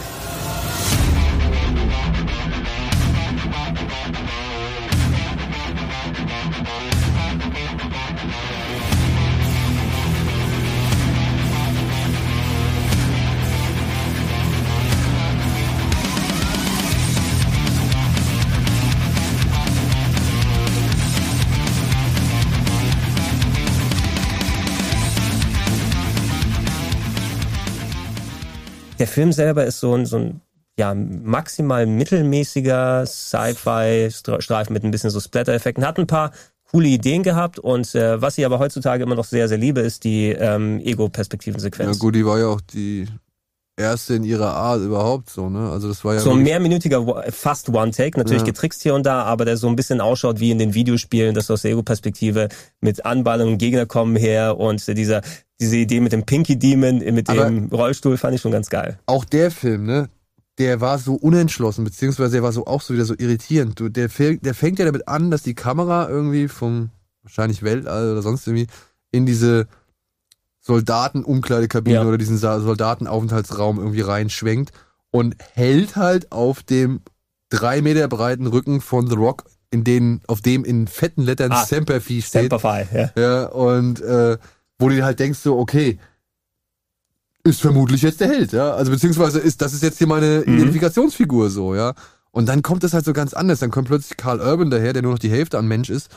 Speaker 1: der Film selber ist so ein maximal mittelmäßiger Sci-Fi-Streifen mit ein bisschen so Splatter-Effekten. Hat ein paar coole Ideen gehabt und was ich aber heutzutage immer noch sehr, sehr liebe, ist die Ego-Perspektiven-Sequenz.
Speaker 3: Ja gut, die war ja auch die erste in ihrer Art überhaupt so, ne? Also das war ja
Speaker 1: so ein mehrminütiger, fast One-Take, natürlich getrickst hier und da, aber der so ein bisschen ausschaut wie in den Videospielen, dass du aus der Ego-Perspektive mit Anballungen, Gegner kommen her und diese Idee mit dem Pinky Demon, mit dem Rollstuhl fand ich schon ganz geil.
Speaker 3: Auch der Film, ne? Der war so unentschlossen, beziehungsweise der war so auch so wieder so irritierend. Der fängt ja damit an, dass die Kamera irgendwie vom wahrscheinlich Weltall oder sonst irgendwie in diese Soldatenumkleidekabine oder diesen Soldatenaufenthaltsraum irgendwie reinschwenkt und hält halt auf dem 3 Meter breiten Rücken von The Rock, auf dem in fetten Lettern Semper Fi steht.
Speaker 1: Semper Fi, ja.
Speaker 3: Ja, und wo du dir halt denkst so, okay, ist vermutlich jetzt der Held, ja. Also beziehungsweise das ist jetzt hier meine Identifikationsfigur so, ja. Und dann kommt das halt so ganz anders. Dann kommt plötzlich Karl Urban daher, der nur noch die Hälfte an Mensch ist.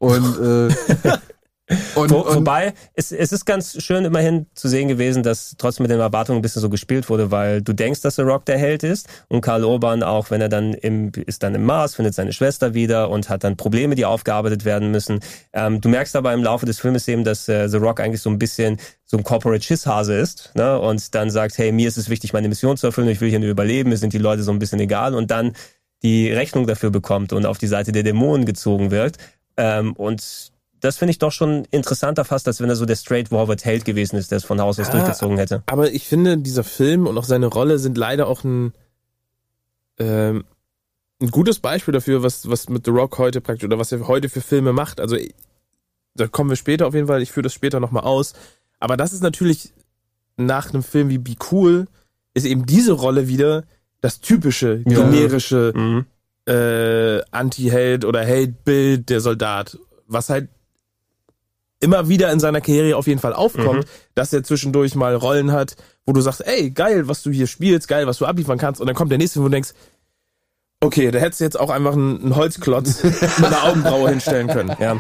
Speaker 1: Wobei, es ist ganz schön immerhin zu sehen gewesen, dass trotzdem mit den Erwartungen ein bisschen so gespielt wurde, weil du denkst, dass The Rock der Held ist und Karl Urban auch, wenn er dann ist dann im Mars, findet seine Schwester wieder und hat dann Probleme, die aufgearbeitet werden müssen. Du merkst aber im Laufe des Filmes eben, dass The Rock eigentlich so ein bisschen so ein Corporate Schisshase ist, ne? Und dann sagt, hey, mir ist es wichtig, meine Mission zu erfüllen, ich will hier nur überleben, mir sind die Leute so ein bisschen egal und dann die Rechnung dafür bekommt und auf die Seite der Dämonen gezogen wird. Und das finde ich doch schon interessanter fast, als wenn er so der straightforward Held gewesen ist, der es von Haus aus durchgezogen hätte.
Speaker 5: Aber ich finde, dieser Film und auch seine Rolle sind leider auch ein gutes Beispiel dafür, was mit The Rock heute praktisch, oder was er heute für Filme macht. Also da kommen wir später auf jeden Fall, ich führe das später nochmal aus. Aber das ist natürlich nach einem Film wie Be Cool, ist eben diese Rolle wieder das typische, generische Anti-Held oder Held-Bild der Soldat, was halt immer wieder in seiner Karriere auf jeden Fall aufkommt, dass er zwischendurch mal Rollen hat, wo du sagst, ey, geil, was du hier spielst, geil, was du abliefern kannst, und dann kommt der nächste, wo du denkst, okay, da hättest du jetzt auch einfach einen Holzklotz mit einer Augenbraue hinstellen können.
Speaker 1: Ja.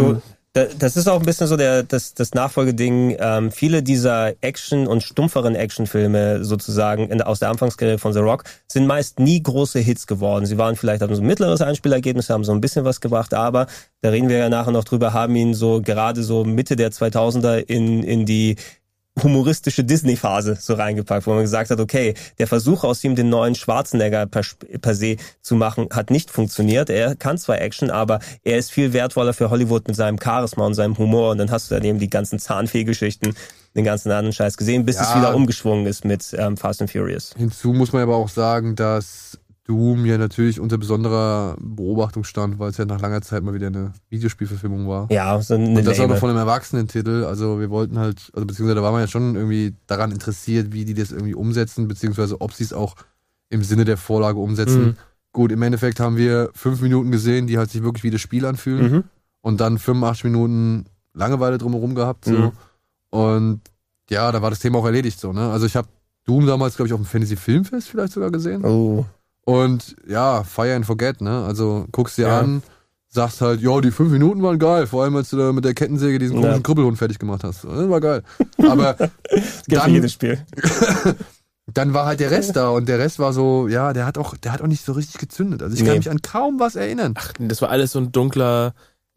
Speaker 1: Das ist auch ein bisschen so das Nachfolgeding. Viele dieser Action- und stumpferen Actionfilme sozusagen aus der Anfangskarriere von The Rock sind meist nie große Hits geworden. Sie waren vielleicht, hatten so ein mittleres Einspielergebnis, haben so ein bisschen was gebracht, aber da reden wir ja nachher noch drüber, haben ihn so gerade so Mitte der 2000er in die humoristische Disney-Phase so reingepackt, wo man gesagt hat, okay, der Versuch aus ihm den neuen Schwarzenegger per se zu machen, hat nicht funktioniert. Er kann zwar Action, aber er ist viel wertvoller für Hollywood mit seinem Charisma und seinem Humor, und dann hast du dann eben die ganzen Zahnfee-Geschichten, den ganzen anderen Scheiß gesehen, bis es wieder umgeschwungen ist mit Fast and Furious.
Speaker 3: Hinzu muss man aber auch sagen, dass Doom ja natürlich unter besonderer Beobachtung stand, weil es ja nach langer Zeit mal wieder eine Videospielverfilmung war.
Speaker 1: Ja, so eine
Speaker 3: und das war noch von einem Erwachsenentitel, also wir wollten halt, also beziehungsweise da war man ja schon irgendwie daran interessiert, wie die das irgendwie umsetzen, beziehungsweise ob sie es auch im Sinne der Vorlage umsetzen. Gut, im Endeffekt haben wir 5 Minuten gesehen, die halt sich wirklich wie das Spiel anfühlen, und dann 85 Minuten Langeweile drumherum gehabt, so. Und ja, da war das Thema auch erledigt, so, ne? Also ich habe Doom damals, glaube ich, auf dem Fantasy Filmfest vielleicht sogar gesehen.
Speaker 1: Oh.
Speaker 3: Und ja, Fire and Forget, ne? Also guckst dir an, sagst halt, ja, die 5 Minuten waren geil, vor allem als du da mit der Kettensäge diesen komischen Krüppelhund fertig gemacht hast. Das war geil. Aber
Speaker 1: dann, jedes Spiel.
Speaker 3: Dann war halt der Rest da, und der Rest war so, ja, der hat auch nicht so richtig gezündet. Also ich kann mich an kaum was erinnern.
Speaker 5: Ach, das war alles so ein dunkler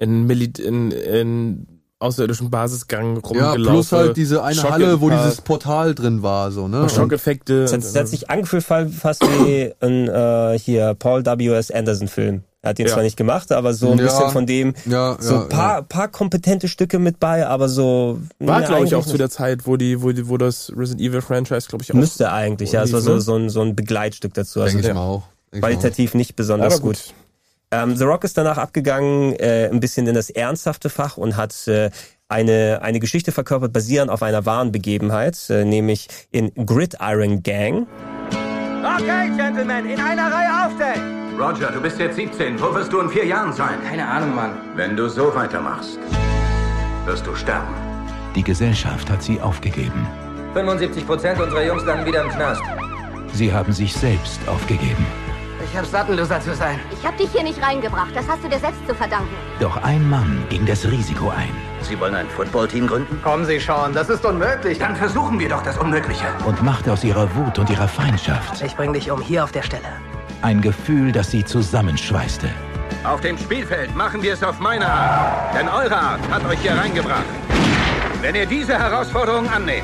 Speaker 5: in außerirdischen Basisgang rumgelaufen.
Speaker 3: Ja, plus halt diese eine Halle, wo dieses Portal drin war, so, ne?
Speaker 5: Schockeffekte.
Speaker 1: Das hat sich angefühlt fast wie ein hier Paul W.S. Anderson Film. Er hat ihn zwar nicht gemacht, aber so ein bisschen von dem, ein paar kompetente Stücke mit bei, aber so...
Speaker 5: War, glaube ich, auch zu der Zeit, wo das Resident Evil Franchise, glaube ich, auch...
Speaker 1: Müsste eigentlich, ja. Es war so ein Begleitstück dazu.
Speaker 3: Also denke ich mal auch.
Speaker 1: Qualitativ nicht besonders gut. The Rock ist danach abgegangen, ein bisschen in das ernsthafte Fach, und hat eine Geschichte verkörpert, basierend auf einer wahren Begebenheit, nämlich in Gridiron Gang.
Speaker 15: Okay, Gentlemen, in einer Reihe aufstellen!
Speaker 7: Roger, du bist jetzt 17. Wo wirst du in 4 Jahren sein?
Speaker 13: Keine Ahnung, Mann.
Speaker 7: Wenn du so weitermachst, wirst du sterben.
Speaker 11: Die Gesellschaft hat sie aufgegeben.
Speaker 13: 75% unserer Jungs landen wieder im Knast.
Speaker 11: Sie haben sich selbst aufgegeben.
Speaker 13: Ich hab's satt, ein Loser zu sein.
Speaker 12: Ich hab dich hier nicht reingebracht. Das hast du dir selbst zu verdanken.
Speaker 11: Doch ein Mann ging das Risiko ein.
Speaker 7: Sie wollen ein Footballteam gründen?
Speaker 15: Kommen Sie schon, das ist unmöglich. Dann versuchen wir doch das Unmögliche.
Speaker 11: Und macht aus ihrer Wut und ihrer Feindschaft
Speaker 15: Ich bring dich um, hier auf der Stelle.
Speaker 11: ein Gefühl, das sie zusammenschweißte.
Speaker 9: Auf dem Spielfeld machen wir es auf meine Art. Denn eure Art hat euch hier reingebracht. Wenn ihr diese Herausforderung annehmt,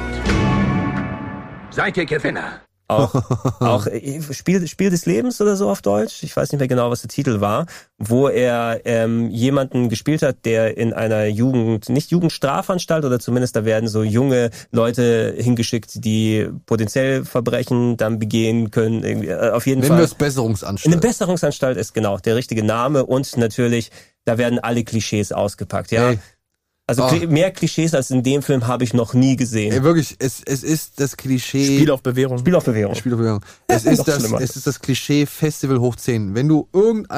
Speaker 9: seid ihr Gewinner.
Speaker 1: Auch Spiel des Lebens oder so auf Deutsch. Ich weiß nicht mehr genau, was der Titel war, wo er jemanden gespielt hat, der in einer nicht Jugendstrafanstalt oder zumindest da werden so junge Leute hingeschickt, die potenziell Verbrechen dann begehen können. Auf jeden Fall.
Speaker 3: Nennen wir es Besserungsanstalt.
Speaker 1: Eine Besserungsanstalt ist genau der richtige Name und natürlich, da werden alle Klischees ausgepackt. Ja.
Speaker 3: Hey.
Speaker 1: Also mehr Klischees als in dem Film habe ich noch nie gesehen.
Speaker 3: Ey, wirklich, es ist das Klischee...
Speaker 5: Spiel auf Bewährung.
Speaker 3: Es ist das Klischee Festival hoch 10. Wenn du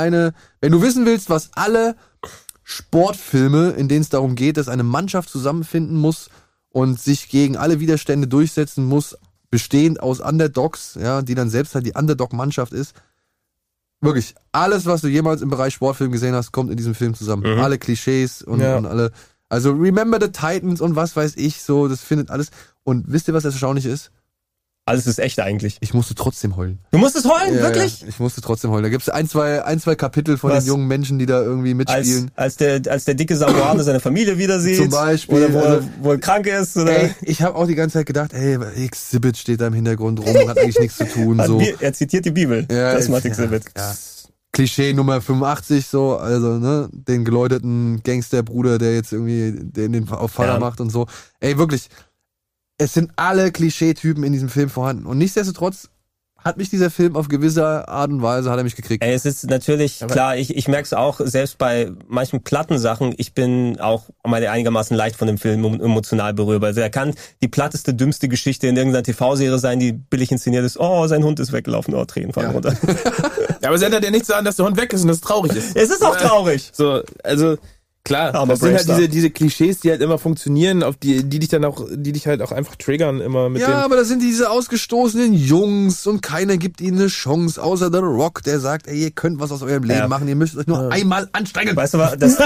Speaker 3: wissen willst, was alle Sportfilme, in denen es darum geht, dass eine Mannschaft zusammenfinden muss und sich gegen alle Widerstände durchsetzen muss, bestehend aus Underdogs, ja, die dann selbst halt die Underdog-Mannschaft ist. Wirklich, alles, was du jemals im Bereich Sportfilm gesehen hast, kommt in diesem Film zusammen. Alle Klischees und alle... Also Remember the Titans und was weiß ich, so, das findet alles. Und wisst ihr, was das Erstaunliche ist?
Speaker 1: Alles ist echt eigentlich.
Speaker 3: Ich musste trotzdem heulen.
Speaker 1: Du musstest heulen? Ja, wirklich?
Speaker 3: Ja, ich musste trotzdem heulen. Da gibt's ein, zwei Kapitel von den jungen Menschen, die da irgendwie mitspielen.
Speaker 1: Als der dicke Samoaner seine Familie wieder sieht.
Speaker 3: Zum Beispiel.
Speaker 1: Oder wo er krank ist. Oder?
Speaker 3: Ey, ich habe auch die ganze Zeit gedacht, Exhibit steht da im Hintergrund rum und hat eigentlich nichts zu tun. So.
Speaker 1: Er zitiert die Bibel.
Speaker 3: Ja,
Speaker 1: das macht Exhibit.
Speaker 3: Ja. Klischee Nummer 85, so, also, ne, den geläuteten Gangsterbruder, der jetzt irgendwie den auf Vater macht und so. Ey, wirklich, es sind alle Klischeetypen in diesem Film vorhanden. Und nichtsdestotrotz hat mich dieser Film auf gewisse Art und Weise, hat er mich gekriegt.
Speaker 1: Ey, es ist natürlich, klar, ich merke es auch, selbst bei manchen Plattensachen, ich bin auch mal einigermaßen leicht von dem Film emotional berührbar. Also er kann die platteste, dümmste Geschichte in irgendeiner TV-Serie sein, die billig inszeniert ist. Oh, sein Hund ist weggelaufen, oh, Tränen fallen runter.
Speaker 5: Ja, aber es ändert ja nichts daran, dass der Hund weg ist und das traurig ist.
Speaker 1: Es ist auch traurig.
Speaker 5: So, also... Klar, das sind halt diese Klischees, die halt immer funktionieren, auf die dich halt auch einfach triggern immer mit
Speaker 3: aber das sind diese ausgestoßenen Jungs und keiner gibt ihnen eine Chance, außer The Rock, der sagt, ey, ihr könnt was aus eurem Leben machen, ihr müsst euch nur einmal anstrengen.
Speaker 1: Weißt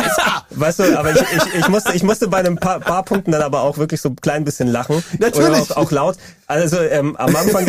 Speaker 1: du, aber ich musste bei ein paar Punkten dann aber auch wirklich so ein klein bisschen lachen.
Speaker 3: Natürlich.
Speaker 1: Oder auch laut. Also am Anfang,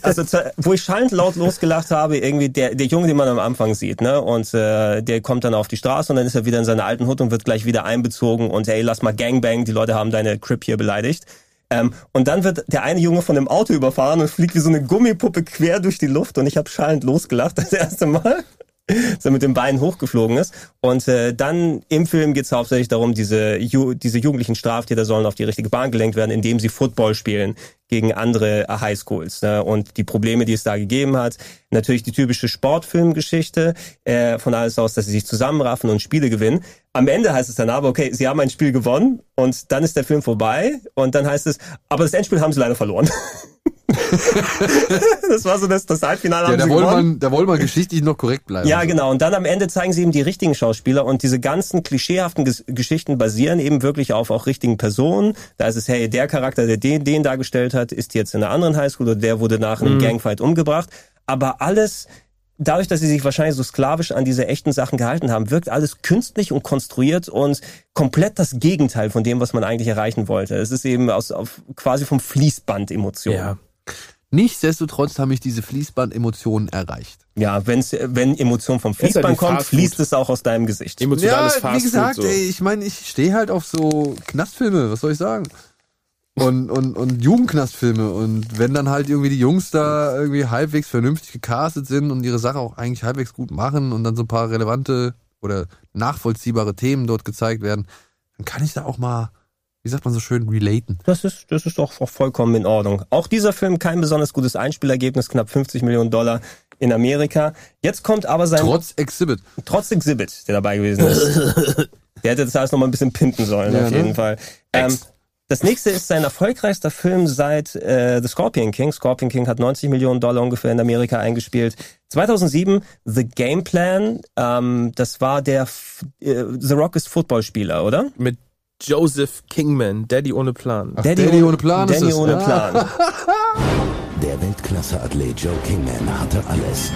Speaker 1: wo ich schallend laut losgelacht habe, irgendwie der Junge, den man am Anfang sieht, ne, und der kommt dann auf die Straße und dann ist er wieder in seiner alten Hut und wird gleich wieder einbezogen und hey, lass mal Gangbang, die Leute haben deine Crip hier beleidigt. Und dann wird der eine Junge von dem Auto überfahren und fliegt wie so eine Gummipuppe quer durch die Luft und ich habe schallend losgelacht das erste Mal, dass er mit den Beinen hochgeflogen ist. Und dann im Film geht es hauptsächlich darum, diese jugendlichen Straftäter sollen auf die richtige Bahn gelenkt werden, indem sie Football spielen gegen andere Highschools, ne? Und die Probleme, die es da gegeben hat. Natürlich die typische Sportfilmgeschichte von alles aus, dass sie sich zusammenraffen und Spiele gewinnen. Am Ende heißt es dann aber, okay, sie haben ein Spiel gewonnen und dann ist der Film vorbei und dann heißt es, aber das Endspiel haben sie leider verloren. Das war so das Halbfinale.
Speaker 3: Ja, da wollte man geschichtlich noch korrekt bleiben.
Speaker 1: Ja, genau. Und dann am Ende zeigen sie eben die richtigen Schauspieler und diese ganzen klischeehaften Geschichten basieren eben wirklich auf auch richtigen Personen. Da ist es, hey, der Charakter, der den dargestellt hat, ist jetzt in einer anderen Highschool oder der wurde nach einem Gangfight umgebracht. Aber alles, dadurch, dass sie sich wahrscheinlich so sklavisch an diese echten Sachen gehalten haben, wirkt alles künstlich und konstruiert und komplett das Gegenteil von dem, was man eigentlich erreichen wollte. Es ist eben quasi vom Fließband Emotionen. Ja.
Speaker 3: Nichtsdestotrotz haben mich diese Fließband-Emotionen erreicht.
Speaker 1: Ja, wenn Emotion vom Fließband kommt, fließt es auch aus deinem Gesicht.
Speaker 5: Emotionales Fastfood.
Speaker 3: Wie gesagt, so. Ey, ich meine, ich stehe halt auf so Knastfilme, was soll ich sagen? Und Jugendknastfilme. Und wenn dann halt irgendwie die Jungs da irgendwie halbwegs vernünftig gecastet sind und ihre Sache auch eigentlich halbwegs gut machen und dann so ein paar relevante oder nachvollziehbare Themen dort gezeigt werden, dann kann ich da auch mal, wie sagt man so schön, relaten.
Speaker 1: Das ist doch vollkommen in Ordnung. Auch dieser Film kein besonders gutes Einspielergebnis, knapp $50 Millionen in Amerika. Jetzt kommt aber sein...
Speaker 3: Trotz Exhibit,
Speaker 1: der dabei gewesen ist. Der hätte das alles noch mal ein bisschen pimpen sollen, auf jeden Fall. Das nächste ist sein erfolgreichster Film seit The Scorpion King. Scorpion King hat $90 Millionen ungefähr in Amerika eingespielt. 2007 The Game Plan. Das war The Rock ist Footballspieler, oder?
Speaker 5: Mit Joseph Kingman, Daddy ohne Plan.
Speaker 3: Daddy ohne Plan ist es.
Speaker 1: Daddy ohne Plan.
Speaker 11: Der Weltklasse-Athlet Joe Kingman hatte alles.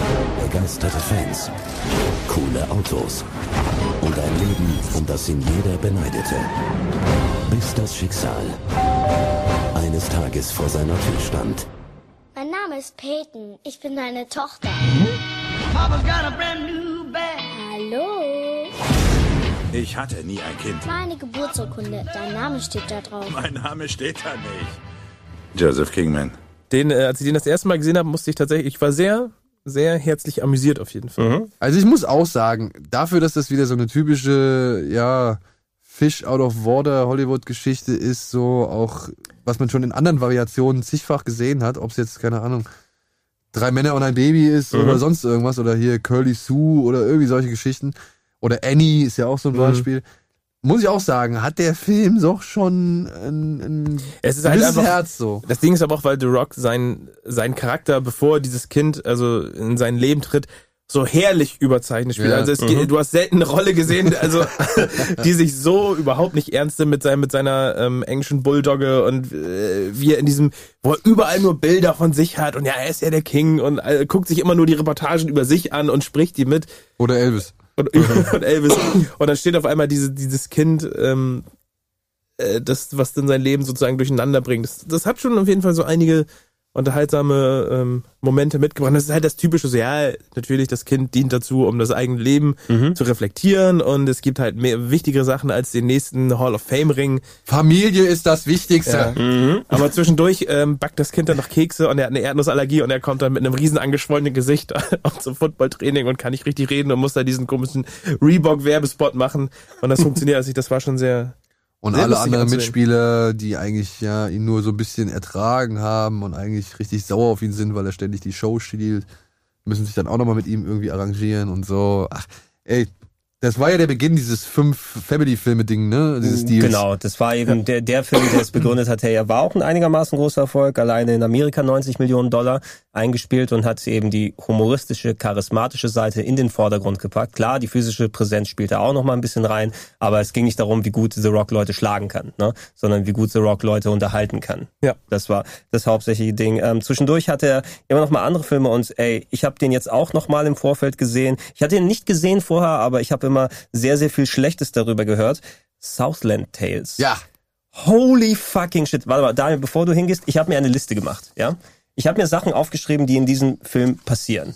Speaker 16: begeisterte Fans, coole Autos und ein Leben, um das ihn jeder beneidete. Bis das Schicksal eines Tages vor seiner Tür stand.
Speaker 17: Mein Name ist Peyton. Ich bin deine Tochter.
Speaker 15: Papa's got a brand new bag.
Speaker 17: Hallo?
Speaker 18: Ich hatte nie ein Kind.
Speaker 17: Meine Geburtsurkunde. Dein Name steht da drauf.
Speaker 18: Mein Name steht da nicht. Joseph Kingman.
Speaker 5: Als ich den das erste Mal gesehen habe, ich war sehr, sehr herzlich amüsiert auf jeden Fall.
Speaker 3: Also ich muss auch sagen, dafür, dass das wieder so eine typische, Fish out of water Hollywood-Geschichte ist, so auch, was man schon in anderen Variationen zigfach gesehen hat, ob es jetzt, keine Ahnung, 3 Männer und ein Baby ist oder sonst irgendwas, oder hier Curly Sue oder irgendwie solche Geschichten. Oder Annie ist ja auch so ein Beispiel. Muss ich auch sagen, hat der Film doch schon ein
Speaker 5: es ist halt einfach,
Speaker 3: Herz so.
Speaker 5: Das Ding ist aber auch, weil The Rock seinen Charakter, bevor dieses Kind also in sein Leben tritt, so herrlich überzeichnet spielt.
Speaker 3: Ja.
Speaker 5: Also du hast selten eine Rolle gesehen, also die sich so überhaupt nicht ernst nimmt mit seiner englischen Bulldogge und wie er wo er überall nur Bilder von sich hat und ja, er ist ja der King und guckt sich immer nur die Reportagen über sich an und spricht die mit.
Speaker 3: Oder Elvis.
Speaker 5: Und Elvis. Und dann steht auf einmal dieses Kind, das, was dann sein Leben sozusagen durcheinander bringt. Das hat schon auf jeden Fall so einige unterhaltsame Momente mitgebracht. Das ist halt das Typische, so ja, natürlich, das Kind dient dazu, um das eigene Leben zu reflektieren und es gibt halt mehr wichtigere Sachen als den nächsten Hall of Fame Ring.
Speaker 3: Familie ist das Wichtigste.
Speaker 5: Ja. Aber zwischendurch backt das Kind dann noch Kekse und er hat eine Erdnussallergie und er kommt dann mit einem riesen angeschwollenen Gesicht auch zum Footballtraining und kann nicht richtig reden und muss da diesen komischen Reebok-Werbespot machen und das funktioniert. Also das war schon sehr...
Speaker 3: Und alle anderen Mitspieler, die eigentlich ihn nur so ein bisschen ertragen haben und eigentlich richtig sauer auf ihn sind, weil er ständig die Show stiehlt, müssen sich dann auch nochmal mit ihm irgendwie arrangieren und so. Ach, ey, das war ja der Beginn dieses 5-Family-Filme-Ding, ne? Dieses Deals.
Speaker 1: Genau, das war eben der Film, der es begründet hat. Der war auch ein einigermaßen großer Erfolg. Alleine in Amerika $90 Millionen eingespielt und hat eben die humoristische, charismatische Seite in den Vordergrund gepackt. Klar, die physische Präsenz spielte auch noch mal ein bisschen rein, aber es ging nicht darum, wie gut The Rock Leute schlagen kann, ne? Sondern wie gut The Rock Leute unterhalten kann.
Speaker 5: Ja.
Speaker 1: Das war das hauptsächliche Ding. Zwischendurch hat er immer noch mal andere Filme und ich habe den jetzt auch noch mal im Vorfeld gesehen. Ich hatte ihn nicht gesehen vorher, aber ich habe immer sehr, sehr viel Schlechtes darüber gehört. Southland Tales.
Speaker 3: Ja.
Speaker 1: Holy fucking shit. Warte mal, Daniel, bevor du hingehst, ich habe mir eine Liste gemacht, ja? Ich habe mir Sachen aufgeschrieben, die in diesem Film passieren.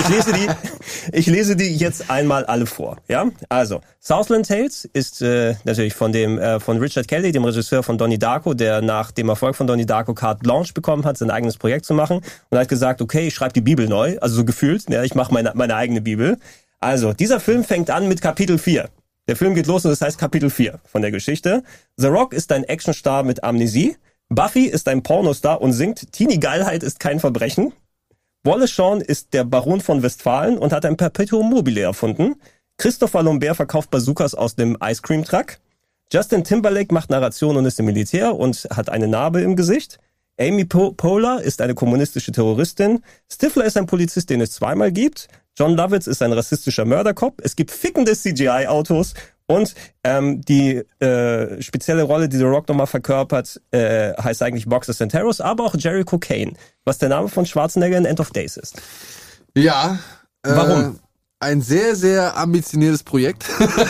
Speaker 1: Ich lese die jetzt einmal alle vor, ja? Also, Southland Tales ist natürlich von Richard Kelly, dem Regisseur von Donnie Darko, der nach dem Erfolg von Donnie Darko carte blanche bekommen hat, sein eigenes Projekt zu machen und hat gesagt, okay, ich schreibe die Bibel neu, also so gefühlt, ja, ich mache meine eigene Bibel. Also, dieser Film fängt an mit Kapitel 4. Der Film geht los und das heißt Kapitel 4 von der Geschichte. The Rock ist ein Actionstar mit Amnesie. Buffy ist ein Pornostar und singt Teenie-Geilheit ist kein Verbrechen. Wallace Shawn ist der Baron von Westfalen und hat ein Perpetuum mobile erfunden. Christopher Lambert verkauft Bazookas aus dem Ice Cream Truck. Justin Timberlake macht Narration und ist im Militär und hat eine Narbe im Gesicht. Amy Poehler ist eine kommunistische Terroristin. Stifler ist ein Polizist, den es zweimal gibt. John Lovitz ist ein rassistischer Mördercop. Es gibt fickende CGI-Autos. Und die spezielle Rolle, die The Rock nochmal verkörpert, heißt eigentlich Boxers and Terrors, aber auch Jericho Kane, was der Name von Schwarzenegger in End of Days ist.
Speaker 3: Ja.
Speaker 1: Warum?
Speaker 3: Ein sehr, sehr ambitioniertes Projekt.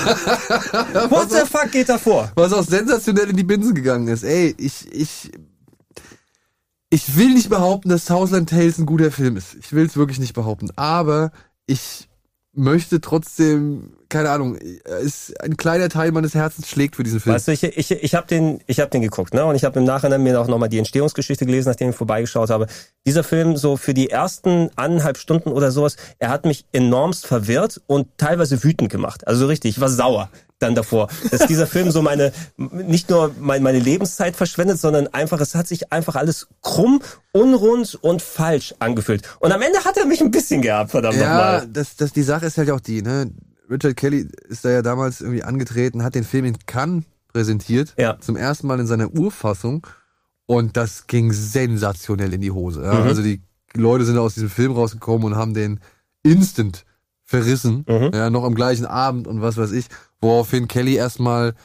Speaker 1: What the fuck geht da vor?
Speaker 3: Was auch sensationell in die Binsen gegangen ist. Ey, ich will nicht behaupten, dass Southland Tales ein guter Film ist. Ich will es wirklich nicht behaupten. Aber ich möchte trotzdem, keine Ahnung, ein kleiner Teil meines Herzens schlägt für diesen Film.
Speaker 1: Weißt du, ich hab den geguckt, ne? Und ich habe im Nachhinein mir auch nochmal die Entstehungsgeschichte gelesen, nachdem ich vorbeigeschaut habe. Dieser Film, so für die ersten 1,5 Stunden oder sowas, er hat mich enormst verwirrt und teilweise wütend gemacht. Also richtig, ich war sauer dann davor, dass dieser Film so nicht nur meine Lebenszeit verschwendet, sondern es hat sich einfach alles krumm, unrund und falsch angefühlt. Und am Ende hat er mich ein bisschen gehabt, verdammt nochmal.
Speaker 3: Ja, die Sache ist halt auch die, ne? Richard Kelly ist da ja damals irgendwie angetreten, hat den Film in Cannes präsentiert, zum ersten Mal in seiner Urfassung, und das ging sensationell in die Hose. Ja? Also die Leute sind aus diesem Film rausgekommen und haben den instant verrissen, ja, noch am gleichen Abend und was weiß ich, woraufhin Kelly erstmal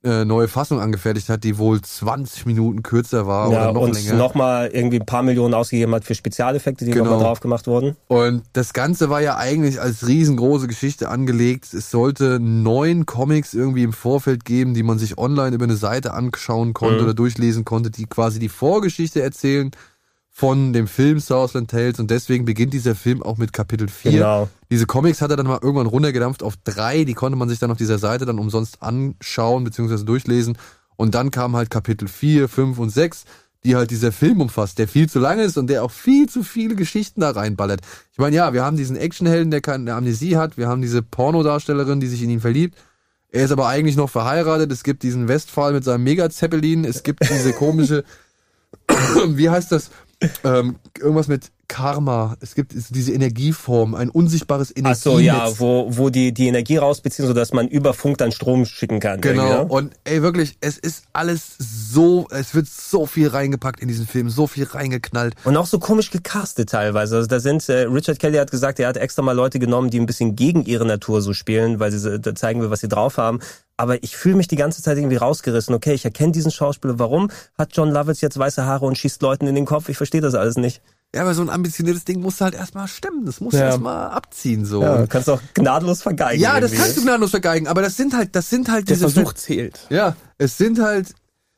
Speaker 3: neue Fassung angefertigt hat, die wohl 20 Minuten kürzer war oder noch länger.
Speaker 1: Und nochmal irgendwie ein paar Millionen ausgegeben hat für Spezialeffekte, die nochmal drauf gemacht wurden.
Speaker 3: Und das Ganze war ja eigentlich als riesengroße Geschichte angelegt. Es sollte 9 Comics irgendwie im Vorfeld geben, die man sich online über eine Seite anschauen konnte oder durchlesen konnte, die quasi die Vorgeschichte erzählen von dem Film Southland Tales, und deswegen beginnt dieser Film auch mit Kapitel 4.
Speaker 1: Genau.
Speaker 3: Diese Comics hat er dann mal irgendwann runtergedampft auf 3, die konnte man sich dann auf dieser Seite dann umsonst anschauen bzw. durchlesen, und dann kam halt Kapitel 4, 5 und 6, die halt dieser Film umfasst, der viel zu lang ist und der auch viel zu viele Geschichten da reinballert. Ich meine, ja, wir haben diesen Actionhelden, der keine Amnesie hat, wir haben diese Pornodarstellerin, die sich in ihn verliebt, er ist aber eigentlich noch verheiratet, es gibt diesen Westphal mit seinem Mega-Zeppelin, es gibt diese komische, wie heißt das, irgendwas mit Karma. Es gibt diese Energieform, ein unsichtbares Energienetz.
Speaker 1: Ach so, ja, wo die Energie rausbeziehen, sodass man über Funk dann Strom schicken kann.
Speaker 3: Genau.
Speaker 1: Ja?
Speaker 3: Und ey, wirklich, es ist alles so, es wird so viel reingepackt in diesen Film, so viel reingeknallt.
Speaker 1: Und auch so komisch gecastet teilweise. Also da sind, Richard Kelly hat gesagt, er hat extra mal Leute genommen, die ein bisschen gegen ihre Natur so spielen, weil sie da zeigen will, was sie drauf haben. Aber ich fühle mich die ganze Zeit irgendwie rausgerissen. Okay, ich erkenne diesen Schauspieler. Warum hat John Lovitz jetzt weiße Haare und schießt Leuten in den Kopf? Ich verstehe das alles nicht.
Speaker 3: Ja, aber so ein ambitioniertes Ding musst du halt erstmal stemmen. Das musst du erstmal abziehen, so.
Speaker 1: Ja, du kannst auch gnadenlos vergeigen.
Speaker 3: Ja, das kannst du gnadenlos vergeigen, aber das sind halt diese...
Speaker 5: Der Versuch zählt.
Speaker 3: Ja, es sind halt...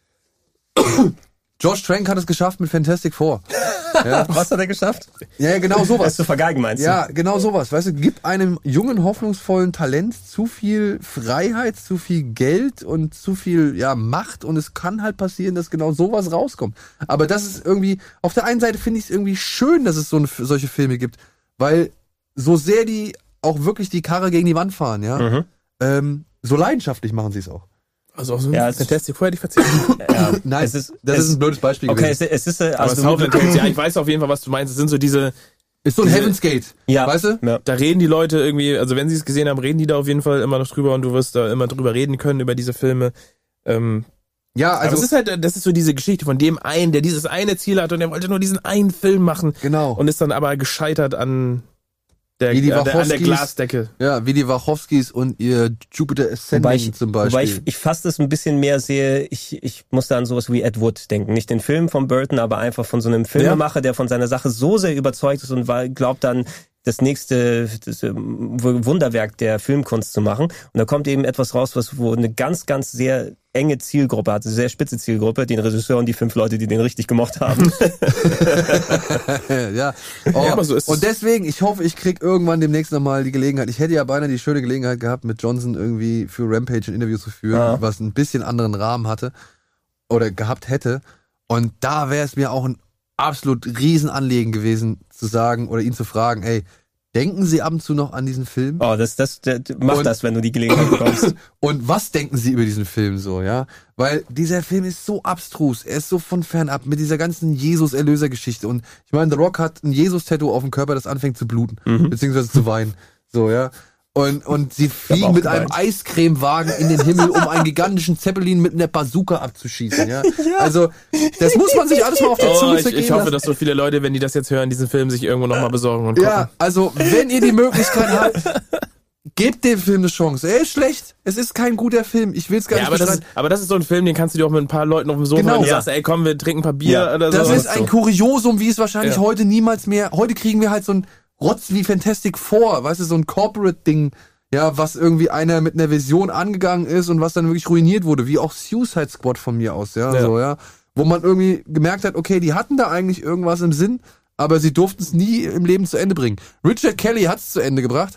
Speaker 3: Josh Trank hat es geschafft mit Fantastic Four. Ja.
Speaker 1: Was hat er geschafft?
Speaker 3: Ja, genau sowas.
Speaker 1: Das zu vergeigen, meinst du?
Speaker 3: Ja, genau sowas. Weißt du, gib einem jungen, hoffnungsvollen Talent zu viel Freiheit, zu viel Geld und zu viel Macht, und es kann halt passieren, dass genau sowas rauskommt. Aber das ist irgendwie, auf der einen Seite finde ich es irgendwie schön, dass es solche Filme gibt, weil so sehr die auch wirklich die Karre gegen die Wand fahren, ja, so leidenschaftlich machen sie es auch.
Speaker 5: Also auf so ein Fantastic Four hätte ich verzichtet.
Speaker 3: Nein, das ist ein blödes Beispiel
Speaker 1: gewesen.
Speaker 3: Okay,
Speaker 1: es ist
Speaker 5: also ich weiß auf jeden Fall, was du meinst. Es sind so diese...
Speaker 3: Ist so ein Heaven's Gate, weißt du?
Speaker 5: Ja. Da reden die Leute irgendwie, also wenn sie es gesehen haben, reden die da auf jeden Fall immer noch drüber, und du wirst da immer drüber reden können, über diese Filme.
Speaker 3: Ja, also...
Speaker 5: Aber es ist halt, das ist so diese Geschichte von dem einen, der dieses eine Ziel hat, und der wollte nur diesen einen Film machen.
Speaker 3: Genau.
Speaker 5: Und ist dann aber gescheitert an der Glasdecke.
Speaker 3: Ja, wie die Wachowskis und ihr Jupiter Ascending zum Beispiel.
Speaker 1: Wobei ich fast es ein bisschen mehr sehe, ich muss da an sowas wie Ed Wood denken. Nicht den Film von Burton, aber einfach von so einem Filmemacher, der von seiner Sache so sehr überzeugt ist und glaubt dann, das nächste Wunderwerk der Filmkunst zu machen. Und da kommt eben etwas raus, wo eine ganz, ganz sehr enge Zielgruppe hat, eine sehr spitze Zielgruppe, den Regisseur und die 5 Leute, die den richtig gemocht haben.
Speaker 3: Ja. Aber so ist es. Und deswegen, ich hoffe, ich krieg irgendwann demnächst nochmal die Gelegenheit. Ich hätte ja beinahe die schöne Gelegenheit gehabt, mit Johnson irgendwie für Rampage ein Interview zu führen, was ein bisschen anderen Rahmen hatte oder gehabt hätte. Und da wäre es mir auch ein absolut Riesenanliegen gewesen, zu sagen oder ihn zu fragen, ey, denken Sie ab und zu noch an diesen Film?
Speaker 1: Oh, mach das, wenn du die Gelegenheit bekommst.
Speaker 3: Und was denken Sie über diesen Film so, ja? Weil dieser Film ist so abstrus, er ist so von fernab mit dieser ganzen Jesus-Erlöser-Geschichte. Und ich meine, The Rock hat ein Jesus-Tattoo auf dem Körper, das anfängt zu bluten, beziehungsweise zu weinen. So, ja. Und sie fliegen mit einem Eiscremewagen in den Himmel, um einen gigantischen Zeppelin mit einer Bazooka abzuschießen, ja? Also, das muss man sich alles mal auf der Zunge zergehen
Speaker 5: ich hoffe, dass so viele Leute, wenn die das jetzt hören, diesen Film sich irgendwo nochmal besorgen und gucken.
Speaker 3: Ja, also, wenn ihr die Möglichkeit habt, gebt dem Film eine Chance. Er ist schlecht. Es ist kein guter Film. Ich will es gar nicht bestreiten.
Speaker 5: Aber das ist so ein Film, den kannst du dir auch mit ein paar Leuten auf dem Sofa, wenn du sagst, ey, komm, wir trinken ein paar Bier oder so.
Speaker 3: Das ist ein Kuriosum, wie es wahrscheinlich heute niemals mehr... Heute kriegen wir halt so ein Rotz wie Fantastic Four, weißt du, so ein Corporate-Ding, ja, was irgendwie einer mit einer Vision angegangen ist und was dann wirklich ruiniert wurde, wie auch Suicide Squad von mir aus, so, wo man irgendwie gemerkt hat, okay, die hatten da eigentlich irgendwas im Sinn, aber sie durften es nie im Leben zu Ende bringen. Richard Kelly hat es zu Ende gebracht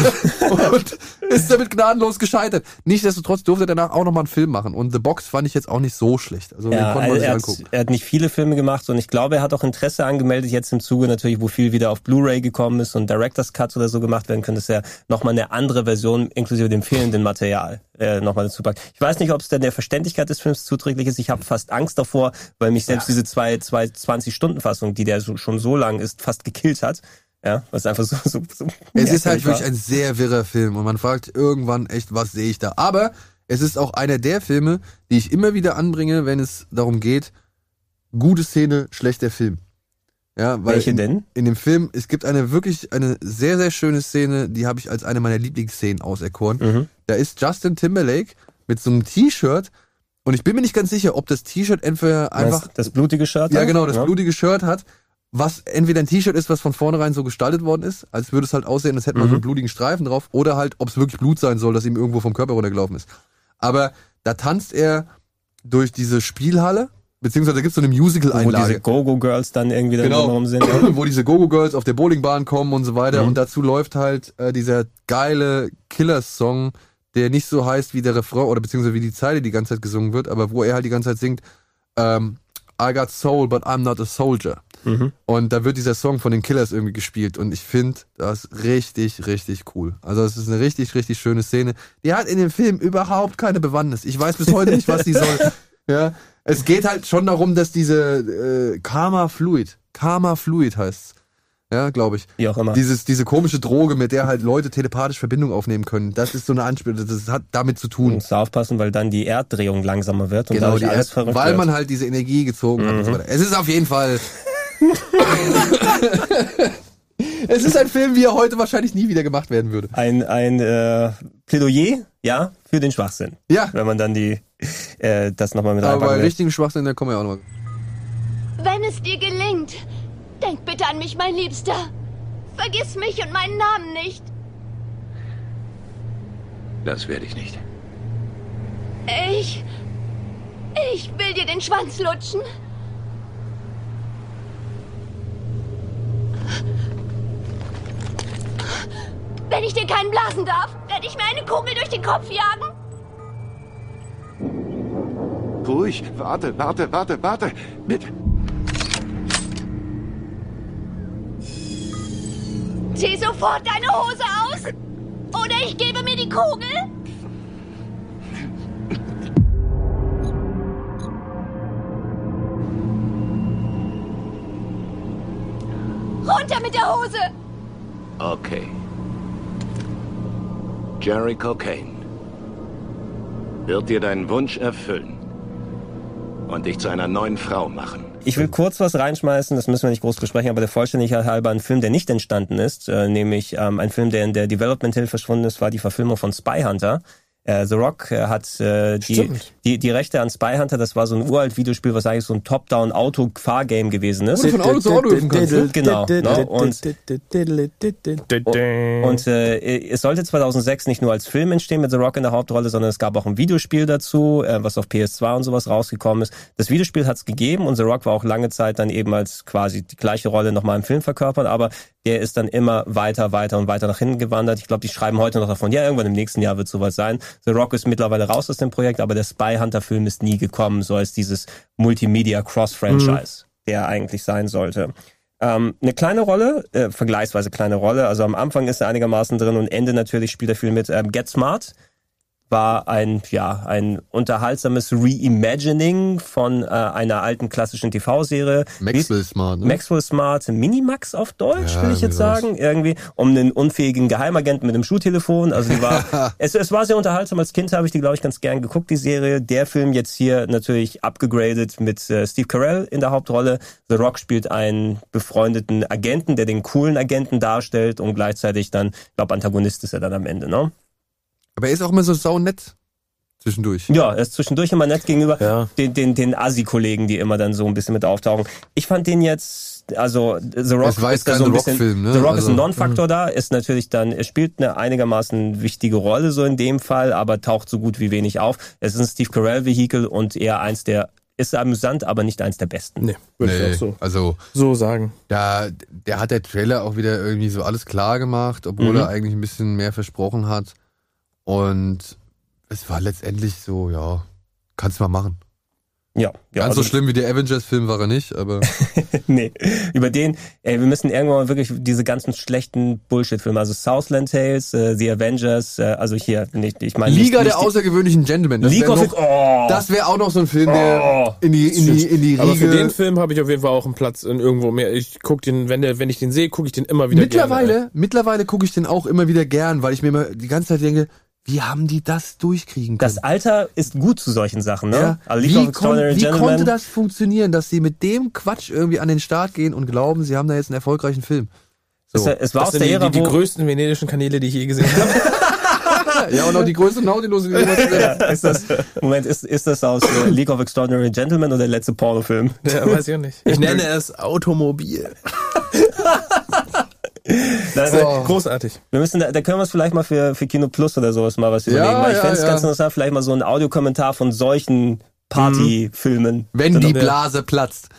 Speaker 3: und ist damit gnadenlos gescheitert. Nichtsdestotrotz durfte er danach auch nochmal einen Film machen, und The Box fand ich jetzt auch nicht so schlecht. Also den konnte man sich angucken.
Speaker 1: Er hat nicht viele Filme gemacht, und ich glaube, er hat auch Interesse angemeldet, jetzt im Zuge natürlich, wo viel wieder auf Blu-ray gekommen ist und Director's Cut oder so gemacht werden könnte, ist ja nochmal eine andere Version, inklusive dem fehlenden Material, nochmal dazu packt. Ich weiß nicht, ob es denn der Verständlichkeit des Films zuträglich ist. Ich habe fast Angst davor, weil mich selbst diese 20-Stunden-Fassung, die der schon so lang ist, fast gekillt hat. Ja, was einfach so
Speaker 3: es ist halt wirklich ein sehr wirrer Film, und man fragt irgendwann echt, was sehe ich da? Aber es ist auch einer der Filme, die ich immer wieder anbringe, wenn es darum geht, gute Szene, schlechter Film. Ja, weil
Speaker 1: welche denn?
Speaker 3: In dem Film, es gibt eine sehr, sehr schöne Szene, die habe ich als eine meiner Lieblingsszenen auserkoren. Da ist Justin Timberlake mit so einem T-Shirt. Und ich bin mir nicht ganz sicher, ob das T-Shirt entweder einfach...
Speaker 1: Das blutige Shirt?
Speaker 3: Ja, genau, das blutige Shirt hat, was entweder ein T-Shirt ist, was von vornherein so gestaltet worden ist, als würde es halt aussehen, als hätte man so einen blutigen Streifen drauf, oder halt, ob es wirklich Blut sein soll, das ihm irgendwo vom Körper runtergelaufen ist. Aber da tanzt er durch diese Spielhalle, beziehungsweise da gibt es so eine Musical-Einlage.
Speaker 1: Wo diese Go-Go-Girls dann irgendwie dann rum sind.
Speaker 3: Ja. Wo diese Go-Go-Girls auf der Bowlingbahn kommen und so weiter. Und dazu läuft halt dieser geile Killers-Song, der nicht so heißt wie der Refrain oder beziehungsweise wie die Zeile die ganze Zeit gesungen wird, aber wo er halt die ganze Zeit singt, I got soul, but I'm not a soldier. Und da wird dieser Song von den Killers irgendwie gespielt und ich finde das richtig, richtig cool. Also es ist eine richtig, richtig schöne Szene. Die hat in dem Film überhaupt keine Bewandtnis. Ich weiß bis heute nicht, was die soll. Ja, es geht halt schon darum, dass diese Karma Fluid heißt's. Ja, glaube ich.
Speaker 1: Wie auch immer.
Speaker 3: Diese komische Droge, mit der halt Leute telepathisch Verbindung aufnehmen können. Das ist so eine Anspielung, das hat damit zu tun.
Speaker 1: Du musst aufpassen, weil dann die Erddrehung langsamer wird und
Speaker 3: genau,
Speaker 1: alles verrückt
Speaker 3: weil
Speaker 1: wird.
Speaker 3: man halt diese Energie gezogen hat und so weiter. Es ist auf jeden Fall... Es ist ein Film, wie er heute wahrscheinlich nie wieder gemacht werden würde.
Speaker 1: Ein Plädoyer, ja, für den Schwachsinn.
Speaker 3: Ja.
Speaker 1: Wenn man dann das nochmal mit
Speaker 3: reinpacken. Aber bei richtigen Schwachsinn, da kommen wir auch nochmal.
Speaker 17: Wenn es dir gelingt, denk bitte an mich, mein Liebster. Vergiss mich und meinen Namen nicht.
Speaker 9: Das werde ich nicht.
Speaker 17: Ich will dir den Schwanz lutschen. Wenn ich dir keinen blasen darf, werde ich mir eine Kugel durch den Kopf jagen.
Speaker 9: Ruhig, warte. Bitte.
Speaker 17: Zieh sofort deine Hose aus, oder ich gebe mir die Kugel. Runter mit der Hose!
Speaker 9: Okay. Jericho Kane wird dir deinen Wunsch erfüllen und dich zu einer neuen Frau machen.
Speaker 1: Ich will kurz was reinschmeißen, das müssen wir nicht groß besprechen, aber der Vollständigkeit halber ein Film, der nicht entstanden ist, nämlich ein Film, der in der Development Hill verschwunden ist, war die Verfilmung von Spy Hunter. The Rock hat die Rechte an Spy Hunter, das war so ein uralt Videospiel, was eigentlich so ein Top-Down-Auto-Fahr-Game gewesen ist.
Speaker 3: Wo du von Auto zu Auto hüpfen kannst, ne?
Speaker 1: Genau. Und es sollte 2006 nicht nur als Film entstehen mit The Rock in der Hauptrolle, sondern es gab auch ein Videospiel dazu, was auf PS2 und sowas rausgekommen ist. Das Videospiel hat es gegeben und The Rock war auch lange Zeit dann eben als quasi die gleiche Rolle nochmal im Film verkörpert, aber der ist dann immer weiter und weiter nach hinten gewandert. Ich glaube, die schreiben heute noch davon, ja, irgendwann im nächsten Jahr wird sowas sein. The Rock ist mittlerweile raus aus dem Projekt, aber der Spy Hunter Film ist nie gekommen, so als dieses Multimedia Cross-Franchise, der eigentlich sein sollte. Eine kleine Rolle, vergleichsweise kleine Rolle, also am Anfang ist er einigermaßen drin und Ende natürlich spielt er viel mit. Get Smart war ein unterhaltsames Reimagining von einer alten klassischen TV-Serie.
Speaker 3: Maxwell Smart, ne?
Speaker 1: Maxwell Smart, Minimax auf Deutsch, ja, will ich jetzt sagen. Irgendwie um einen unfähigen Geheimagenten mit einem Schuhtelefon. Also die war, es war sehr unterhaltsam. Als Kind habe ich die, glaube ich, ganz gern geguckt, die Serie. Der Film jetzt hier natürlich abgegradet mit Steve Carell in der Hauptrolle. The Rock spielt einen befreundeten Agenten, der den coolen Agenten darstellt und gleichzeitig dann, ich glaube, Antagonist ist er dann am Ende, ne?
Speaker 3: Aber er ist auch immer so saunett zwischendurch.
Speaker 1: Ja, er ist zwischendurch immer nett gegenüber den Assi-Kollegen, die immer dann so ein bisschen mit auftauchen. Ich fand den jetzt, also The Rock ist da so ein bisschen, Rock-Film, ne? The Rock ist ein Non-Faktor da, ist natürlich dann, er spielt eine einigermaßen wichtige Rolle so in dem Fall, aber taucht so gut wie wenig auf. Es ist ein Steve Carell-Vehikel und eher eins der, ist amüsant, aber nicht eins der besten.
Speaker 5: Nee, würde ich auch so sagen.
Speaker 3: Der hat der Trailer auch wieder irgendwie so alles klar gemacht, obwohl er eigentlich ein bisschen mehr versprochen hat. Und es war letztendlich so, ja, kannst mal machen.
Speaker 1: Ja.
Speaker 3: Ganz so schlimm wie der Avengers-Film war er nicht, aber...
Speaker 1: Nee, über den, wir müssen irgendwann mal wirklich diese ganzen schlechten Bullshit-Filme, also Southland Tales, The Avengers, also hier, ich meine...
Speaker 3: Liga der außergewöhnlichen Gentlemen. Das wäre auch noch so ein Film, der in die Riege...
Speaker 5: Aber für den Film habe ich auf jeden Fall auch einen Platz in irgendwo mehr. Ich gucke den, wenn ich den sehe, gucke ich den immer wieder gerne.
Speaker 3: Mittlerweile gucke ich den auch immer wieder gern, weil ich mir immer die ganze Zeit denke... Wie haben die das durchkriegen können?
Speaker 1: Das Alter ist gut zu solchen Sachen, ne?
Speaker 3: Ja. Also wie konnte das funktionieren, dass sie mit dem Quatsch irgendwie an den Start gehen und glauben, sie haben da jetzt einen erfolgreichen Film?
Speaker 5: So. Es war aus der Ära, die größten venedischen Kanäle, die ich je gesehen habe.
Speaker 3: Ja, und auch die größte Nautilus, die jemals
Speaker 1: ist das aus League of Extraordinary Gentlemen oder der letzte Pornofilm?
Speaker 5: Ja, weiß ich auch nicht. Ich nenne es Automobil. Großartig.
Speaker 1: Wir müssen, da können wir es vielleicht mal für Kino Plus oder sowas mal was überlegen. Weil ich fände es ganz interessant, vielleicht mal so ein Audiokommentar von solchen Partyfilmen.
Speaker 3: Wenn die Blase platzt.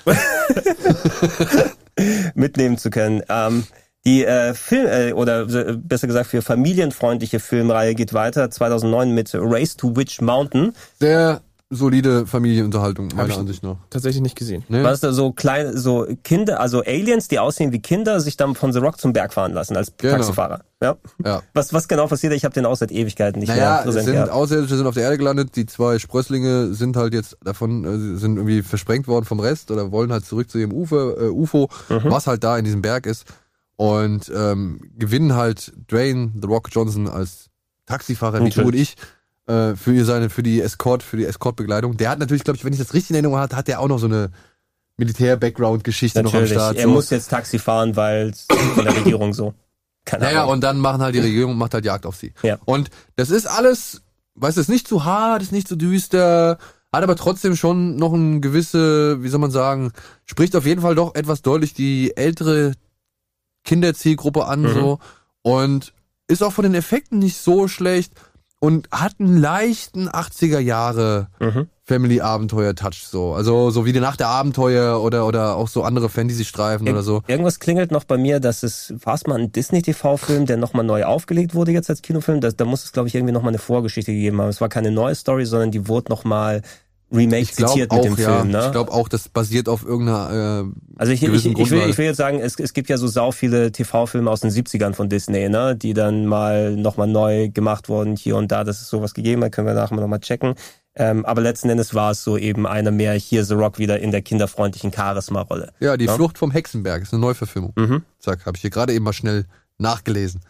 Speaker 1: Mitnehmen zu können. Die oder besser gesagt für familienfreundliche Filmreihe geht weiter. 2009 mit Race to Witch Mountain.
Speaker 3: Sehr solide Familienunterhaltung, meiner Ansicht nach.
Speaker 5: Tatsächlich nicht gesehen.
Speaker 3: Nee.
Speaker 1: Was da so kleine, so Kinder, also Aliens, die aussehen wie Kinder, sich dann von The Rock zum Berg fahren lassen als Taxifahrer. Ja. Was genau passiert? Ich habe den auch seit Ewigkeiten nicht mehr präsent gehabt.
Speaker 3: Außerirdische sind auf der Erde gelandet, die 2 Sprösslinge sind halt jetzt davon, sind irgendwie versprengt worden vom Rest oder wollen halt zurück zu ihrem UFO, was halt da in diesem Berg ist. Und gewinnen halt Dwayne The Rock Johnson als Taxifahrer, wie du und ich, für die Escort-Begleitung. Der hat natürlich, glaube ich, wenn ich das richtig in Erinnerung habe, hat der auch noch so eine Militär-Background-Geschichte noch am Start.
Speaker 1: Er muss jetzt Taxi fahren, weil von der Regierung so.
Speaker 3: Und dann machen halt die Regierung macht halt Jagd auf sie.
Speaker 1: Ja.
Speaker 3: Und das ist alles, weißt du, ist nicht zu hart, ist nicht zu düster, hat aber trotzdem schon noch eine gewisse, wie soll man sagen, spricht auf jeden Fall doch etwas deutlich die ältere Kinderzielgruppe an, so. Und ist auch von den Effekten nicht so schlecht. Und hat einen leichten 80er Jahre Family-Abenteuer-Touch so. Also so wie die Nacht der Abenteuer oder auch so andere Fantasy-Streifen oder so.
Speaker 1: Irgendwas klingelt noch bei mir, dass war es mal ein Disney-TV-Film, der nochmal neu aufgelegt wurde jetzt als Kinofilm? Da muss es, glaube ich, irgendwie nochmal eine Vorgeschichte gegeben haben. Es war keine neue Story, sondern die wurde nochmal Remake zitiert mit dem Film, ne?
Speaker 3: Ich glaube auch, das basiert auf irgendeiner
Speaker 1: also ich will jetzt sagen, es gibt ja so sau viele TV-Filme aus den 70ern von Disney, ne, die dann nochmal neu gemacht wurden hier und da, dass es sowas gegeben hat, können wir nachher nochmal checken. Aber letzten Endes war es so eben einer mehr hier The Rock wieder in der kinderfreundlichen Charisma-Rolle.
Speaker 3: Ja, die Flucht vom Hexenberg ist eine Neuverfilmung. Zack, habe ich hier gerade eben mal schnell nachgelesen.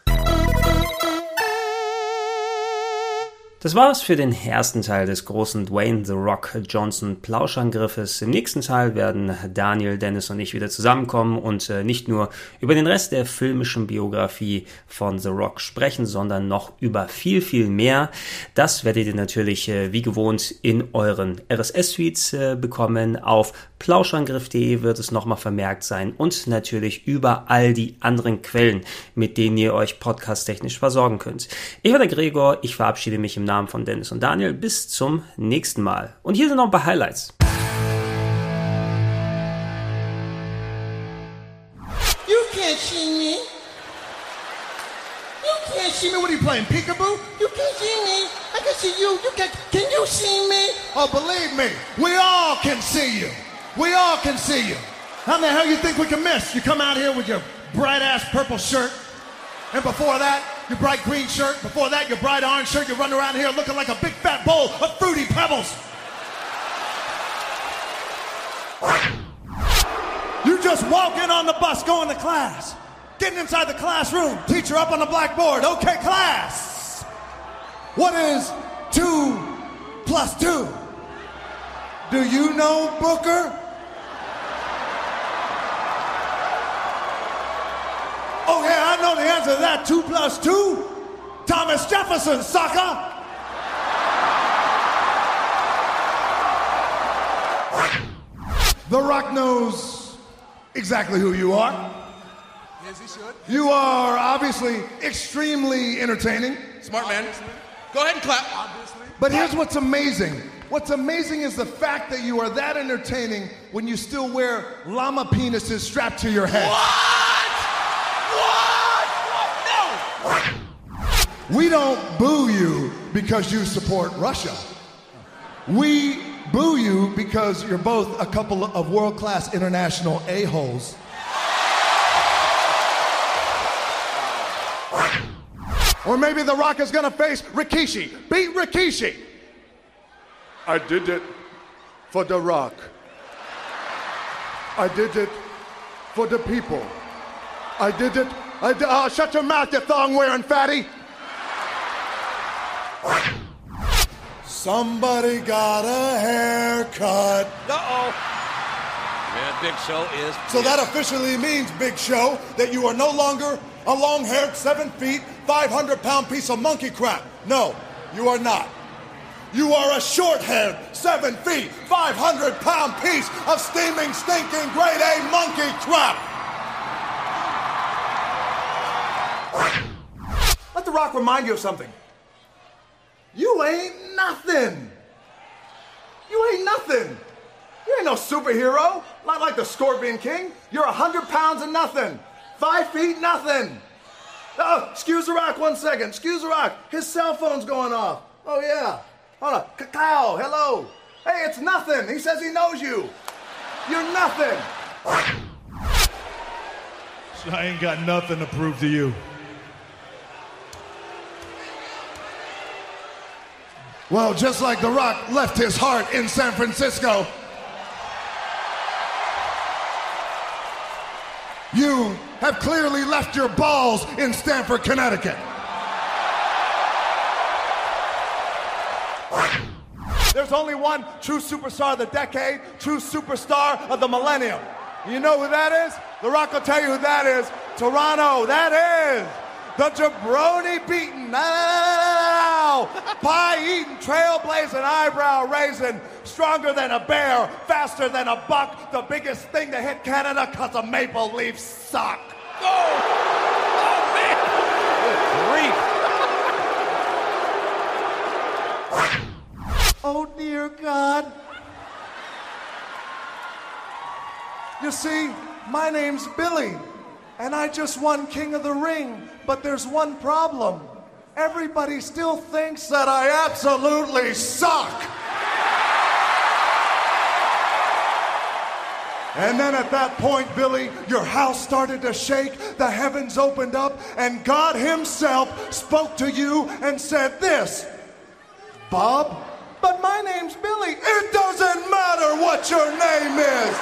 Speaker 1: Das war's für den ersten Teil des großen Dwayne The Rock Johnson Plauschangriffes. Im nächsten Teil werden Daniel, Dennis und ich wieder zusammenkommen und nicht nur über den Rest der filmischen Biografie von The Rock sprechen, sondern noch über viel, viel mehr. Das werdet ihr natürlich wie gewohnt in euren RSS-Feeds bekommen. Auf plauschangriff.de wird es nochmal vermerkt sein und natürlich über all die anderen Quellen, mit denen ihr euch podcasttechnisch versorgen könnt. Ich war der Gregor, ich verabschiede mich im Namen von Dennis und Daniel. Bis zum nächsten Mal. Und hier sind noch ein paar Highlights.
Speaker 19: You can't see me. You can't see me. What are you playing, peekaboo? You can't see me. I can see you. Can you see me? Oh, believe me, we all can see you. We all can see you. How in the hell you think we can miss? You come out here with your bright-ass purple shirt. And before that, your bright green shirt. Before that, your bright orange shirt. You run around here looking like a big fat bowl of Fruity Pebbles. You just walk in on the bus going to class. Getting inside the classroom. Teacher up on the blackboard. Okay, class. What is 2 plus 2? Do you know, Booker? Oh, yeah, I know the answer to that. 2 plus 2? Thomas Jefferson, sucker! The Rock knows exactly who you are. Yes, he should. You are obviously extremely entertaining.
Speaker 20: Smart man. Go ahead and clap. Obviously.
Speaker 19: But here's what's amazing. What's amazing is the fact that you are that entertaining when you still wear llama penises strapped to your head. No! We don't boo you because you support Russia. We boo you because you're both a couple of world-class international a-holes. Or maybe The Rock is gonna face Rikishi. Beat Rikishi.
Speaker 2: I did it for The Rock. I did it for the people. I did it. Shut your mouth, you thong-wearing fatty.
Speaker 19: Somebody got a haircut.
Speaker 20: Uh-oh. Yeah, Big Show is...
Speaker 19: So that officially means, Big Show, that you are no longer A long-haired, 7 feet, 500-pound piece of monkey crap. No, you are not. You are a short-haired, 7 feet, 500-pound piece of steaming, stinking, grade A monkey crap. Let The Rock remind you of something. You ain't nothing. You ain't nothing. You ain't no superhero. Not like the Scorpion King. You're 100 pounds of nothing. 5 feet nothing. Oh, excuse The Rock 1 second. Excuse The Rock. His cell phone's going off. Oh, yeah. Hold on. Cacao, hello. Hey, it's nothing. He says he knows you. You're nothing.
Speaker 10: So I ain't got nothing to prove to you.
Speaker 19: Well, just like The Rock left his heart in San Francisco, you have clearly left your balls in Stamford, Connecticut. There's only one true superstar of the decade, true superstar of the millennium. You know who that is? The Rock will tell you who that is. Toronto, that is the jabroni beaten, pie-eating, trailblazing, eyebrow-raising, stronger than a bear, faster than a buck, the biggest thing to hit Canada because the Maple Leafs suck.
Speaker 20: Oh, man.
Speaker 19: Oh, dear God. You see, my name's Billy, and I just won King of the Ring, but there's one problem. Everybody still thinks that I absolutely suck. And then at that point, Billy, your house started to shake, the heavens opened up, and God himself spoke to you and said this, Bob, but my name's Billy. It doesn't matter what your name is.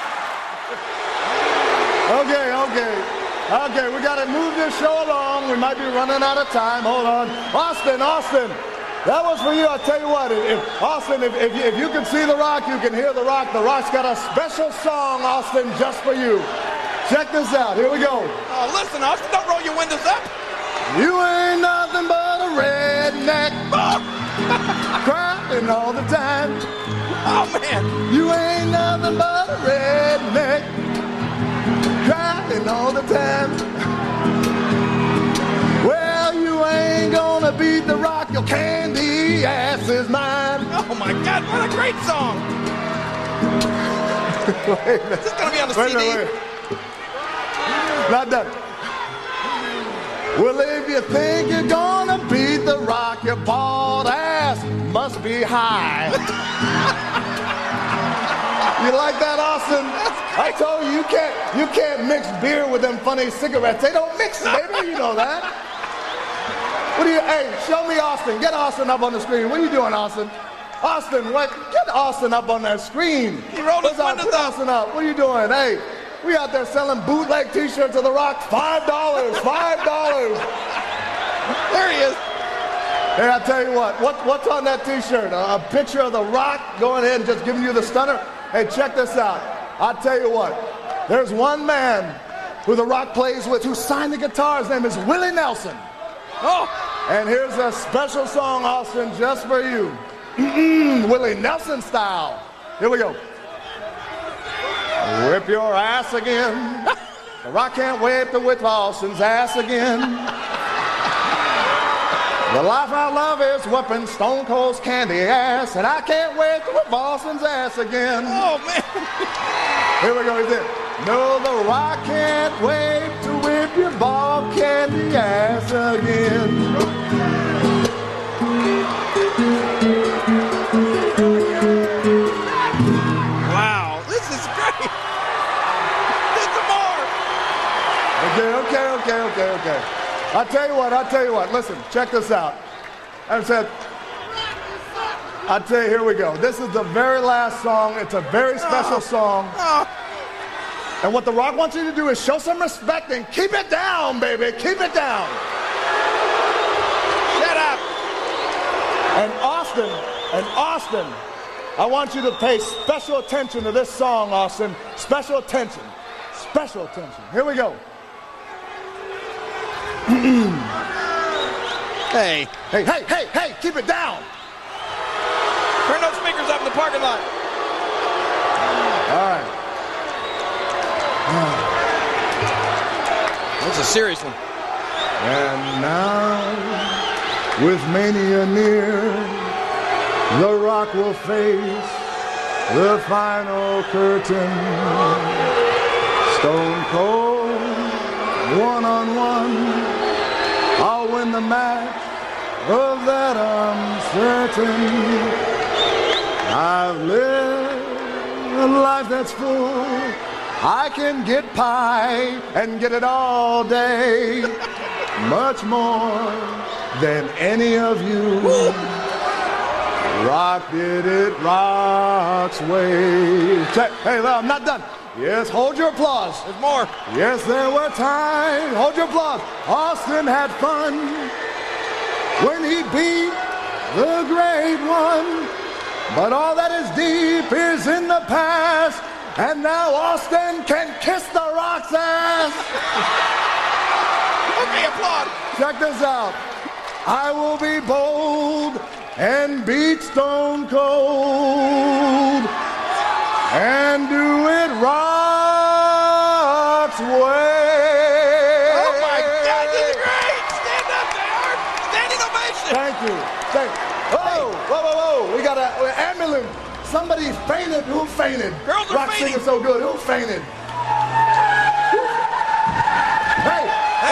Speaker 19: Okay, we gotta move this show along. We might be running out of time. Hold on. Austin, that was for you. I'll tell you what, if you can see The Rock, you can hear The Rock. The Rock's got a special song, Austin, just for you. Check this out. Here we go.
Speaker 20: Oh, listen, Austin, don't roll your windows up.
Speaker 19: You ain't nothing but a redneck. Crying all the time.
Speaker 20: Oh, man.
Speaker 19: You ain't nothing but a redneck. Crying all the time. Well, you ain't gonna beat The Rock. Your candy ass is mine.
Speaker 20: Oh, my God. What a great song.
Speaker 19: Wait a minute.
Speaker 20: Is this going to be on the CD?
Speaker 19: Wait. Not done. Well, if you think you're gonna beat The Rock, your bald ass must be high. You like that, Austin? I told you, you can't mix beer with them funny cigarettes. They don't mix, baby. You know that. Hey, show me Austin. Get Austin up on the screen. What are you doing, Austin? Austin, what? Get Austin up on that screen.
Speaker 20: He rolled his windows up.
Speaker 19: Austin up. What are you doing? Hey. We out there selling bootleg t-shirts of The Rock, $5.
Speaker 20: There he is.
Speaker 19: Hey, I'll tell you what's on that t-shirt? A picture of The Rock going in and just giving you the stunner? Hey, check this out. I'll tell you what. There's one man who The Rock plays with who signed the guitar. His name is Willie Nelson.
Speaker 20: Oh.
Speaker 19: And here's a special song, Austin, just for you. Willie Nelson style. Here we go. Whip your ass again. The Rock can't wait to whip Austin's ass again. The life I love is whipping Stone Cold's candy ass, and I can't wait to whip Austin's ass again.
Speaker 20: Oh, man.
Speaker 19: Here we go, he's it. No, The Rock can't wait to whip your bald candy ass again.
Speaker 20: Wow, this is great.
Speaker 19: Okay. I'll tell you what. Listen, check this out. I said, I'll tell you, here we go. This is the very last song. It's a very special song. And what The Rock wants you to do is show some respect and keep it down, baby. Keep it down.
Speaker 20: Shut up.
Speaker 19: And Austin, I want you to pay special attention to this song, Austin. Special attention. Here we go.
Speaker 20: Hey.
Speaker 19: Hey, keep it down.
Speaker 20: Turn those speakers up in the parking lot.
Speaker 19: All right.
Speaker 20: That's a serious one.
Speaker 19: And now, with Mania near, The Rock will face the final curtain. Stone Cold, one-on-one. I'll win the match, of that I'm certain. I've lived a life that's full. I can get pie and get it all day. Much more than any of you. Rock did it Rock's way. Hey, well, I'm not done. Yes, hold your applause.
Speaker 20: There's more.
Speaker 19: Yes, there were times. Hold your applause. Austin had fun when he beat the great one. But all that is deep is in the past. And now Austin can kiss the Rock's ass.
Speaker 20: Okay, applaud.
Speaker 19: Check this out. I will be bold and beat Stone Cold and do it Rock's way.
Speaker 20: Oh my God, this is great! Stand up, JR. Standing ovation.
Speaker 19: Thank you. Whoa. We got an ambulance. Somebody fainted. Who fainted?
Speaker 20: Girls are
Speaker 19: Rock
Speaker 20: fainting.
Speaker 19: singing so good. Who fainted? Hey.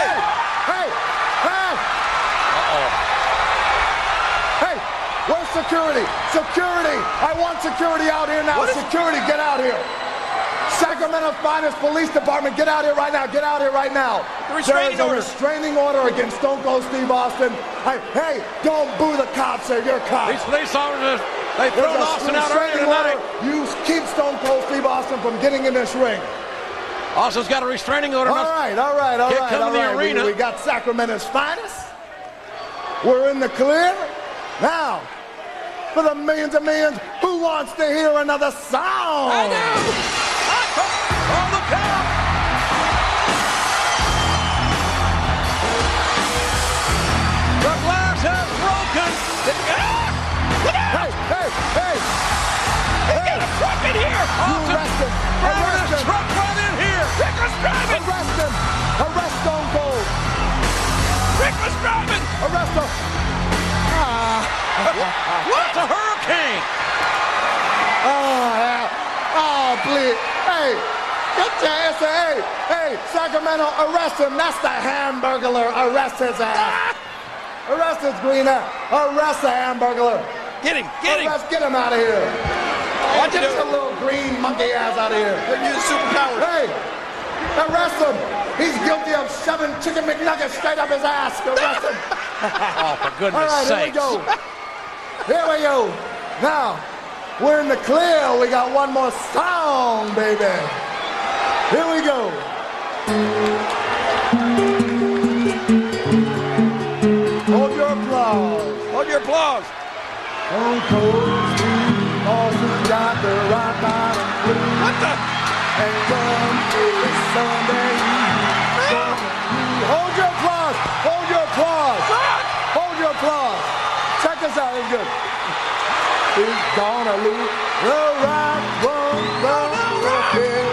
Speaker 19: Hey, where's security? Security! I want security out here now. Security, get out here. Sacramento's finest police department, get out here right now. Get out here right now.
Speaker 20: The restraining
Speaker 19: There is a
Speaker 20: order.
Speaker 19: restraining order against Stone Cold Steve Austin. Hey, don't boo the cops there. You're cops.
Speaker 20: These police officers, they
Speaker 19: There's
Speaker 20: thrown
Speaker 19: a
Speaker 20: Austin out earlier
Speaker 19: restraining order.
Speaker 20: tonight.
Speaker 19: You keep Stone Cold Steve Austin from getting in this ring.
Speaker 20: Austin's got a restraining order.
Speaker 19: All right.
Speaker 20: Can't come in the arena.
Speaker 19: We got Sacramento's finest. We're in the clear. Now, for the millions and millions, who wants to hear another sound?
Speaker 20: I do. On the count. The glass has broken.
Speaker 19: Hey.
Speaker 20: They got a truck in here.
Speaker 19: Arrest him.
Speaker 20: Driving a truck right in here. Rick was driving.
Speaker 19: Arrest him. Arrest Stone Cold.
Speaker 20: Rick was driving.
Speaker 19: Arrest him.
Speaker 20: What's a hurricane?
Speaker 19: Oh, please. Hey, get your ass. Hey, Sacramento, arrest him. That's the Hamburglar. Arrest his ass. Arrest his green ass. Arrest the Hamburglar.
Speaker 20: Get him.
Speaker 19: Get him out of here.
Speaker 20: Watch
Speaker 19: Get
Speaker 20: it.
Speaker 19: your little green monkey ass out of here.
Speaker 20: They're using superpowers.
Speaker 19: Hey, arrest him. He's guilty of shoving chicken McNuggets straight up his ass. Arrest him.
Speaker 20: Oh, for
Speaker 19: All
Speaker 20: goodness
Speaker 19: right,
Speaker 20: sakes.
Speaker 19: Here we go. Now, we're in the clear. We got one more song, baby. Here we go. Hold your applause.
Speaker 20: Hold your applause.
Speaker 19: Stone Cold Steve Austin got the rock bottom blue.
Speaker 20: What the?
Speaker 19: And come is Sunday. Hold your applause. Hold your applause. Hold your applause. Check this out. It's good. He's gonna lose. The rock won't rocket.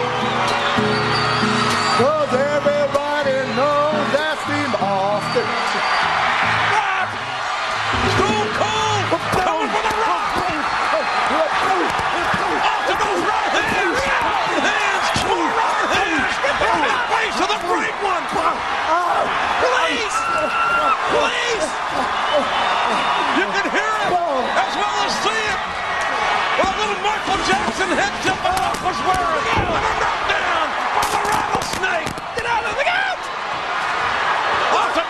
Speaker 19: 'Cause everybody knows that Steve Austin.
Speaker 20: Rock! Stone Cold! Coming for the Rock! Austin goes right hands! More right hands! Face to the great one! Please! Please! You can hear it as well as see it! What little Michael Jackson head tip off was wearing! And a knockdown from the rattlesnake! Get out of the out! Austin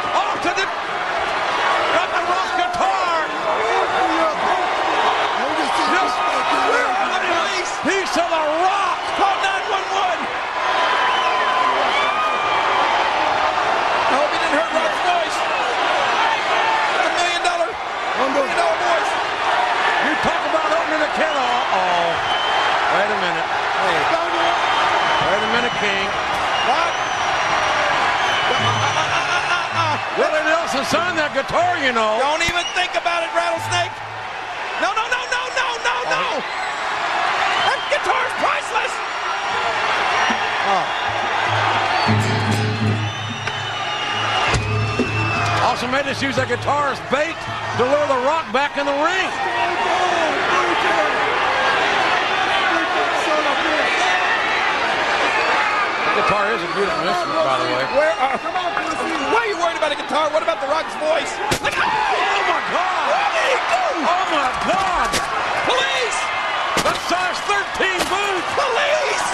Speaker 20: got the rock guitar! Just we're on the piece of the Rock! Call 911! I hope he didn't hurt Rock's voice! $1 million voice! You talk about opening a can. Wait a minute. Austin selling that guitar, you know.
Speaker 15: Don't even think about it, Rattlesnake. No. That guitar's priceless.
Speaker 20: Austin made us use that guitar as bait to lure The Rock back in the ring. The guitar is a beautiful instrument, by the way.
Speaker 15: Why are you worried about a guitar? What about The Rock's voice?
Speaker 20: Oh my God!
Speaker 15: What did he do?
Speaker 20: Oh my God!
Speaker 15: Police!
Speaker 20: That's size 13 boots!
Speaker 15: Police!